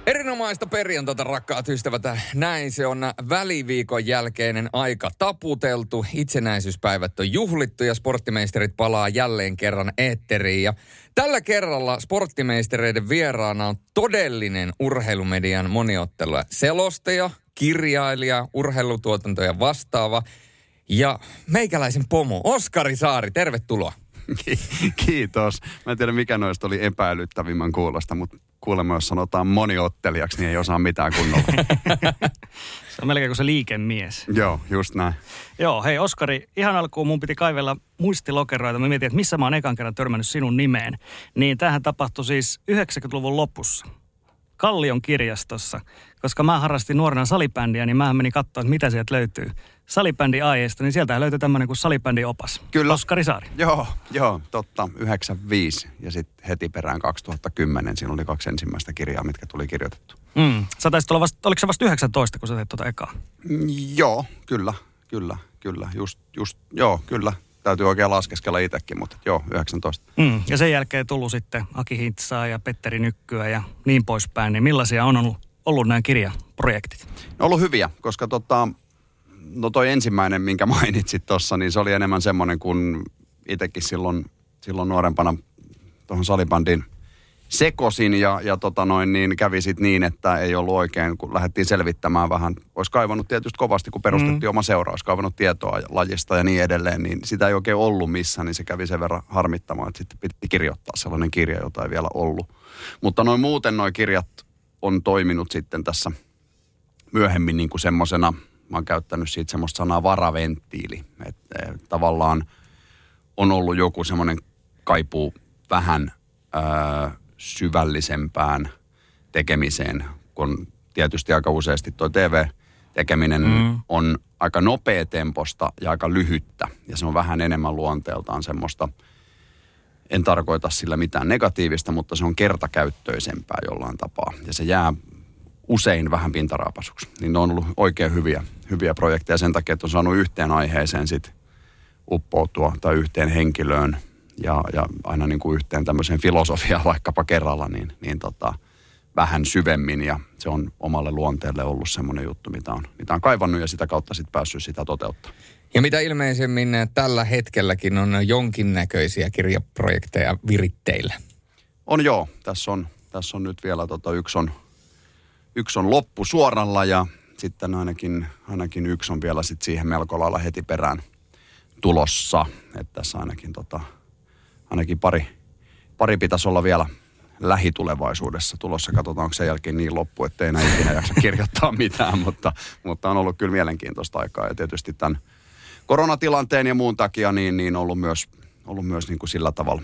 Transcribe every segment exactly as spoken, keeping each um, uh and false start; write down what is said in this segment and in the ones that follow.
Erinomaista perjantaita, rakkaat ystävät. Näin se on väliviikon jälkeinen aika taputeltu. Itsenäisyyspäivät on juhlittu ja sporttimeisterit palaa jälleen kerran eetteriin. Ja tällä kerralla sporttimeistereiden vieraana on todellinen urheilumedian moniottelu. Selostaja, kirjailija, urheilutuotantoja vastaava ja meikäläisen pomo Oskari Saari. Tervetuloa. Kiitos. Mä en tiedä, mikä noista oli epäilyttävimmän kuulosta, mutta kuulemma, jos sanotaan moniottelijaksi, niin ei osaa mitään kunnolla. Se on melkein kuin se liikemies. Joo, just näin. Joo, hei Oskari, ihan alkuun mun piti kaivella muistilokeroita. Mä mietin, että missä mä oon ekan kerran törmännyt sinun nimeen. Niin tämähän tapahtui siis yhdeksänkymmentäluvun lopussa. Kallion kirjastossa, koska mä harrastin nuorena salibändiä, niin mä menin katsoa, että mitä sieltä löytyy. Salibändi aiheesta, niin sieltä löytyy tämmöinen kuin salibändiopas. Kyllä. Oskari Saari. Joo, joo, totta. yhdeksänkymmentäviisi ja sitten heti perään kaksituhattakymmenen. Siinä oli kaksi ensimmäistä kirjaa, mitkä tuli kirjoitettu. Mm. Sä taisit olla vasta, oliko se vasta yhdeksäntoista, kun sä teit tuota ekaa? Mm, joo, kyllä, kyllä, kyllä. Just, just, joo, kyllä. Täytyy oikein laskeskella itsekin, mutta joo, yhdeksäntoista. Mm. Ja sen jälkeen tullut sitten Aki Hintsaa ja Petteri Nykkyä ja niin poispäin. Niin millaisia on ollut, ollut nämä kirjaprojektit? Ne on ollut hyviä, koska tota... No toi ensimmäinen, minkä mainitsit tuossa, niin se oli enemmän semmoinen, kun itsekin silloin, silloin nuorempana tuohon salibändiin sekosin ja, ja tota noin, niin kävi sit niin, että ei ollut oikein, kun lähdettiin selvittämään vähän. Olisi kaivannut tietysti kovasti, kun perustettiin mm. oma seura, olisi kaivannut tietoa lajista ja niin edelleen, niin sitä ei oikein ollut missään, niin se kävi sen verran harmittamaan, että sitten piti kirjoittaa sellainen kirja, jota ei vielä ollut. Mutta noin muuten nuo kirjat on toiminut sitten tässä myöhemmin niin kuin semmosena. Mä oon käyttänyt siitä semmoista sanaa varaventtiili, että tavallaan on ollut joku semmoinen kaipuu vähän ää, syvällisempään tekemiseen, kun tietysti aika useasti toi T V-tekeminen mm. on aika nopeatemposta ja aika lyhyttä. Ja se on vähän enemmän luonteeltaan semmoista, en tarkoita sillä mitään negatiivista, mutta se on kertakäyttöisempää jollain tapaa. Ja se jää usein vähän pintaraapasuksi. Niin ne on ollut oikein hyviä, hyviä projekteja sen takia, että on saanut yhteen aiheeseen sit uppoutua tai yhteen henkilöön ja, ja aina niin kuin yhteen tämmöiseen filosofiaan vaikkapa kerralla, niin, niin tota, vähän syvemmin ja se on omalle luonteelle ollut semmoinen juttu, mitä on, mitä on kaivannut ja sitä kautta sitten päässyt sitä toteuttaa. Ja mitä ilmeisemmin tällä hetkelläkin on jonkinnäköisiä kirjaprojekteja viritteillä? On joo. Tässä on, tässä on nyt vielä tota, yksi on Yksi on loppu suoralla ja sitten ainakin, ainakin yksi on vielä sit siihen melko lailla heti perään tulossa. Että tässä ainakin, tota, ainakin pari, pari pitäisi olla vielä lähitulevaisuudessa tulossa. Katsotaan, onko sen jälkeen niin loppu, että ei enää ikinä jaksa kirjoittaa mitään, mutta, mutta on ollut kyllä mielenkiintoista aikaa. Ja tietysti tämän koronatilanteen ja muun takia niin, niin on ollut myös, ollut myös niin kuin sillä tavalla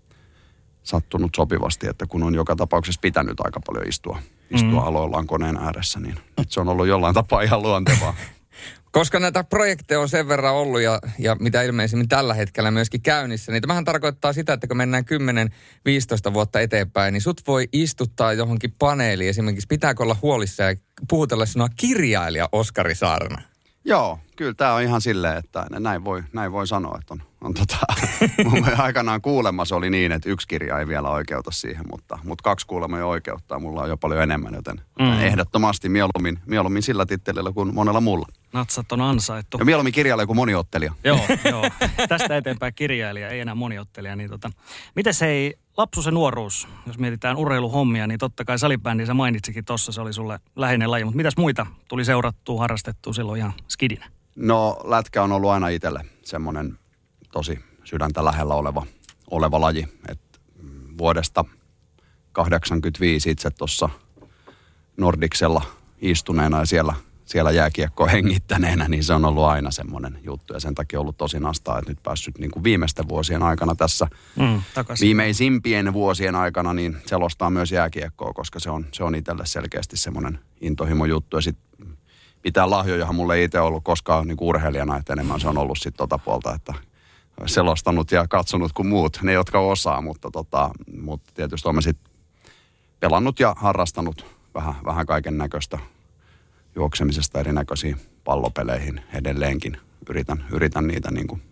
sattunut sopivasti, että kun on joka tapauksessa pitänyt aika paljon istua, istua mm. aloillaan koneen ääressä, niin se on ollut jollain tapaa ihan luontevaa. Koska näitä projekteja on sen verran ollut ja, ja mitä ilmeisemmin tällä hetkellä myöskin käynnissä, niin tämähän tarkoittaa sitä, että kun mennään kymmenen viisitoista vuotta eteenpäin, niin sut voi istuttaa johonkin paneeliin. Esimerkiksi pitääkö olla huolissa ja puhutella sinua kirjailija Oskari Saarna? Joo, kyllä tämä on ihan silleen, että näin voi, näin voi sanoa, että on, on tota, mun aikanaan kuulemma se oli niin, että yksi kirja ei vielä oikeuta siihen, mutta, mutta kaksi kuulemma jo oikeuttaa, mulla on jo paljon enemmän, joten mm. ehdottomasti mieluummin, mieluummin sillä tittelillä kuin monella muulla. Natsat on ansaittu. Ja mieluummin kirjailija kuin moniottelija. Joo, joo. Tästä eteenpäin kirjailija, ei enää moniottelija. Niin tota, mites hei, lapsuus ja nuoruus, jos mietitään urheiluhommia, niin totta kai salibändi, sä mainitsikin tossa, se oli sulle läheinen laji. Mutta mitäs muita tuli seurattua, harrastettua silloin ihan skidinä? No lätkä on ollut aina itselle semmoinen tosi sydäntä lähellä oleva, oleva laji. Et vuodesta kahdeksankymmentäviisi itse tuossa Nordicsella istuneena ja siellä siellä jääkiekkoa hengittäneenä, niin se on ollut aina semmoinen juttu. Ja sen takia ollut tosi nastaa, että nyt päässyt niin kuin viimeisten vuosien aikana tässä, mm, viimeisimpien vuosien aikana, niin selostaa myös jääkiekkoa, koska se on, se on itselle selkeästi semmoinen intohimo juttu. Ja sitten mitään lahjojahan mulle ei itse ollut koskaan niin kuin urheilijana, että enemmän se on ollut sitten tota puolta, että selostanut ja katsonut kuin muut, ne jotka osaa, mutta, tota, mutta tietysti olen sitten pelannut ja harrastanut vähän, vähän kaiken näköistä. Juoksemisesta erinäköisiin pallopeleihin edelleenkin. Yritän, yritän niitä niin kuin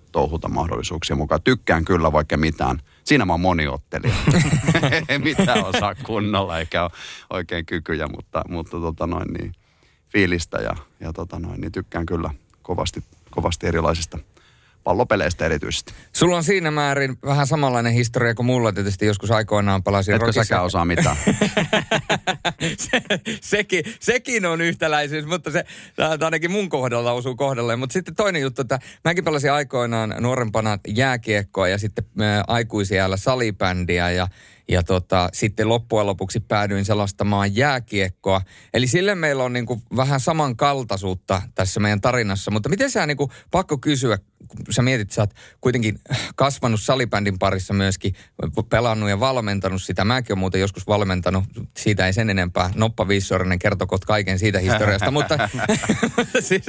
touhuta mahdollisuuksia mukaan. Tykkään kyllä vaikka mitään. Siinä mä oon moniottelija. Ei mitään osaa kunnolla eikä ole oikein kykyjä, mutta, mutta tota noin, niin, fiilistä ja, ja tota noin, niin tykkään kyllä kovasti, kovasti erilaisista pallopeleistä erityisesti. Sulla on siinä määrin vähän samanlainen historia kuin mulla tietysti joskus aikoinaan palasin. Etkö säkään osaa mitään? se, sekin, sekin on yhtäläisyys, mutta se ainakin mun kohdalla osuu kohdalleen. Mutta sitten toinen juttu, että mäkin pelasin aikoinaan nuorempana jääkiekkoa ja sitten ä, aikuisiällä salibändiä ja Ja tota, sitten loppujen lopuksi päädyin selastamaan jääkiekkoa. Eli sille meillä on niinku vähän samankaltaisuutta tässä meidän tarinassa. Mutta miten sä niinku, pakko kysyä, kun sä mietit, sä oot kuitenkin kasvanut salibändin parissa myöskin, pelannut ja valmentanut sitä. Mäkin olen muuten joskus valmentanut, siitä ei sen enempää. Noppa Viissorinen kertokot kaiken siitä historiasta. mutta siis,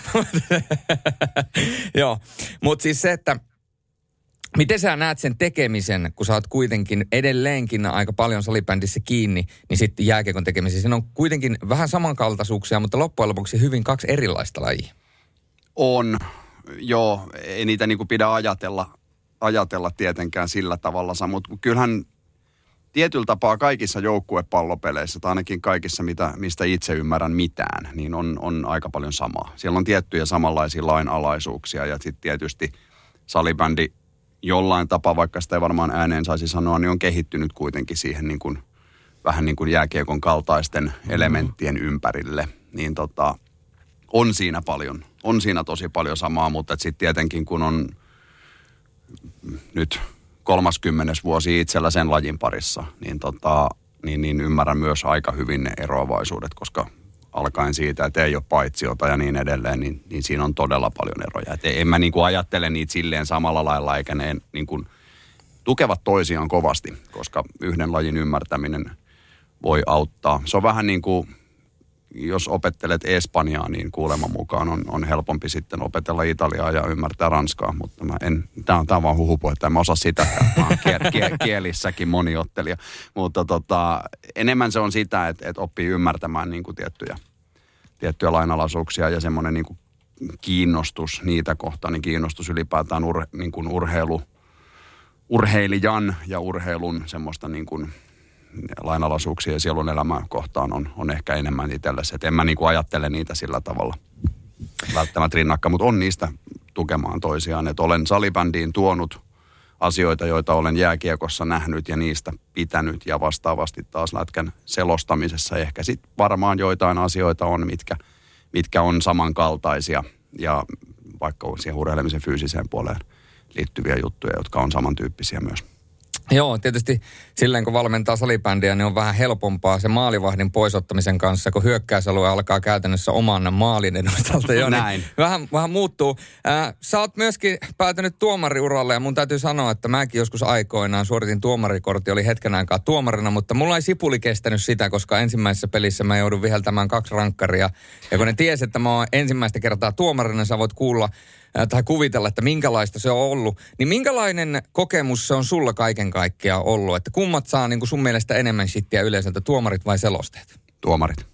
joo, mutta siis se, että miten sä näet sen tekemisen, kun sä oot kuitenkin edelleenkin aika paljon salibändissä kiinni, niin sitten jääkiekon tekemisen. Siinä on kuitenkin vähän samankaltaisuuksia, mutta loppujen lopuksi hyvin kaksi erilaista lajia. On, joo. Ei niitä niinku pidä ajatella, ajatella tietenkään sillä tavalla, mutta kyllähän tietyllä tapaa kaikissa joukkuepallopeleissä, tai ainakin kaikissa, mitä, mistä itse ymmärrän mitään, niin on, on aika paljon samaa. Siellä on tiettyjä samanlaisia lainalaisuuksia, ja sitten tietysti salibändi jollain tapaa, vaikka sitä ei varmaan ääneen saisi sanoa, niin on kehittynyt kuitenkin siihen niin kuin, vähän niin kuin jääkiekon kaltaisten elementtien ympärille. Niin tota, on siinä paljon, on siinä tosi paljon samaa, mutta sitten tietenkin kun on nyt kolmaskymmenes vuosi itsellä sen lajin parissa, niin, tota, niin, niin ymmärrän myös aika hyvin ne eroavaisuudet, koska alkaen siitä, että ei ole paitsiota ja niin edelleen, niin, niin siinä on todella paljon eroja. Et en mä niin kuin ajattele niitä silleen samalla lailla, eikä ne niin kuin tukevat toisiaan kovasti, koska yhden lajin ymmärtäminen voi auttaa. Se on vähän niin kuin, jos opettelet espanjaa, niin kuuleman mukaan on, on helpompi sitten opetella italiaa ja ymmärtää ranskaa, mutta mä en, tää on, tää on vaan huhupu, että en mä osaa sitäkään. Mä oon kiel, kiel, kielissäkin moniottelija. Mutta tota, enemmän se on sitä, että, että oppii ymmärtämään niin kuin tiettyjä, tiettyjä lainalaisuuksia ja semmoinen niin kuin kiinnostus niitä kohtaan, niin kiinnostus ylipäätään ur, niin kuin urheilu, urheilijan ja urheilun semmoista niin kuin lainalaisuuksia ja sielun elämää kohtaan on, on ehkä enemmän itsellesi. Et en mä niinku ajattele niitä sillä tavalla välttämättä rinnakkain, mutta on niistä tukemaan toisiaan. Et olen salibändiin tuonut asioita, joita olen jääkiekossa nähnyt ja niistä pitänyt ja vastaavasti taas lätkän selostamisessa ehkä sitten varmaan joitain asioita on, mitkä, mitkä on samankaltaisia ja vaikka siihen urheilemisen fyysiseen puoleen liittyviä juttuja, jotka on samantyyppisiä myös. Joo, tietysti silleen kun valmentaa salibändiä, niin on vähän helpompaa se maalivahdin poisottamisen kanssa, kun hyökkäysalue alkaa käytännössä oman maalin edustalta jo. Näin. Niin vähän, vähän muuttuu. Äh, sä oot myöskin päätynyt tuomariuralle ja mun täytyy sanoa, että mäkin joskus aikoinaan suoritin tuomarikortti, oli hetken aikaa tuomarina, mutta mulla ei sipuli kestänyt sitä, koska ensimmäisessä pelissä mä joudun viheltämään kaksi rankkaria. Ja kun ne tiesi, että mä oon ensimmäistä kertaa tuomarina, sä voit kuulla tai kuvitella, että minkälaista se on ollut. Niin minkälainen kokemus se on sulla kaiken kaikkiaan ollut? Että kummat saa niin kuin sun mielestä enemmän shittiä yleisöltä, tuomarit vai selosteet? Tuomarit.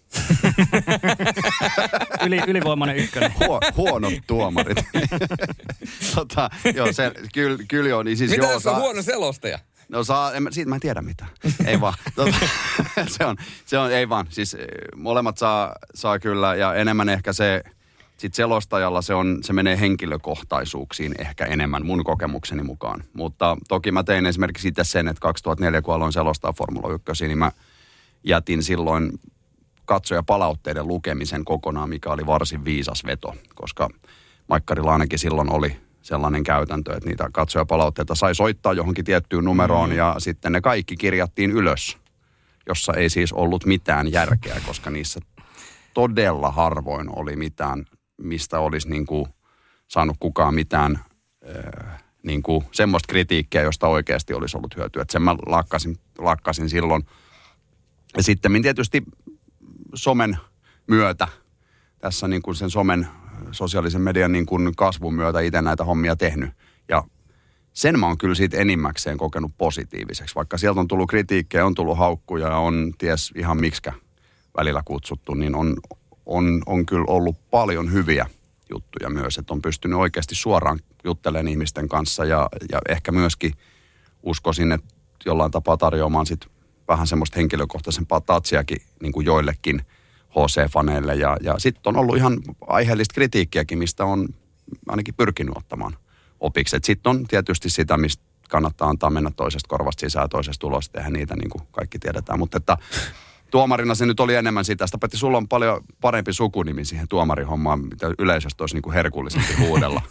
Yli, ylivoimainen ykkönen. Huo, huonot tuomarit. tota, joo, se, kyllä, kyllä joo. Niin siis mitä joo, jos on saa, huono selostaja? No saa, en, siitä mä en tiedä mitään. Ei vaan. Tota, se, on, se on, ei vaan. Siis molemmat saa, saa kyllä ja enemmän ehkä se... Sitten selostajalla se, on, se menee henkilökohtaisuuksiin ehkä enemmän mun kokemukseni mukaan. Mutta toki mä tein esimerkiksi itse sen, että kaksituhattaneljä kun aloin selostaa Formula yksi, niin mä jätin silloin katsojapalautteiden lukemisen kokonaan, mikä oli varsin viisas veto. Koska Maikkarilla ainakin silloin oli sellainen käytäntö, että niitä katsojapalautteita sai soittaa johonkin tiettyyn numeroon mm. ja sitten ne kaikki kirjattiin ylös, jossa ei siis ollut mitään järkeä, koska niissä todella harvoin oli mitään, mistä olisi niin kuin saanut kukaan mitään äh, niin kuin semmoista kritiikkiä, josta oikeasti olisi ollut hyötyä. Että sen mä lakkasin, lakkasin silloin. Ja sitten tietysti somen myötä, tässä niin kuin sen somen, sosiaalisen median niin kuin kasvun myötä itse näitä hommia tehnyt. Ja sen mä oon kyllä siitä enimmäkseen kokenut positiiviseksi. Vaikka sieltä on tullut kritiikkiä, on tullut haukkuja ja on ties ihan miksikä välillä kutsuttu, niin on, on, on kyllä ollut paljon hyviä juttuja myös, että on pystynyt oikeasti suoraan juttelemaan ihmisten kanssa ja, ja ehkä myöskin uskoisin, että jollain tapaa tarjoamaan sit vähän semmoista henkilökohtaisempaa tatsiakin niin kuin joillekin H C-faneille. Ja, ja sitten on ollut ihan aiheellista kritiikkiäkin, mistä on ainakin pyrkinyt ottamaan opiksi. Sitten on tietysti sitä, mistä kannattaa antaa mennä toisesta korvasta sisään ja toisesta ulos, tehdä niitä niin kuin kaikki tiedetään. Mutta että tuomarina se nyt oli enemmän sitä. Sitä paitsi sulla on paljon parempi sukunimi siihen tuomarihommaan, mitä yleisesti olisi niin kuin herkullisempi huudella.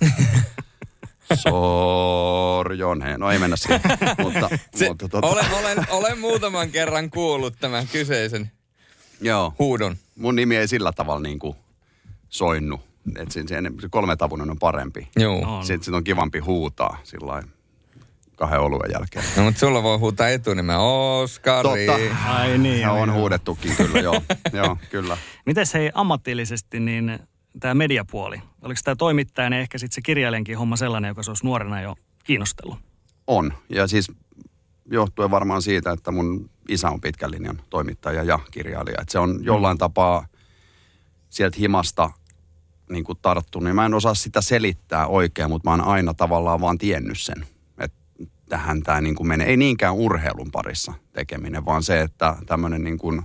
Sorjonen. No ei mennä siihen. mutta, se, mutta, tota... olen, olen, olen muutaman kerran kuullut tämän kyseisen Joo. huudon. Mun nimi ei sillä tavalla niin kuin soinnu. Että se, se kolmetavuinen on parempi. Joo. Sitten sit on kivampi huutaa sillain kahden oluen jälkeen. No, mutta sulla voi huutaa etunimeä Oskari. Totta. Ai niin. Ja on joo. huudettukin kyllä, joo. joo, kyllä. Mites hei ammatillisesti niin tämä mediapuoli? Oliko tämä toimittajana ehkä sitten se kirjailijankin homma sellainen, joka se olisi nuorena jo kiinnostellut? On. Ja siis johtuen varmaan siitä, että mun isä on pitkän linjan toimittaja ja kirjailija. Että se on jollain tapaa sieltä himasta niin kuin tarttunut. Niin mä en osaa sitä selittää oikein, mutta mä oon aina tavallaan vaan tiennyt sen. Että tähän tämä niin kuin menee. Ei niinkään urheilun parissa tekeminen, vaan se, että tämmöinen niin kuin,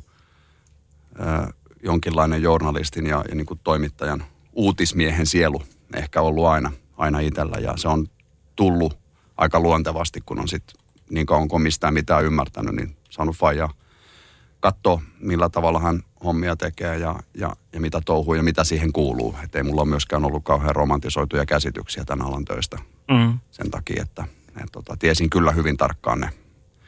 äh, jonkinlainen journalistin ja, ja niin kuin toimittajan uutismiehen sielu ehkä ollut aina, aina itsellä. Ja se on tullut aika luontevasti, kun on sitten niin kauan kuin mistään mitään ymmärtänyt, niin saanut faijaa katsoa, millä tavalla hän hommia tekee ja, ja, ja mitä touhuu ja mitä siihen kuuluu. Että ei mulla ole myöskään ollut kauhean romantisoituja käsityksiä tämän alan töistä mm. sen takia, että et, tota, tiesin kyllä hyvin tarkkaan ne,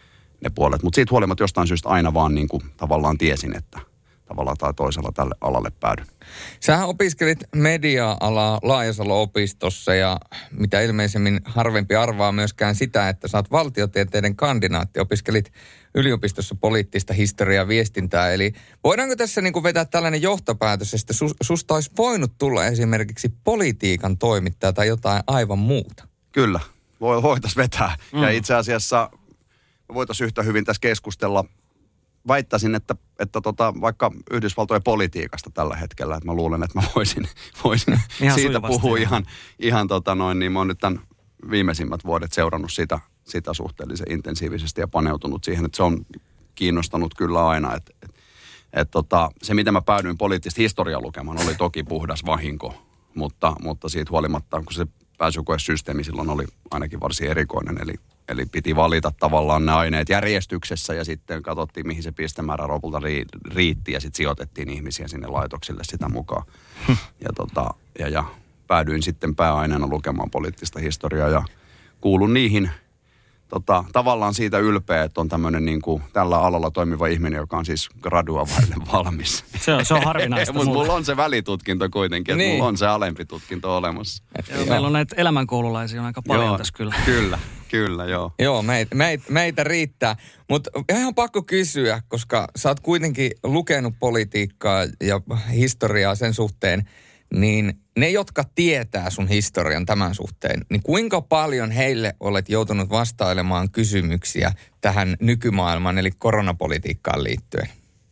ne puolet. Mutta siitä huolimatta jostain syystä aina vaan niin kuin, tavallaan tiesin, että tavalla tai toisella tälle alalle päädyn. Sähän opiskelit media-alaa Laajasalo-opistossa ja mitä ilmeisemmin harvempi arvaa myöskään sitä, että sä oot valtiotieteiden kandidaatti. Opiskelit yliopistossa poliittista historiaa ja viestintää. Eli voidaanko tässä niin kuin vetää tällainen johtopäätös, että sus, susta olisi voinut tulla esimerkiksi politiikan toimittaja tai jotain aivan muuta? Kyllä, voitaisiin vetää. Mm. Ja itse asiassa voitaisiin yhtä hyvin tässä keskustella. Väittäisin, että, että tota, vaikka Yhdysvaltojen politiikasta tällä hetkellä, että mä luulen, että mä voisin, voisin siitä puhua ihan, ihan tota noin, niin mä oon nyt tämän viimeisimmät vuodet seurannut sitä, sitä suhteellisen intensiivisesti ja paneutunut siihen, että se on kiinnostanut kyllä aina. Että, et, et, tota, se, miten mä päädyin poliittista historiaa lukemaan, oli toki puhdas vahinko, mutta, mutta siitä huolimatta, kun se pääsykoesysteemi silloin oli ainakin varsin erikoinen, eli Eli piti valita tavallaan ne aineet järjestyksessä ja sitten katsottiin, mihin se pistemäärä lopulta riitti ja sitten sijoitettiin ihmisiä sinne laitoksille sitä mukaan. Ja, tota, ja, ja päädyin sitten pääaineena lukemaan poliittista historiaa ja kuulun niihin tota, tavallaan siitä ylpeä, että on tämmöinen niin kuin tällä alalla toimiva ihminen, joka on siis gradua vaille valmis. Se on, se on harvinaista. Mutta mulla on se välitutkinto kuitenkin, että niin. Mulla on se alempi tutkinto olemassa. Joo, meillä on näitä elämänkoululaisia aika paljon joo, tässä kyllä. Kyllä. Kyllä, joo. Joo, meitä, meitä, meitä riittää. Mutta ihan pakko kysyä, koska sä oot kuitenkin lukenut politiikkaa ja historiaa sen suhteen, niin ne, jotka tietää sun historian tämän suhteen, niin kuinka paljon heille olet joutunut vastailemaan kysymyksiä tähän nykymaailmaan, eli koronapolitiikkaan liittyen?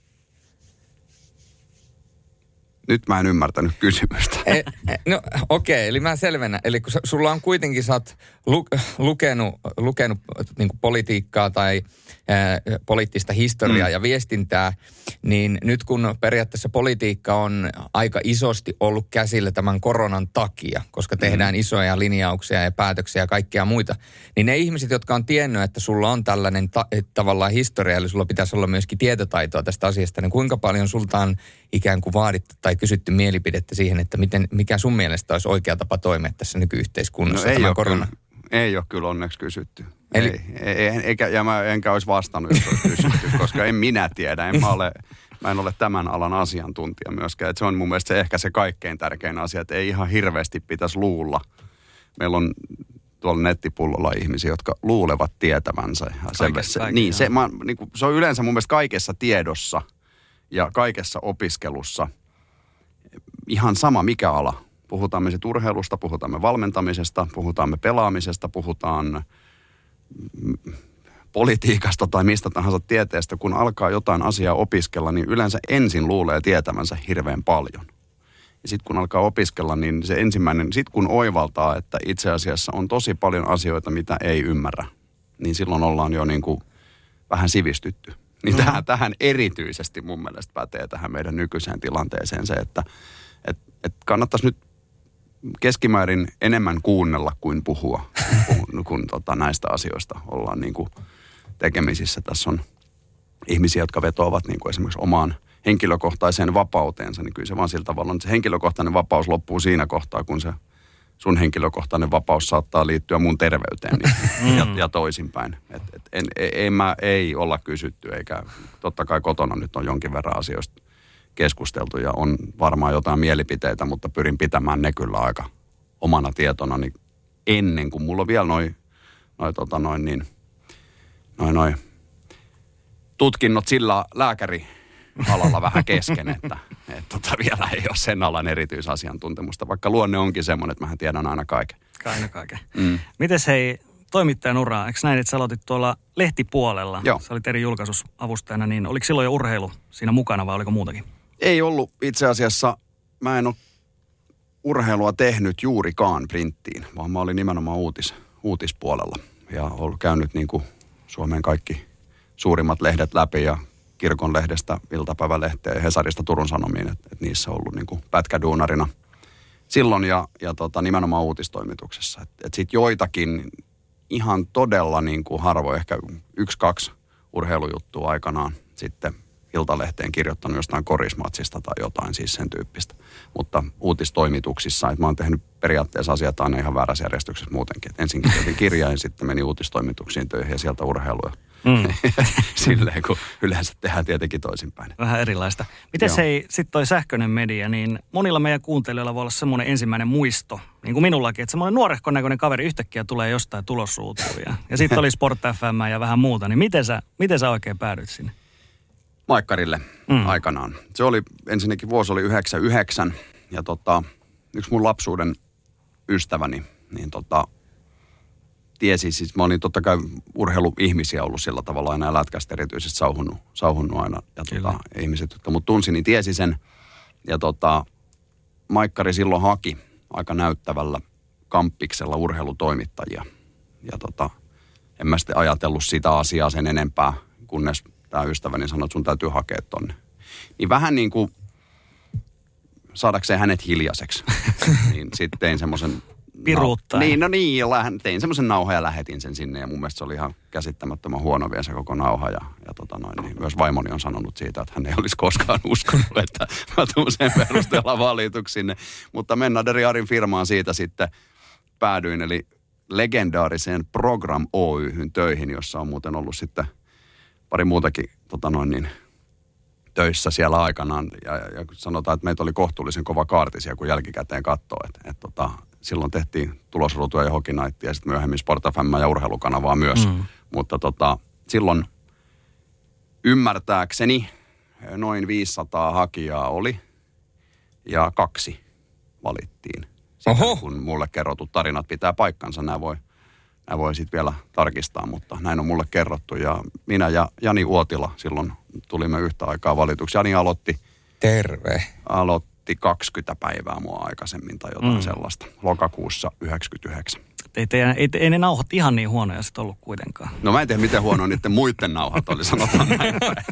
Nyt mä en ymmärtänyt kysymystä. E, no okei, okay, eli mä selvennän. Eli kun sulla on kuitenkin, sä oot lu, lukenut, lukenut niin kuin politiikkaa tai ää, poliittista historiaa mm. ja viestintää, niin nyt kun periaatteessa politiikka on aika isosti ollut käsillä tämän koronan takia, koska tehdään mm. isoja linjauksia ja päätöksiä ja kaikkea muita, niin ne ihmiset, jotka on tiennyt, että sulla on tällainen ta, tavallaan historia, eli sulla pitäisi olla myöskin tietotaitoa tästä asiasta, niin kuinka paljon sulta on ikään kuin vaadittu tai kysytty mielipidettä siihen, että miten, mikä sun mielestä olisi oikea tapa toimia tässä nykyyhteiskunnassa? No ei, tämä ole korona? Kyllä, ei ole kyllä onneksi kysytty. Eli... Ei, ei, eikä, ja mä enkä olisi vastannut, jos olisi kysytty, koska en minä tiedä. En mä, ole, mä en ole tämän alan asiantuntija myöskään. Et se on mun mielestä se, ehkä se kaikkein tärkein asia, että ei ihan hirveästi pitäisi luulla. Meillä on tuolla nettipullolla ihmisiä, jotka luulevat tietävänsä. Kaikessa, se, niin, se, mä, niin kuin, se on yleensä mun mielestä kaikessa tiedossa ja kaikessa opiskelussa ihan sama mikä ala. Puhutaan me sitten urheilusta, puhutaan me valmentamisesta, puhutaan me pelaamisesta, puhutaan politiikasta tai mistä tahansa tieteestä. Kun alkaa jotain asiaa opiskella, niin yleensä ensin luulee tietävänsä hirveän paljon. Ja sitten kun alkaa opiskella, niin se ensimmäinen, sitten kun oivaltaa, että itse asiassa on tosi paljon asioita, mitä ei ymmärrä, niin silloin ollaan jo niin kuin vähän sivistytty. Niin mm-hmm. tähän, tähän erityisesti mun mielestä pätee tähän meidän nykyiseen tilanteeseen se, että et, et kannattaisi nyt keskimäärin enemmän kuunnella kuin puhua, kun, kun tota, näistä asioista ollaan niin kuin tekemisissä. Tässä on ihmisiä, jotka vetoavat niin kuin esimerkiksi omaan henkilökohtaiseen vapauteensa, niin kyllä se vaan sillä tavalla on, että se henkilökohtainen vapaus loppuu siinä kohtaa, kun se sun henkilökohtainen vapaus saattaa liittyä mun terveyteen niin, ja, ja toisinpäin. Et, et en, en mä, ei olla kysytty, eikä totta kai kotona nyt on jonkin verran asioista keskusteltu ja on varmaan jotain mielipiteitä, mutta pyrin pitämään ne kyllä aika omana tietona niin ennen kuin mulla on vielä noin noi, tota, noin, niin, noin, noin, tutkinnot sillä lääkärialalla vähän kesken, että et, tota, vielä ei ole sen alan erityisasiantuntemusta, vaikka luonne onkin semmoinen, että mähän tiedän aina kaiken. Aina kaiken. Mm. Mites hei, toimittajan uraa, eikö näin, että sä aloitit tuolla lehtipuolella? Joo. Sä olit eri julkaisusavustajana, niin oliko silloin jo urheilu siinä mukana vai oliko muutakin? Ei ollut itse asiassa, mä en ole urheilua tehnyt juurikaan printtiin, vaan mä olin nimenomaan uutis, uutispuolella. Ja ollut käynyt niin kuin Suomen kaikki suurimmat lehdet läpi ja Kirkon lehdestä iltapäivälehteen ja Hesarista Turun Sanomiin, että et niissä on ollut niin kuin pätkäduunarina silloin ja, ja tota, nimenomaan uutistoimituksessa. Että et sit joitakin ihan todella niin kuin harvoin, ehkä yksi, kaksi urheilujuttua aikanaan sitten Iltalehteen kirjoittanut jostain korismatsista tai jotain siis sen tyyppistä. Mutta uutistoimituksissa, että mä oon tehnyt periaatteessa asiat aina ihan väärässä järjestyksessä muutenkin. Et ensin kirjoitin kirjaa ja sitten meni uutistoimituksiin töihin ja sieltä urheilua. Mm. Silleen, kun yleensä tehdään tietenkin toisinpäin. Vähän erilaista. Miten se ei sitten toi sähköinen media, niin monilla meidän kuuntelijoilla voi olla semmoinen ensimmäinen muisto, niin kuin minullakin, että semmoinen nuorehkon näköinen kaveri yhtäkkiä tulee jostain tulosruutuun ja, ja sitten oli Sport F M ja vähän muuta, niin miten sä, miten sä oikein päädyit sinne? Maikkarille mm. aikanaan. Se oli, ensinnäkin vuosi oli yhdeksänkymmentäyhdeksän ja tota, yksi mun lapsuuden ystäväni, niin tota, tiesi, siis mä olin totta kai urheiluihmisiä ollut sillä tavalla aina ja lätkästä erityisesti sauhunnut, sauhunnut aina. Ja tota, ihmiset, jotka mut tunsi, niin tiesi sen. Ja tota, Maikkari silloin haki aika näyttävällä kamppiksella urheilutoimittajia. Ja tota, en mä sitten ajatellut sitä asiaa sen enempää, kunnes tämä ystäväni sanoi, että sun täytyy hakea tonne. Niin vähän niin kuin saadakseen hänet hiljaiseksi, niin sitten tein semmoisen piruuttaa. Niin, no niin, tein semmoisen nauhan ja lähetin sen sinne ja mun mielestä se oli ihan käsittämättömän huono vielä se koko nauha ja, ja tota noin, niin myös vaimoni on sanonut siitä, että hän ei olisi koskaan uskonut, että mä tuun sen perusteella valituksi sinne. Mutta Mennaderi Arin firmaan siitä sitten päädyin, eli legendaariseen Program Oy:hyn töihin, jossa on muuten ollut sitten pari muutakin tota noin niin, töissä siellä aikanaan. Ja, ja, ja sanotaan, että meitä oli kohtuullisen kova kaartisia, kun jälkikäteen katsoo, että et, tota, silloin tehtiin tulosruutuja ja Hockey Nightia ja sitten myöhemmin Sport F M ja urheilukanavaa myös. Mm. Mutta tota, silloin ymmärtääkseni noin viisisataa hakijaa oli ja kaksi valittiin. Sitten, kun mulle kerrotut tarinat pitää paikkansa, nämä voi, nämä voi sitten vielä tarkistaa, mutta näin on mulle kerrottu. Ja minä ja Jani Uotila silloin tulimme yhtä aikaa valituksi. Jani aloitti. Terve. Aloitti kaksikymmentä päivää mua aikaisemmin tai jotain mm. sellaista. Lokakuussa yhdeksänkymmentäyhdeksän. Ei, te, ei, ei ne nauhat ihan niin huonoja sitten ollut kuitenkaan. No mä en tiedä, miten huono niiden muiden nauhat oli, sanotaan näin.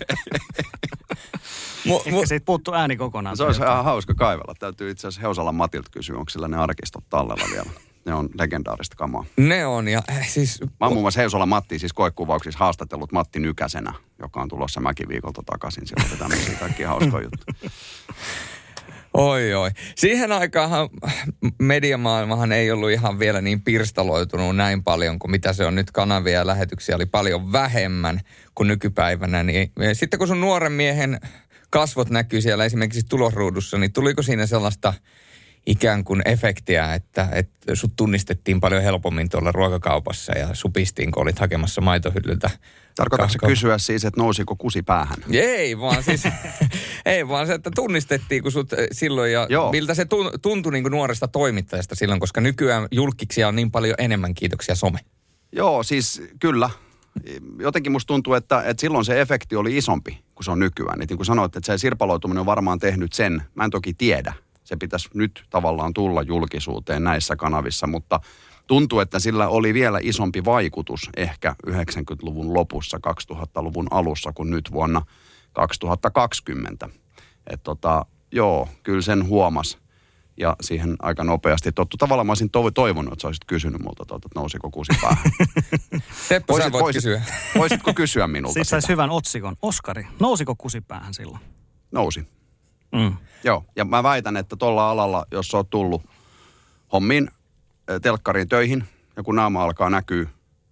Ehkä mu- siitä puuttuu ääni kokonaan. Se olisi ihan hauska kaivella. Täytyy itse asiassa Heusalan Matilta kysyä, onko sillä ne arkistot tallella vielä. Ne on legendaarista kamaa. Ne on ja siis... Mä oon muun muassa Heusalan Matti siis koekuvauksissa haastatellut Matti Nykäsenä, joka on tulossa Mäkiviikolta takaisin. Siellä on tämmöisiä kaikkia hauskoja juttuja. Oi, oi. Siihen aikaanhan mediamaailmahan ei ollut ihan vielä niin pirstaloitunut näin paljon kuin mitä se on nyt. Kanavia ja lähetyksiä oli paljon vähemmän kuin nykypäivänä. Niin, sitten kun sun nuoren miehen kasvot näkyy siellä esimerkiksi tulosruudussa, niin tuliko siinä sellaista ikään kuin efektiä, että, että sut tunnistettiin paljon helpommin tuolla ruokakaupassa ja supistiin, kun olit hakemassa maitohyllyltä? Tarkoitatko se kysyä siis, että nousiko kusi päähän? Ei vaan siis, ei vaan se, että tunnistettiin kun sut silloin ja Joo. miltä se tuntui niin kuin nuoresta toimittajasta silloin, koska nykyään julkkiksia on niin paljon enemmän, kiitoksia some. Joo, siis kyllä. Jotenkin musta tuntuu, että, että silloin se efekti oli isompi kuin se on nykyään. Et niin kuin sanoit, että se sirpaloituminen on varmaan tehnyt sen, mä en toki tiedä, Se pitäisi nyt tavallaan tulla julkisuuteen näissä kanavissa, mutta tuntuu, että sillä oli vielä isompi vaikutus ehkä yhdeksänkymmentäluvun lopussa, kaksituhattaluvun alussa kuin nyt vuonna kaksituhattakaksikymmentä. Että tota, joo, kyllä sen huomas ja siihen aika nopeasti tottu. Tavallaan mä olisin toivonut, että sä olisit kysynyt multa, tuota, että nousiko kusi päähän. Teppo, voisit, sä voit voisit, kysyä. Voisitko kysyä minulta Sitten sitä? saisi hyvän otsikon. Oskari, nousiko kusi päähän silloin? Nousi. Mm. Joo, ja mä väitän, että tuolla alalla, jos sä oot tullut hommiin, telkkariin töihin, ja kun naama alkaa näkyä,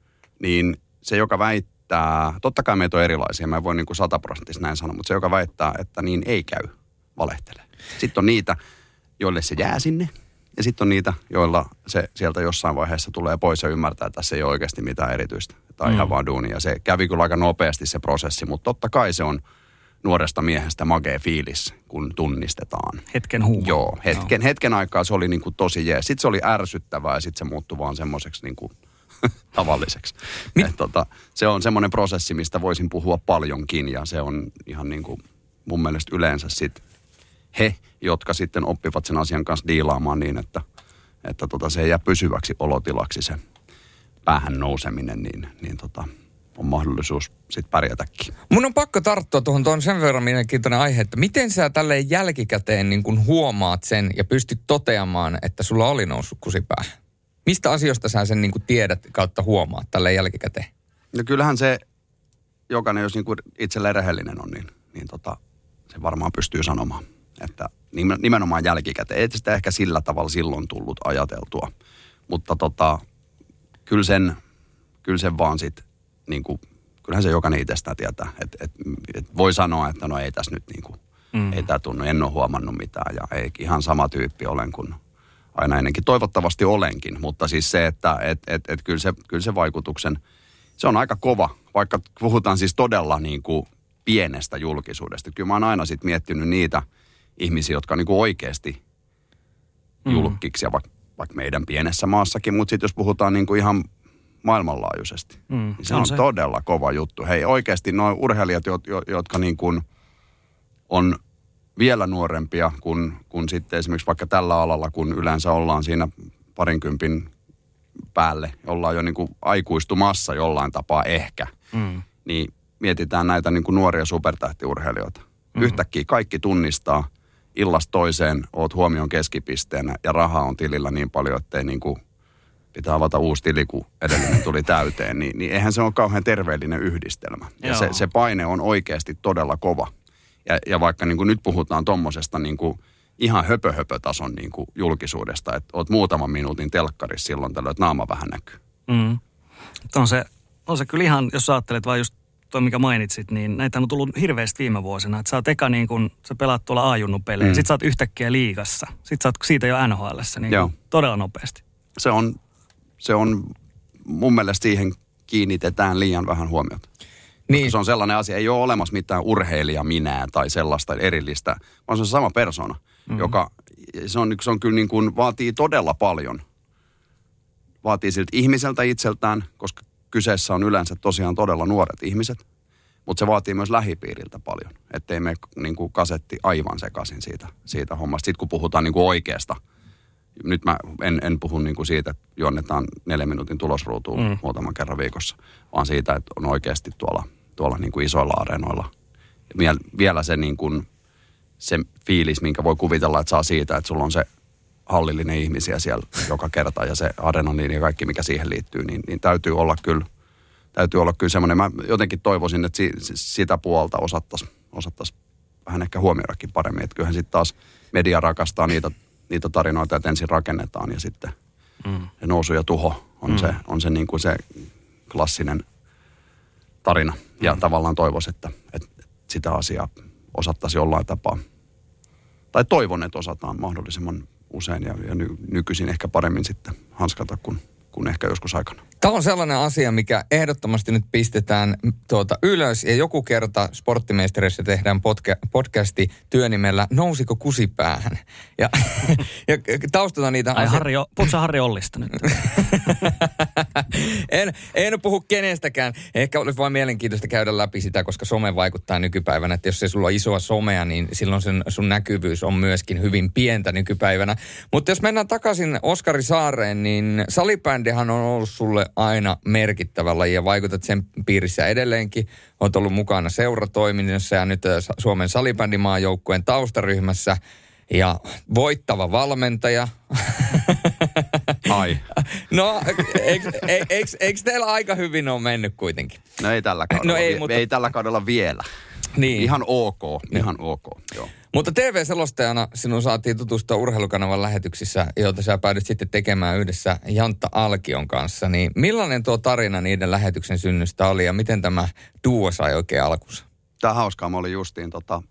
niin se, joka väittää, totta kai meitä on erilaisia, mä en voi niin kuin sataprosenttisesti näin sanoa, mutta se, joka väittää, että niin ei käy, valehtelee. Sitten on niitä, joille se jää sinne, ja sitten on niitä, joilla se sieltä jossain vaiheessa tulee pois ja ymmärtää, että tässä ei ole oikeasti mitään erityistä. Tai mm. ihan vaan duunia. Se kävi kyllä aika nopeasti se prosessi, mutta totta kai se on nuoresta miehestä magee fiilis, kun tunnistetaan. Hetken huuma. Joo, hetken, no. hetken aikaa se oli niin kuin tosi jees. Sitten se oli ärsyttävää ja sitten se muuttui vaan semmoiseksi niin kuin tavalliseksi. Et, tota, se on semmoinen prosessi, mistä voisin puhua paljonkin ja se on ihan niin kuin mun mielestä yleensä sitten he, jotka sitten oppivat sen asian kanssa diilaamaan niin, että, että tota, se ei jää pysyväksi olotilaksi se päähän nouseminen, niin, niin tota, on mahdollisuus sitten pärjätäkin. Mun on pakko tarttua tuohon, tuon sen verran mielenkiintoinen aihe, että miten sä tälleen jälkikäteen niin kun huomaat sen ja pystyt toteamaan, että sulla oli noussut kusipäähän? Mistä asioista sä sen niin kun tiedät kautta huomaat tälleen jälkikäteen? No kyllähän se, jokainen jos niin kuin itselleen rehellinen on, niin, niin tota, se varmaan pystyy sanomaan. Että nimenomaan jälkikäteen. Ei sitä ehkä sillä tavalla silloin tullut ajateltua. Mutta tota, kyllä sen, kyllä sen vaan sit, niin kuin, kyllähän se jokainen itsestään tietää. Että et, et voi sanoa, että no ei tässä nyt niin kuin, mm. ei tämä tunnu, en ole huomannut mitään. Ja ei ihan sama tyyppi olen kuin aina ennenkin. Toivottavasti olenkin, mutta siis se, että et, et, et kyllä, se, kyllä se vaikutuksen, se on aika kova. Vaikka puhutaan siis todella niin kuin pienestä julkisuudesta. Kyllä mä oon aina sit miettinyt niitä ihmisiä, jotka on niin kuin oikeasti julkkiksi, ja vaikka vaik meidän pienessä maassakin, mutta sitten jos puhutaan niin kuin ihan maailmanlaajuisesti, mm, niin se on, on se. todella kova juttu. Hei, oikeasti nuo urheilijat, jotka niin kuin on vielä nuorempia kuin, kuin sitten esimerkiksi vaikka tällä alalla, kun yleensä ollaan siinä parinkympin päälle, ollaan jo niin kuin aikuistumassa jollain tapaa ehkä, mm. niin mietitään näitä niin kuin nuoria supertähtiurheilijoita. Mm. Yhtäkkiä kaikki tunnistaa, illasta toiseen oot huomion keskipisteenä ja rahaa on tilillä niin paljon, ettei niin kuin pitää avata uusi tili, kun edellinen tuli täyteen, niin, niin eihän se ole kauhean terveellinen yhdistelmä. Ja se, se paine on oikeasti todella kova. Ja, ja vaikka niin kuin nyt puhutaan tommosesta niin kuin ihan höpö-höpö-tason niin kuin julkisuudesta, että oot muutaman minuutin telkkarissa silloin tällöin, että naama vähän näkyy. Mm. On se, on se kyllä ihan, jos ajattelet vaan just toi, mikä mainitsit, niin näitä on tullut hirveästi viime vuosina. Että sä oot eka niin kun, sä pelaat tuolla A-junnu-pelejä, mm. sit sä oot yhtäkkiä liigassa. Sit sä oot siitä jo N H L:ssä niin todella nopeasti. Se on, se on, mun mielestä siihen kiinnitetään liian vähän huomiota. Niin. Se on sellainen asia, ei ole olemassa mitään urheilija minää tai sellaista erillistä, vaan se on sama persona, mm-hmm. joka, se on, se on kyllä niin kuin, vaatii todella paljon. Vaatii siltä ihmiseltä itseltään, koska kyseessä on yleensä tosiaan todella nuoret ihmiset, mutta se vaatii myös lähipiiriltä paljon, ettei me niin kuin kasetti aivan sekaisin siitä, siitä hommasta. Sitten kun puhutaan niin kuin oikeasta, nyt mä en, en puhu niin kuin siitä, että jonnetaan neljän minuutin tulosruutuun mm. muutaman kerran viikossa, vaan siitä, että on oikeasti tuolla, tuolla niin kuin isoilla areenoilla. Viel, vielä se, niin kuin, se fiilis, minkä voi kuvitella, että saa siitä, että sulla on se hallillinen ihmisiä siellä joka kerta ja se adrenaliini ja kaikki, mikä siihen liittyy, niin, niin täytyy olla kyllä, täytyy olla kyllä semmoinen. Mä jotenkin toivoisin, että si, sitä puolta osattaisiin osattais vähän ehkä huomioidakin paremmin. Että kyllähän sitten taas media rakastaa niitä, niitä tarinoita, että ensin rakennetaan ja sitten mm. se nousu ja tuho on mm. se, on se, niin kuin se klassinen tarina. Ja mm. tavallaan toivoisin, että, että sitä asiaa osattaisiin jollain tapaa. Tai toivon, että osataan mahdollisimman usein ja, ja ny, nykyisin ehkä paremmin sitten hanskata kuin kuin ehkä joskus aikana. Tämä on sellainen asia, mikä ehdottomasti nyt pistetään tuota ylös. Ja joku kerta Sporttimeisterissä tehdään podca- podcasti työnimellä Nousiko kusi päähän? Ja, ja taustalla niitä... Ai Harri, puhutko Harri Ollista nyt? en, en puhu kenestäkään. Ehkä olisi vain mielenkiintoista käydä läpi sitä, koska some vaikuttaa nykypäivänä. Että jos ei sulla on isoa somea, niin silloin sen, sun näkyvyys on myöskin hyvin pientä nykypäivänä. Mutta jos mennään takaisin Oskari Saareen, niin salibändihan on ollut sulle aina merkittävä laji ja vaikutat sen piirissä edelleenkin. Olet ollut mukana seuratoiminnassa ja nyt Suomen salibändimaajoukkueen taustaryhmässä ja voittava valmentaja. Ai. No, eikö, eikö, eikö teillä aika hyvin ole mennyt kuitenkin? No ei tällä kaudella, no ei, vi- mutta... ei tällä kaudella vielä. Niin. Ihan ok, ihan ok, joo. Mutta T V-selostajana sinun saatiin tutustua urheilukanavan lähetyksissä, joita sä päädyt sitten tekemään yhdessä Jantta Alkion kanssa. Niin millainen tuo tarina niiden lähetyksen synnystä oli ja miten tämä duo sai oikein alkunsa? Tämä hauskaa, mä olin justiin tota,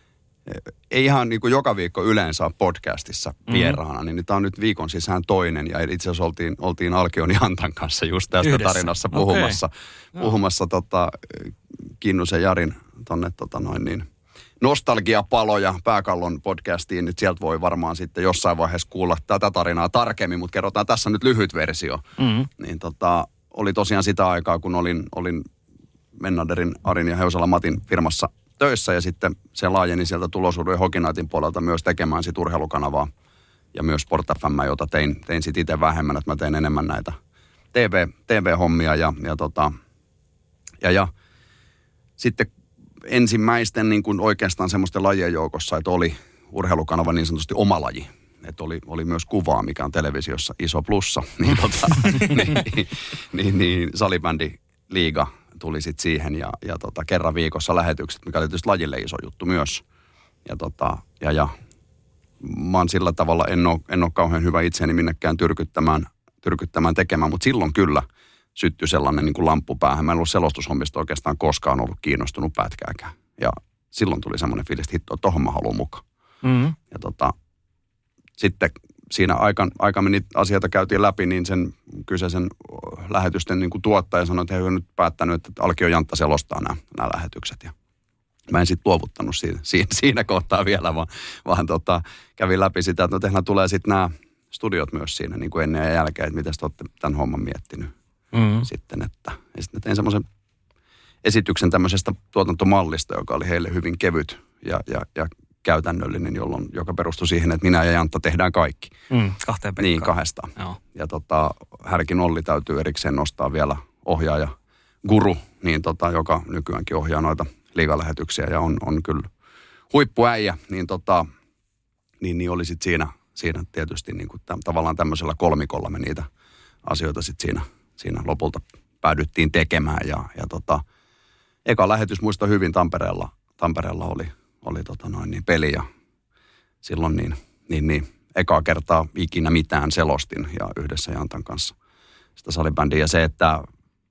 ei ihan niin kuin joka viikko yleensä podcastissa vieraana, mm-hmm. niin tämä on nyt viikon sisään toinen. Ja itse asiassa oltiin, oltiin Alkion Jantan kanssa just tästä Yhdessä. tarinassa puhumassa. Okay. Puhumassa tota, Kinnusen Jarin tonne tota noin niin... nostalgiapaloja Pääkallon podcastiin, nyt sieltä voi varmaan sitten jossain vaiheessa kuulla tätä tarinaa tarkemmin, mutta kerrotaan tässä nyt lyhyt versio. Mm-hmm. Niin tota, oli tosiaan sitä aikaa, kun olin, olin Mennaderin, Arin ja Heusala Matin firmassa töissä ja sitten se laajeni sieltä Tulosuuden ja Hokinaitin puolelta myös tekemään sit urheilukanavaa ja myös Sport F M, jota tein, tein sit itse vähemmän, että mä tein enemmän näitä T V, T V-hommia ja, ja, tota, ja, ja sitten ensimmäisten niin kuin oikeastaan semmoisten lajien joukossa, että oli urheilukanava niin sanotusti oma laji. Että oli, oli myös kuvaa, mikä on televisiossa iso plussa. niin, tota, niin, niin, niin salibändiliiga tuli sitten siihen ja, ja tota, kerran viikossa lähetykset, mikä oli tietysti lajille iso juttu myös. Ja, tota, ja, ja mä oon sillä tavalla, en ole, en ole kauhean hyvä itseäni minnekään tyrkyttämään, tyrkyttämään tekemään, mutta silloin kyllä syttyi sellainen niin kuin lamppu päähän. Mä en ollut selostushommista oikeastaan koskaan ollut kiinnostunut pätkääkään. Ja silloin tuli semmoinen fiilis, että hitto, tohon mä haluan mukaan. Mm-hmm. Ja tota, sitten siinä aikan, aikammin asioita käytiin läpi, niin sen kyseisen lähetysten niin kuin tuottaja sanoi, että he ovat nyt päättänyt, että Alkio Jantta selostaa nämä, nämä lähetykset. Ja mä en sitten luovuttanut siinä, siinä, siinä kohtaa vielä, vaan, vaan tota, kävin läpi sitä, että no tehdään tulee sitten nämä studiot myös siinä niin kuin ennen ja jälkeen, että miten te olette tämän homman miettinyt. Mm-hmm. Sitten, että ja sitten tein semmoisen esityksen tämmöisestä tuotantomallista, joka oli heille hyvin kevyt ja, ja, ja käytännöllinen, jolloin, joka perustui siihen, että minä ja Jantta tehdään kaikki. Mm, kahteen Pekkaan. Niin, kahdestaan. Joo. Ja tota, Härkin Olli täytyy erikseen nostaa vielä ohjaaja Guru, niin tota, joka nykyäänkin ohjaa noita liigalähetyksiä ja on, on kyllä huippuäijä, niin, tota, niin, niin oli sitten siinä, siinä tietysti niin kuin täm, tavallaan tämmöisellä kolmikolla me niitä asioita sitten siinä Siinä lopulta päädyttiin tekemään ja, ja tota, eka lähetys muista hyvin Tampereella, Tampereella oli, oli tota noin niin peli ja silloin niin, niin, niin ekaa kertaa ikinä mitään selostin ja yhdessä Jantan kanssa sitä salibändiä ja se, että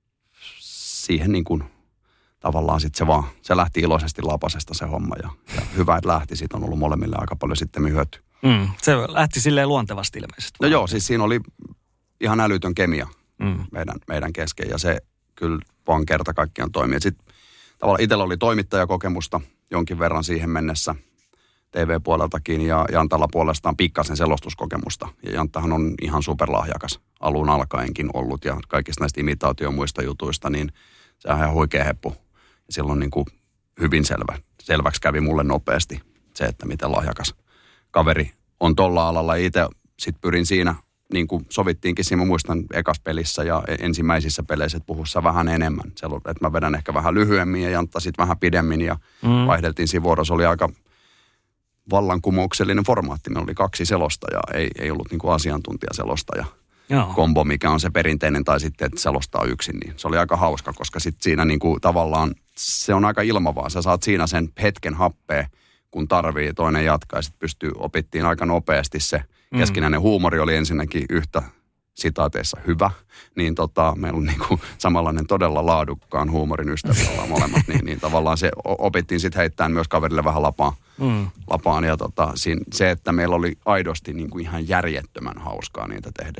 siihen niin kuin tavallaan sitten se vaan, se lähti iloisesti lapasesta se homma ja, ja hyvä, että lähti, siitä on ollut molemmille aika paljon sitten hyötyä. Mm, se lähti silleen luontevasti ilmeisesti. No joo, siis siinä oli ihan älytön kemia. Mm. Meidän, meidän kesken ja se kyllä vaan kerta kaikkiaan toimii. Sitten tavallaan itsellä oli toimittajakokemusta jonkin verran siihen mennessä T V-puoleltakin ja Jantalla puolestaan pikkasen selostuskokemusta. Ja Janttahan on ihan superlahjakas alun alkaenkin ollut ja kaikista näistä imitaatiomuista jutuista, niin se on ihan huikea heppu. Ja silloin niin kuin hyvin selvä, selväksi kävi mulle nopeasti se, että miten lahjakas kaveri on tolla alalla. Itse sitten pyrin siinä niin kuin sovittiinkin siinä, mä muistan ekas pelissä ja ensimmäisissä peleissä, että puhussa vähän enemmän. Se oli, että mä vedän ehkä vähän lyhyemmin ja Jantta sitten vähän pidemmin ja mm. vaihdeltiin siinä vuorossa. Oli aika vallankumouksellinen formaatti. Meillä oli kaksi selostajaa, ei, ei ollut niin kuin asiantuntijaselostaja Joo. kombo, mikä on se perinteinen, tai sitten, että selostaa yksin. Niin se oli aika hauska, koska sitten siinä niin kuin tavallaan se on aika ilmavaa. Sä saat siinä sen hetken happea, kun tarvii, toinen jatkaa ja sitten pystyy, opittiin aika nopeasti se. Keskinäinen huumori oli ensinnäkin yhtä sitaateissa hyvä, niin tota, meillä on niinku samanlainen todella laadukkaan huumorin ystävillä molemmat, niin, niin tavallaan se opittiin sitten heittämään myös kaverille vähän lapaan. Mm. lapaan ja tota, siinä, se, että meillä oli aidosti niinku ihan järjettömän hauskaa niitä tehdessä.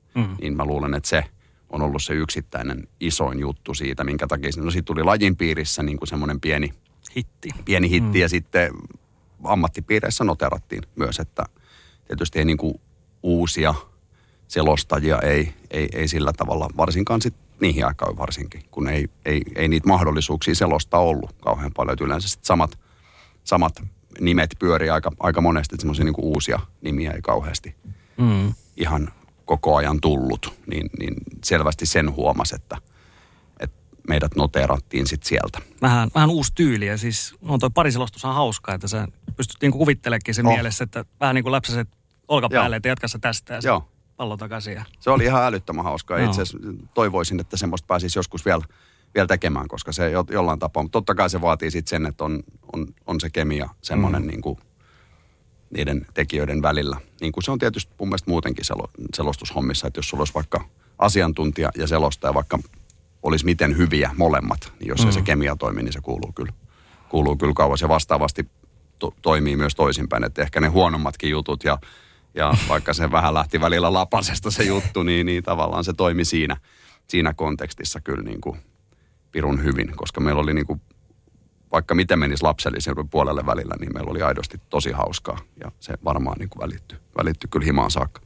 mm. niin mä luulen, että se on ollut se yksittäinen isoin juttu siitä, minkä takia no siitä tuli lajin piirissä niin kuin semmoinen pieni hitti, pieni hitti mm. ja sitten ammattipiireissä noterattiin myös, että tietysti ei niin kuin uusia selostajia ei, ei, ei sillä tavalla, varsinkaan sitten niihin aikaan varsinkin, kun ei, ei, ei niitä mahdollisuuksia selostaa ollut kauhean paljon. Että yleensä sitten samat, samat nimet pyörii aika, aika monesti, että semmoisia niin kuin uusia nimiä ei kauheasti mm. ihan koko ajan tullut. Niin, niin selvästi sen huomasi, että, että meidät noteerattiin sitten sieltä. Vähän, vähän uusi tyyli ja siis on toi pariselostus on hauskaa, että sä pystyt niin kuin kuvittelemaan sen oh. mielessä, että vähän niin kuin läpsäset olkapäälle, että jatkassa tästä ja Joo. pallo takaisin. Se oli ihan älyttömän hauskaa. No. Itse asiassa toivoisin, että semmoista pääsisi joskus vielä, vielä tekemään, koska se jo, jollain tapaa. Mutta totta kai se vaatii sitten sen, että on, on, on se kemia semmoinen mm. niin kuin niiden tekijöiden välillä. Niin kuin se on tietysti mun mielestä muutenkin selo, selostushommissa, että jos sulla olisi vaikka asiantuntija ja selostaja, vaikka olisi miten hyviä molemmat, niin jos mm. ei se kemia toimi, niin se kuuluu kyllä, kuuluu kyllä kauas. Ja vastaavasti to, toimii myös toisinpäin, että ehkä ne huonommatkin jutut ja Ja vaikka se vähän lähti välillä lapasesta se juttu, niin, niin tavallaan se toimi siinä, siinä kontekstissa kyllä niin kuin pirun hyvin. Koska meillä oli niin kuin, vaikka miten menisi lapsellisen puolelle välillä, niin meillä oli aidosti tosi hauskaa. Ja se varmaan niin kuin välittyi, välittyi kyllä himaan saakka.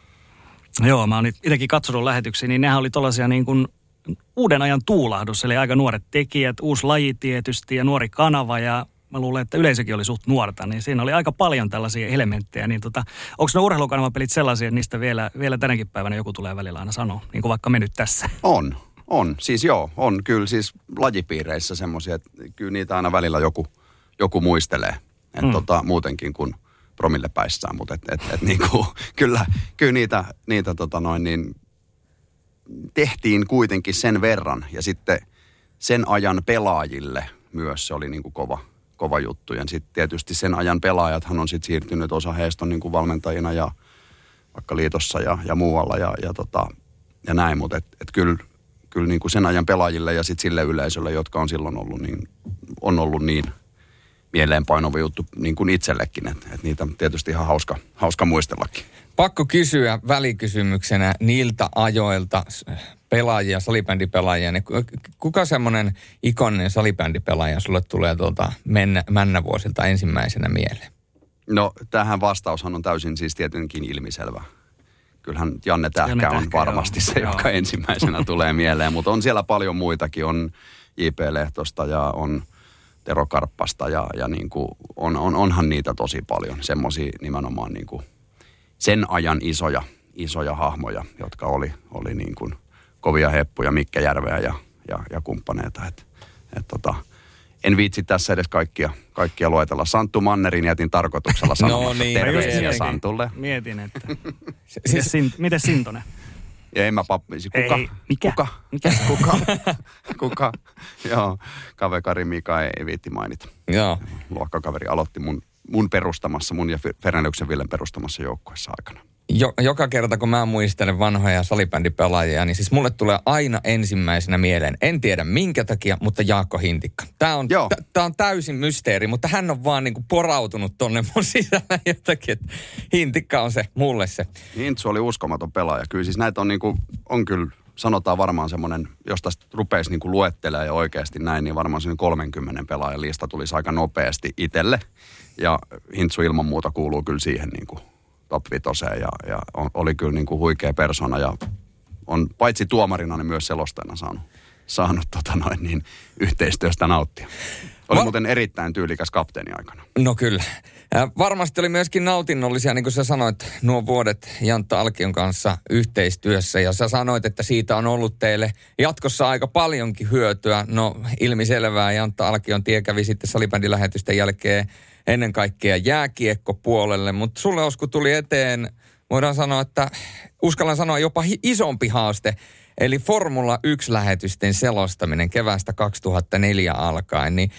Joo, mä oon itsekin katsonut lähetyksiä, niin nehän oli tollaisia niin kuin uuden ajan tuulahdus. Eli aika nuoret tekijät, uusi laji tietysti ja nuori kanava ja mä luulen, että yleisökin oli suht nuorta, niin siinä oli aika paljon tällaisia elementtejä. Niin tota, onko ne urheilukanavapelit sellaisia, että niistä vielä, vielä tänäkin päivänä joku tulee välillä aina sanoa, niin kuin vaikka me nyt tässä? On, on. Siis joo, on kyllä siis lajipiireissä semmoisia, että kyllä niitä aina välillä joku, joku muistelee. Että mm. tota, muutenkin kuin promille päissään, mutta et, et, et, niinku, kyllä, kyllä niitä, niitä tota noin, niin tehtiin kuitenkin sen verran. Ja sitten sen ajan pelaajille myös se oli niinku kova. kova juttu. Ja sitten tietysti sen ajan pelaajathan on sitten siirtynyt, osa heistä on niin kuin valmentajina ja vaikka liitossa ja, ja muualla ja, ja, tota, ja näin. Mutta et, et kyllä, kyllä niin kuin sen ajan pelaajille ja sitten sille yleisölle, jotka on silloin ollut, niin on ollut niin mieleenpainova juttu niin kuin itsellekin. Että et niitä tietysti ihan hauska, hauska muistellakin. Pakko kysyä välikysymyksenä niiltä ajoilta pelaajia, salibändipelaajia. Niin kuka semmoinen ikoninen salibändipelaaja sulle tulee tuolta mennä, männävuosilta ensimmäisenä mieleen? No tähän vastaushan on täysin siis tietenkin ilmiselvä. Kyllähän Janne Tähkä, Janne Tähkä on varmasti joo. se, joo. joka ensimmäisenä tulee mieleen. Mutta on siellä paljon muitakin. On J P Lehtosta ja on Tero Karppasta ja, ja niin kuin on, on, onhan niitä tosi paljon. Semmoisia nimenomaan niin kuin sen ajan isoja, isoja hahmoja, jotka oli, oli niin kuin kovia heppuja, Mikke Järveä ja, ja, ja kumppaneita. Et, et tota, en viitsi tässä edes kaikkia, kaikkia luetella. Santtu Mannerin jätin tarkoituksella sanomatta no niin, terveisiä Santulle. Mietin, että siis, sin, miten Sintonen? Ja en mä pappisi. Kuka? Ei, mikä? Kuka? Mikä? Kuka? Kuka? Joo, Kavekari Mika ei viitti mainita. Joo. Luokkakaveri aloitti mun, mun perustamassa, mun ja Fernelyksen Villen perustamassa joukkueessa aikana. Jo, joka kerta, kun mä muistelen vanhoja salibändipelaajia, niin siis mulle tulee aina ensimmäisenä mieleen, en tiedä minkä takia, mutta Jaakko Hintikka. Tää on, t- tää on täysin mysteeri, mutta hän on vaan niinku porautunut tonne mun sisällä jotakin, että Hintikka on se, mulle se. Hintsu oli uskomaton pelaaja. Kyllä siis näitä on niinku, on kyllä, sanotaan varmaan semmoinen, jos tästä rupeisi niinku luettelemaan ja oikeasti näin, niin varmaan semmoinen kolmenkymmenen pelaajan lista tulisi aika nopeasti itselle. Ja Hintsu ilman muuta kuuluu kyllä siihen niinku top vitoseen ja, ja on, oli kyllä niin kuin huikea persona ja on paitsi tuomarina, niin myös selostajana saanut, saanut tota noin, niin, yhteistyöstä nauttia. Oli Va- muuten erittäin tyylikäs kapteeni aikana. No kyllä. Äh, varmasti oli myöskin nautinnollisia, niin kuin sä sanoit, nuo vuodet Jantta Alkion kanssa yhteistyössä. Ja sä sanoit, että siitä on ollut teille jatkossa aika paljonkin hyötyä. No ilmiselvää, Jantta Alkion tie kävi sitten salibändilähetysten jälkeen ennen kaikkea jääkiekkopuolelle. Mutta sulle, Osku, tuli eteen, voidaan sanoa, että uskallan sanoa jopa hi- isompi haaste. Eli Formula yksi-lähetysten selostaminen keväästä kaksituhattaneljä alkaen, niin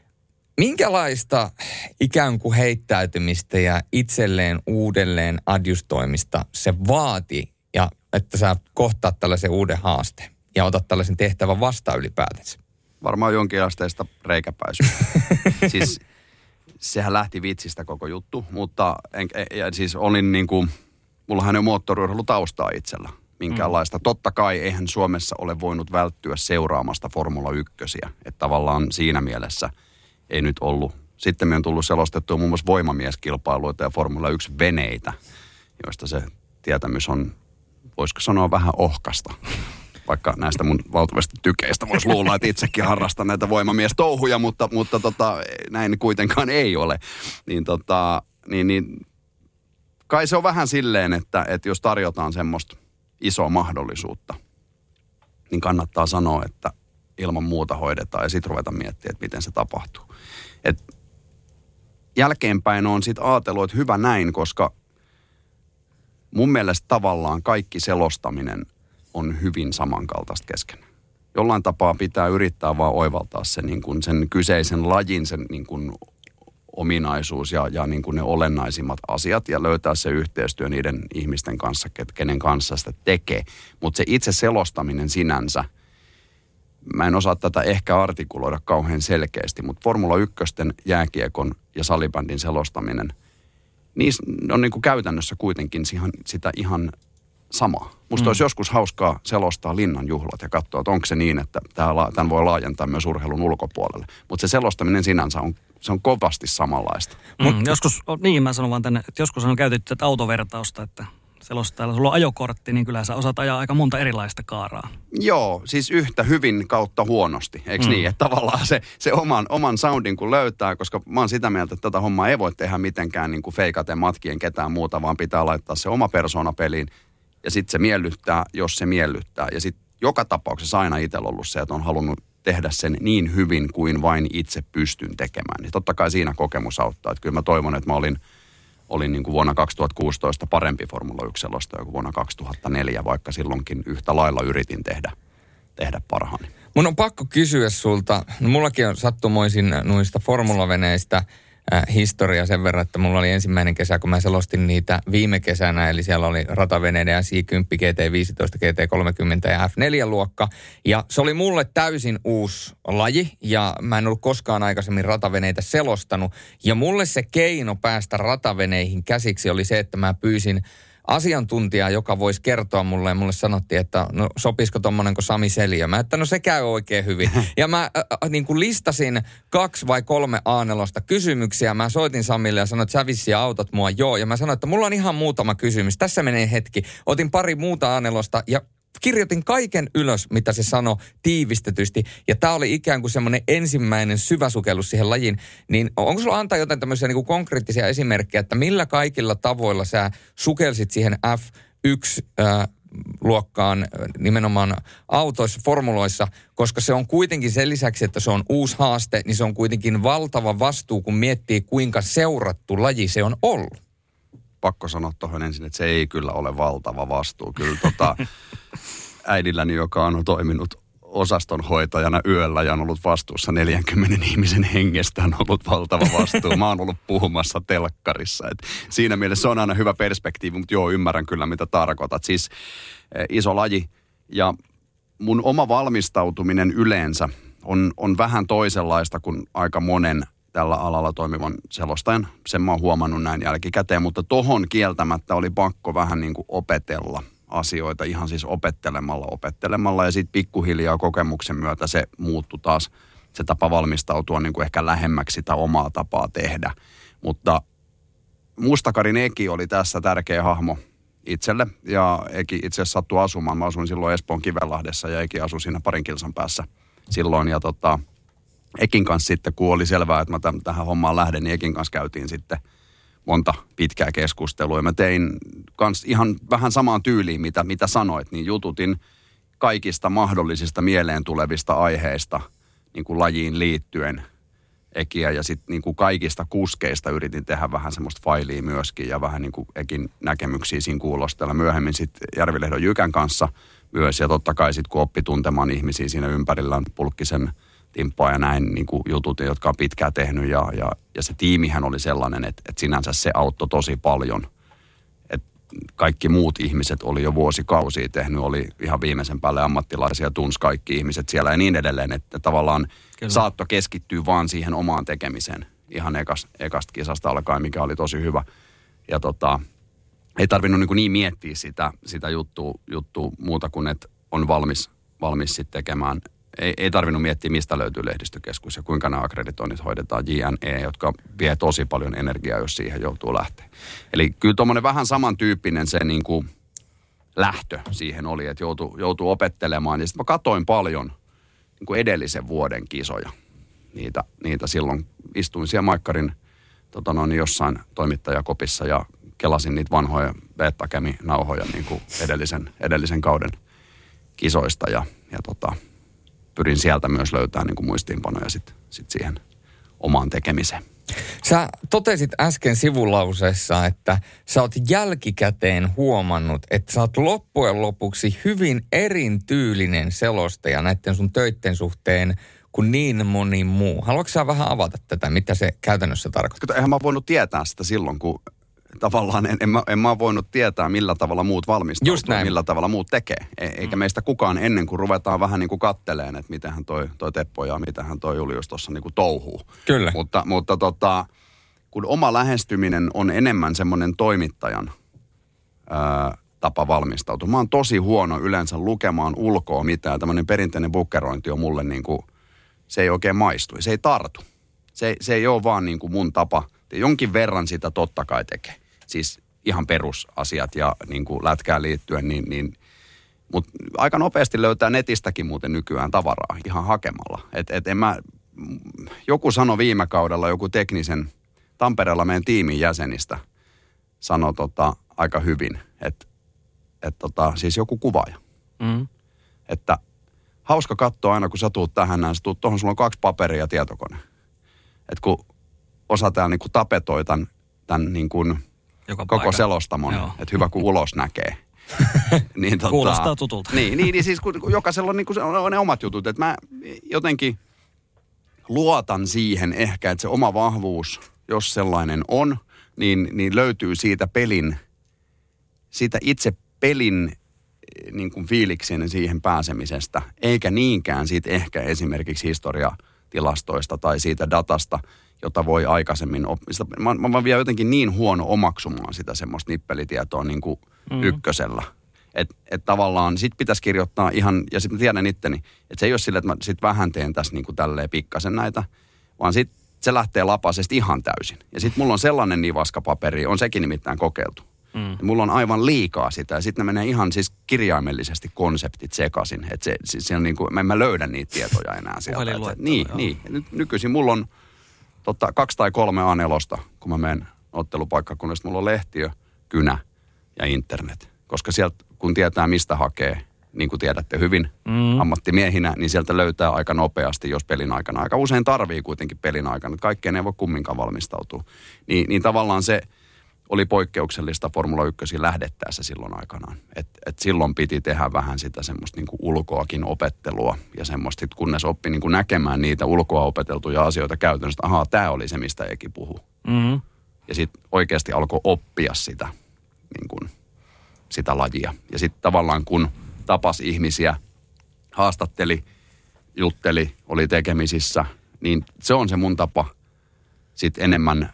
minkälaista ikään kuin heittäytymistä ja itselleen uudelleen adjustoimista se vaati, ja että sä kohtaat tällaisen uuden haasteen ja otat tällaisen tehtävän vastaan ylipäätänsä? Varmaan jonkinasteista reikäpäisyä. Siis sehän lähti vitsistä koko juttu, mutta en, ja siis olin niin kuin, mullahan ei ole moottoriurheilutaustaa itsellä. minkäänlaista. Mm. Totta kai eihän Suomessa ole voinut välttyä seuraamasta Formula ykkösiä. Että tavallaan siinä mielessä ei nyt ollut. Sitten me on tullut selostettua muun muassa voimamieskilpailuita ja Formula yksi veneitä, joista se tietämys on, voisiko sanoa, vähän ohkasta. Vaikka näistä mun valtavista tykeistä voisi luulla, että itsekin harrastan näitä voimamiestouhuja, mutta, mutta tota, näin kuitenkaan ei ole. Niin, tota, niin, niin kai se on vähän silleen, että, että jos tarjotaan semmoista isoa mahdollisuutta, niin kannattaa sanoa, että ilman muuta hoidetaan ja sitten ruveta miettimään, että miten se tapahtuu. Et jälkeenpäin on sitten ajatellut, että hyvä näin, koska mun mielestä tavallaan kaikki selostaminen on hyvin samankaltaista keskenään. Jollain tapaa pitää yrittää vaan oivaltaa se, niin kuin sen kyseisen lajin sen niin kuin ominaisuus ja, ja niin kuin ne olennaisimmat asiat ja löytää se yhteistyö niiden ihmisten kanssa, kenen kanssa sitä tekee. Mutta se itse selostaminen sinänsä, mä en osaa tätä ehkä artikuloida kauhean selkeästi, mutta Formula ykkösten, jääkiekon ja salibändin selostaminen, niissä on niin kuin käytännössä kuitenkin sitä ihan samaa. Musta mm. olisi joskus hauskaa selostaa Linnan juhlat ja katsoa, että onko se niin, että tämän voi laajentaa myös urheilun ulkopuolelle. Mutta se selostaminen sinänsä on, se on kovasti samanlaista. Mm, Mut, joskus, niin mä sanon vaan tänne, että joskus on käytetty tätä autovertausta, että selostajalla sulla on ajokortti, niin kyllä sä osaat ajaa aika monta erilaista kaaraa. Joo, siis yhtä hyvin kautta huonosti, eikö mm. niin? Että tavallaan se, se oman, oman soundin kun löytää, koska mä oon sitä mieltä, että tätä hommaa ei voi tehdä mitenkään niin kuin feikaten matkien ketään muuta, vaan pitää laittaa se oma persoona peliin. Ja sitten se miellyttää, jos se miellyttää. Ja sitten joka tapauksessa aina itsellä ollut se, että on halunnut tehdä sen niin hyvin kuin vain itse pystyn tekemään. Niin totta kai siinä kokemus auttaa. Että kyllä mä toivon, että mä olin, olin niin kuin vuonna kaksituhattakuusitoista parempi Formula yksi-selostaja kuin vuonna kaksituhattaneljä, vaikka silloinkin yhtä lailla yritin tehdä, tehdä parhaani. Mun on pakko kysyä sulta, no mullakin on sattumoisin noista formulaveneistä historia sen verran, että mulla oli ensimmäinen kesä, kun mä selostin niitä viime kesänä, eli siellä oli rataveneiden S I kymmenen, G T viisitoista, G T kolmekymmentä ja F neljä luokka. Ja se oli mulle täysin uusi laji, ja mä en ollut koskaan aikaisemmin rataveneitä selostanut. Ja mulle se keino päästä rataveneihin käsiksi oli se, että mä pyysin asiantuntijaa, joka voisi kertoa mulle, ja mulle sanottiin, että no sopisiko tommonen kuin Sami Seliö. Mä, että no se käy oikein hyvin. Ja mä äh, niin kuin listasin kaksi vai kolme A neljä kysymyksiä. Mä soitin Samille ja sanoin, että sä vissiin autot mua. Joo. Ja mä sanoin, että mulla on ihan muutama kysymys. Tässä menee hetki. Otin pari muuta A neljä ja kirjoitin kaiken ylös, mitä se sanoi tiivistetysti. Ja tämä oli ikään kuin semmoinen ensimmäinen syväsukellus siihen lajiin. Niin onko sulla antaa jotain tämmöisiä niin kuin konkreettisia esimerkkejä, että millä kaikilla tavoilla sä sukelsit siihen F yksi-luokkaan nimenomaan autoissa, formuloissa, koska se on kuitenkin sen lisäksi, että se on uusi haaste, niin se on kuitenkin valtava vastuu, kun miettii, kuinka seurattu laji se on ollut. Pakko sanoa tuohon ensin, että se ei kyllä ole valtava vastuu. Kyllä tota, äidilläni, joka on toiminut osastonhoitajana yöllä ja on ollut vastuussa neljänkymmenen ihmisen hengestä, on ollut valtava vastuu. Mä oon ollut puhumassa telkkarissa. Et siinä mielessä se on aina hyvä perspektiivi, mutta joo, ymmärrän kyllä, mitä tarkoitat. Siis eh, iso laji ja mun oma valmistautuminen yleensä on, on vähän toisenlaista kuin aika monen tällä alalla toimivan selostajan. Sen mä oon huomannut näin jälkikäteen, mutta tohon kieltämättä oli pakko vähän niin kuin opetella asioita, ihan siis opettelemalla, opettelemalla ja sitten pikkuhiljaa kokemuksen myötä se muuttui taas, se tapa valmistautua niin kuin ehkä lähemmäksi sitä omaa tapaa tehdä. Mutta Mustakarin Eki oli tässä tärkeä hahmo itselle ja Eki itse asiassa sattui asumaan. Mä asuin silloin Espoon Kivenlahdessa ja Eki asui siinä parin kilsan päässä silloin ja tota Ekin kanssa sitten, kun oli selvää, että mä täm, tähän hommaan lähden, niin Ekin kanssa käytiin sitten monta pitkää keskustelua. Ja mä tein kans ihan vähän samaan tyyliin, mitä, mitä sanoit, niin jututin kaikista mahdollisista mieleen tulevista aiheista niin kuin lajiin liittyen Ekiä. Ja sitten niin kuin kaikista kuskeista yritin tehdä vähän semmoista failia myöskin ja vähän niin kuin Ekin näkemyksiä siinä kuulostella. Myöhemmin sitten Järvilehdon Jykän kanssa myös ja totta kai sitten kun oppi tuntemaan ihmisiä siinä ympärillä Pulkkisen Timppaa ja näin niin kuin jutut, jotka on pitkään tehnyt ja, ja, ja se tiimihän oli sellainen, että, että sinänsä se auttoi tosi paljon. Että kaikki muut ihmiset oli jo vuosikausia tehnyt, oli ihan viimeisen päälle ammattilaisia, tunsi kaikki ihmiset siellä ja niin edelleen, että tavallaan Kyllä. saattoi keskittyä vaan siihen omaan tekemiseen ihan ekas, ekasta kisasta alkaen, mikä oli tosi hyvä. Ja tota, ei tarvinnut niin, niin miettiä sitä, sitä juttua, juttua muuta kuin, että on valmis, valmis sitten tekemään. Ei, ei tarvinnut miettiä, mistä löytyy lehdistökeskus ja kuinka nämä akkreditoinnit hoidetaan, J N E, jotka vie tosi paljon energiaa, jos siihen joutuu lähteä. Eli kyllä tuommoinen vähän samantyyppinen se niin kuin lähtö siihen oli, että joutuu, joutuu opettelemaan. Ja sitten mä katoin paljon niin kuin edellisen vuoden kisoja. Niitä, niitä silloin istuin siellä Maikkarin tota noin, jossain toimittajakopissa ja kelasin niitä vanhoja Betacam-nauhoja niin kuin edellisen, edellisen kauden kisoista ja, ja tota, pyrin sieltä myös löytämään niin kuin muistiinpanoja sit, sit siihen omaan tekemiseen. Sä totesit äsken sivulauseessa, että sä oot jälkikäteen huomannut, että sä oot loppujen lopuksi hyvin erityylinen selostaja näiden sun töitten suhteen kuin niin moni muu. Haluatko sä vähän avata tätä, mitä se käytännössä tarkoittaa? Eihän mä voinut tietää sitä silloin, kun tavallaan en, en, mä, en mä voinut tietää, millä tavalla muut valmistautuu, millä tavalla muut tekee. E, eikä mm. meistä kukaan ennen kuin ruvetaan vähän niin kuin katteleen, että mitenhän toi, toi Teppo ja mitenhän toi Julius tuossa niin kuin touhuu. Kyllä. Mutta, mutta tota, kun oma lähestyminen on enemmän semmoinen toimittajan ää, tapa valmistautua. Mä oon tosi huono yleensä lukemaan ulkoa mitään. Tämmöinen perinteinen bukkerointi on mulle niin kuin, se ei oikein maistu. Se ei tartu. Se, se ei ole vaan niin kuin mun tapa. Jonkin verran sitä totta kai tekee. Siis ihan perusasiat ja niin kuin lätkään liittyen, niin, niin mutta aika nopeasti löytää netistäkin muuten nykyään tavaraa ihan hakemalla. Et, et en mä, joku sanoi viime kaudella, joku teknisen, Tampereella meidän tiimin jäsenistä sanoi tota, aika hyvin, että et tota, siis joku kuvaaja. Mm. Että hauska katsoa aina, kun sä tuut tähän näin, sä tuut tuohon, sulla on kaksi paperia ja tietokone. Että kun osa täällä niin kuin tapetoi tämän, tämän niin kuin koko selostamon, että hyvä kun ulos näkee. niin, tota, kuulostaa tutulta. Niin, niin, niin siis kun, kun jokaisella on, niin kuin, on ne omat jutut. Että mä jotenkin luotan siihen ehkä, että se oma vahvuus, jos sellainen on, niin, niin löytyy siitä pelin, siitä itse pelin niin kuin fiiliksen siihen pääsemisestä, eikä niinkään siitä ehkä esimerkiksi historiatilastoista tai siitä datasta, jota voi aikaisemmin oppia. Mä, mä oon vielä jotenkin niin huono omaksumaan sitä semmoista nippelitietoa niin kuin mm. ykkösellä. Että et tavallaan sit pitäisi kirjoittaa ihan, ja sitten mä tiedän itteni, että se ei ole sillä, että mä sit vähän teen tässä niin kuin tälleen pikkasen näitä, vaan sit se lähtee lapasesta ihan täysin. Ja sit mulla on sellainen nivaskapaperi, on sekin nimittäin kokeiltu. Mm. Mulla on aivan liikaa sitä, ja sitten ne menee ihan siis kirjaimellisesti konseptit sekaisin. Että se, se, se on niin kuin, mä en mä löydä niitä tietoja enää sieltä. Et, niin, niin. Nyt, nykyisin mulla on totta, kaksi tai kolme A neljä, kun mä menen ottelupaikkakunnasta, mulla on lehtiö, kynä ja internet. Koska sieltä, kun tietää mistä hakee, niin kuin tiedätte hyvin mm. ammattimiehinä, niin sieltä löytää aika nopeasti, jos pelin aikana. Aika usein tarvii kuitenkin pelin aikana, että kaikkeen ei voi kumminkaan valmistautua. Niin, niin tavallaan se oli poikkeuksellista Formula yksi lähdettäessä silloin aikanaan. Että et silloin piti tehdä vähän sitä semmoista niin kuin ulkoakin opettelua ja semmoista, kunnes oppi niin kuin näkemään niitä ulkoa opeteltuja asioita käytännössä. Ahaa, tämä oli se, mistä Eki puhui. Mm-hmm. Ja sitten oikeasti alkoi oppia sitä, niin kuin, sitä lajia. Ja sitten tavallaan kun tapasi ihmisiä, haastatteli, jutteli, oli tekemisissä, niin se on se mun tapa sitten enemmän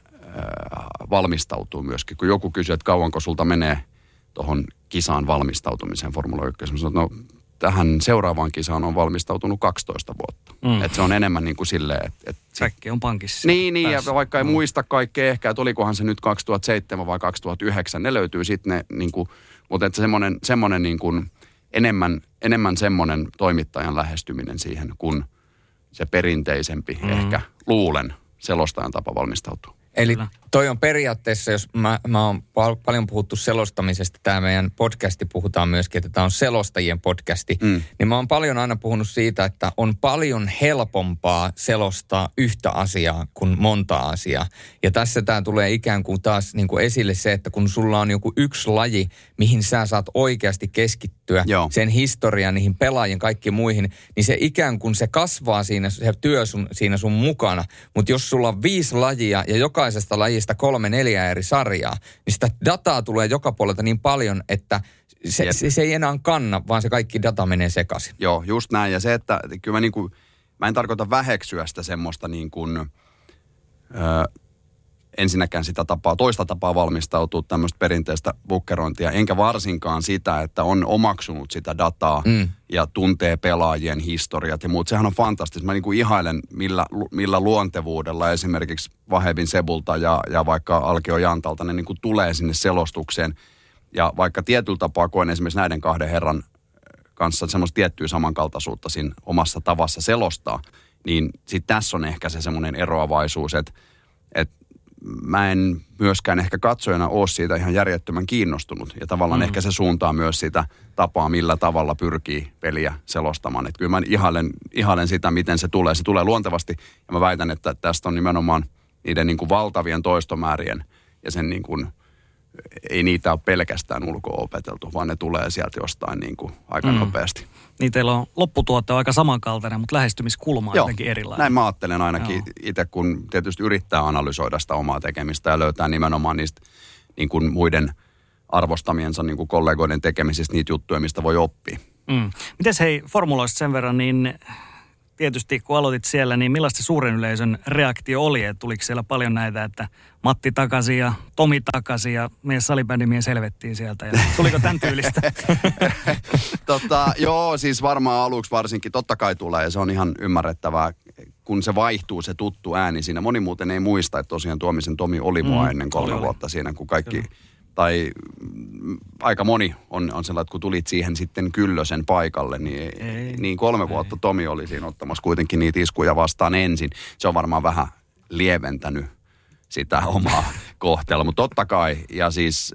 valmistautuu myöskin. Kun joku kysyy, että kauanko sulta menee tuohon kisaan valmistautumiseen Formula yksi, mä sanon, että no tähän seuraavaan kisaan on valmistautunut kaksitoista vuotta. Mm. Että se on enemmän niin kuin silleen, että... että kaikki on pankissa. Niin, niin ja vaikka ei mm. muista kaikkea ehkä, että olikohan se nyt kaksituhattaseitsemän vai kaksituhattayhdeksän, ne löytyy sitten ne, niin kuin, mutta että semmoinen, semmoinen niin kuin enemmän, enemmän semmoinen toimittajan lähestyminen siihen, kuin se perinteisempi mm. ehkä luulen selostajan tapa valmistautua. Eli toi on periaatteessa, jos mä, mä oon pal- paljon puhuttu selostamisesta, tämä meidän podcasti puhutaan myöskin, että tämä on selostajien podcasti, mm. niin mä oon paljon aina puhunut siitä, että on paljon helpompaa selostaa yhtä asiaa kuin monta asiaa. Ja tässä tämä tulee ikään kuin taas niin kuin esille se, että kun sulla on joku yksi laji, mihin sä saat oikeasti keskittyä, Joo. sen historiaan, niihin pelaajien kaikkiin muihin, niin se ikään kuin se kasvaa siinä, se työ sun, siinä sun mukana. Mutta jos sulla on viisi lajia ja jokaisesta lajista kolme, neljä eri sarjaa, niin sitä dataa tulee joka puolelta niin paljon, että se, se, se ei enää kanna, vaan se kaikki data menee sekaisin. Joo, just näin. Ja se, että kyllä mä, niin kuin, mä en tarkoita väheksyä sitä semmoista niin kuin, ö, ensinnäkään sitä tapaa, toista tapaa valmistautua tämmöistä perinteistä bukkerointia, enkä varsinkaan sitä, että on omaksunut sitä dataa mm. ja tuntee pelaajien historiat ja muut. Sehän on fantastista. Mä niin kuin ihailen, millä, millä luontevuudella esimerkiksi Vahebin Sebulta ja, ja vaikka Alkio Jantalta ne niin kuin tulee sinne selostukseen. Ja vaikka tietyllä tapaa koen esimerkiksi näiden kahden herran kanssa semmoista tiettyä samankaltaisuutta siinä omassa tavassa selostaa, niin sitten tässä on ehkä se semmoinen eroavaisuus, että, että mä en myöskään ehkä katsojana ole siitä ihan järjettömän kiinnostunut. Ja tavallaan mm. ehkä se suuntaa myös sitä tapaa, millä tavalla pyrkii peliä selostamaan. Että kyllä mä ihailen, ihailen sitä, miten se tulee. Se tulee luontevasti. Ja mä väitän, että tästä on nimenomaan niiden niin kuin valtavien toistomäärien ja sen niin kuin, ei niitä ole pelkästään ulkoa opeteltu, vaan ne tulee sieltä jostain niin kuin aika mm. nopeasti. Niin teillä on lopputuote on aika samankaltainen, mutta lähestymiskulma on Joo, jotenkin erilainen. Näin mä ajattelen ainakin itse, kun tietysti yrittää analysoida sitä omaa tekemistä ja löytää nimenomaan niistä niin kuin muiden arvostamiensa niin kuin kollegoiden tekemisistä niitä juttuja, mistä voi oppia. Mm. Mites hei, formuloista sen verran, niin tietysti kun aloitit siellä, niin millaista se suuren yleisön reaktio oli? Että tuliko siellä paljon näitä, että Matti takaisin ja Tomi takaisin ja meidän salibändimies helvettiin sieltä? Ja tuliko tämän tyylistä? tota, joo, siis varmaan aluksi varsinkin totta kai tulee ja se on ihan ymmärrettävää, kun se vaihtuu se tuttu ääni siinä. Moni muuten ei muista, että tosiaan Tuomisen Tomi oli mua mm, ennen kolme oli, vuotta oli. Siinä, kun kaikki... Kyllä. Tai aika moni on, on sellainen, että kun tulit siihen sitten Kyllösen paikalle, niin, ei, niin kolme ei. vuotta Tomi oli siinä ottamassa kuitenkin niitä iskuja vastaan ensin. Se on varmaan vähän lieventänyt sitä omaa kohtelua, mutta totta kai, ja siis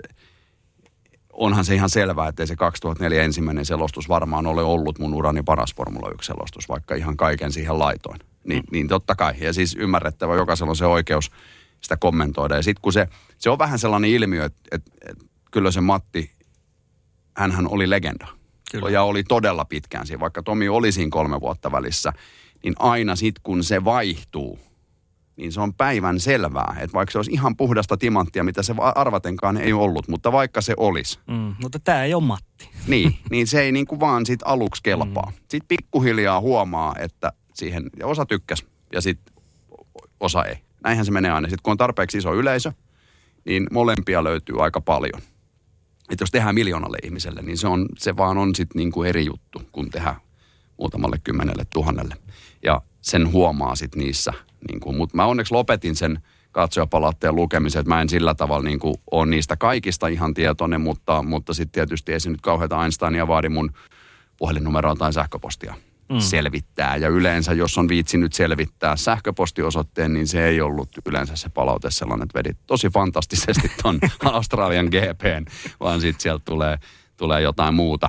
onhan se ihan selvää, että ei se kaksituhattaneljä ensimmäinen selostus varmaan ole ollut mun urani paras Formula yksi selostus, vaikka ihan kaiken siihen laitoin. Ni, mm. Niin totta kai, ja siis ymmärrettävä, jokaisella on se oikeus sitä kommentoida. Ja sitten kun se, se on vähän sellainen ilmiö, että, että, että kyllä se Matti, hänhän oli legenda. Kyllä. Ja oli todella pitkään siinä, vaikka Tomi oli siinä kolme vuotta välissä, niin aina sitten kun se vaihtuu, niin se on päivän selvää. Että vaikka se olisi ihan puhdasta timanttia, mitä se arvatenkaan ei ollut, mutta vaikka se olisi. Mm, mutta tämä ei ole Matti. Niin, niin se ei niin kuin vaan sit aluksi kelpaa. Mm. Sitten pikkuhiljaa huomaa, että siihen, ja osa tykkäsi ja sitten osa ei. Näinhän se menee aina. Sitten kun on tarpeeksi iso yleisö, niin molempia löytyy aika paljon. Että jos tehdään miljoonalle ihmiselle, niin se, on, se vaan on sitten niinku eri juttu, kun tehdään muutamalle kymmenelle tuhannelle. Ja sen huomaa sitten niissä. Niinku, mutta mä onneksi lopetin sen katsojapalautteen lukemisen, että mä en sillä tavalla niinku ole niistä kaikista ihan tietoinen, mutta, mutta sitten tietysti ei se nyt kauheata Einsteinia vaadi mun puhelinnumeroa tai sähköpostia. Mm. selvittää. Ja yleensä, jos on viitsinyt selvittää sähköpostiosoitteen, niin se ei ollut yleensä se palaute sellainen, että vedit tosi fantastisesti ton Australian G P:n, vaan sitten sieltä tulee, tulee jotain muuta.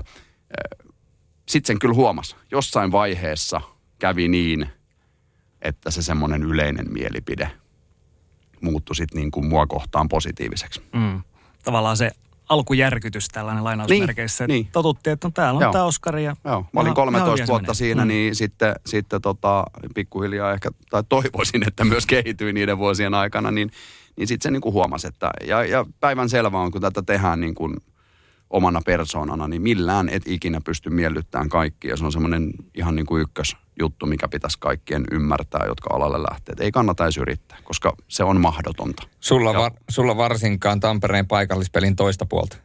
Sitten sen kyllä huomasi. Jossain vaiheessa kävi niin, että se semmoinen yleinen mielipide muuttui sitten niin kuin mua kohtaan positiiviseksi. Mm. Tavallaan se alkujärkytys tällainen lainausmerkeissä. Niin, niin. Totuttiin, että no, täällä on Joo. tämä Oskari. Ja Joo. Mä olin kolmetoista vuotta siinä, mm. niin sitten, sitten tota, pikkuhiljaa ehkä, tai toivoisin, että myös kehityin niiden vuosien aikana, niin, niin sitten se niin kuin huomasi, että ja, ja päivän selvä on, kun tätä tehdään niin kuin omana persoonana, niin millään et ikinä pysty miellyttämään kaikkia. Se on semmoinen ihan niin kuin ykkösjuttu, mikä pitäisi kaikkien ymmärtää, jotka alalle lähtee. Et ei kannata edes yrittää, koska se on mahdotonta. Sulla, var, sulla varsinkaan Tampereen paikallispelin toista puolta.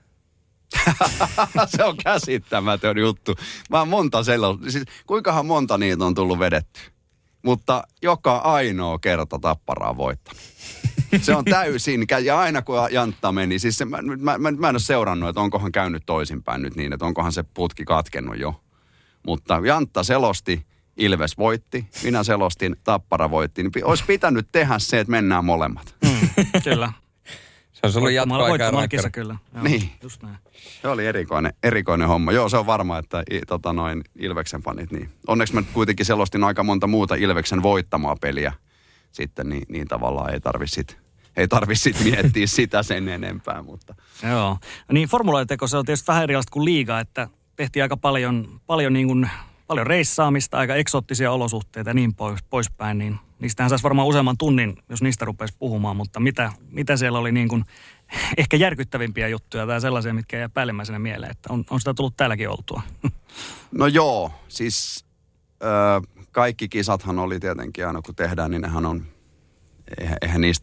Se on käsittämätön juttu. Mä oon monta sellaista, siis kuinkahan monta niitä on tullut vedetty. Mutta joka ainoa kerta Tapparaa voittanut. Se on täysin, ja aina kun Jantta meni, siis se, mä, mä, mä, mä en ole seurannut, että onkohan käynyt toisinpäin nyt niin, että onkohan se putki katkennut jo. Mutta Jantta selosti, Ilves voitti, minä selostin, Tappara voitti. Niin olisi pitänyt tehdä se, että mennään molemmat. Mm, kyllä. Se on ollut jatkoaika ja kisa kyllä. Joo, niin. Just näin. Se oli erikoinen, erikoinen homma. Joo, se on varma, että tota noin Ilveksen fanit, niin. Onneksi mä kuitenkin selostin aika monta muuta Ilveksen voittamaa peliä. Sitten niin, niin tavallaan ei tarvitse sit, ei tarvi sit miettiä sitä sen enempää, mutta. Joo. No niin formuloiteko se on tietysti vähän erilaista kuin liiga, että tehtiin aika paljon, paljon, niin kuin, paljon reissaamista, aika eksoottisia olosuhteita ja niin pois, poispäin, niin niistähän saisi varmaan useamman tunnin, jos niistä rupesi puhumaan, mutta mitä, mitä siellä oli niin kuin ehkä järkyttävimpiä juttuja tai sellaisia, mitkä jää päällimmäisenä mieleen, että on, on sitä tullut täälläkin oltua? No joo, siis äh, kaikki kisathan oli tietenkin aina kun tehdään, niin nehän on, eihän, eihän niistä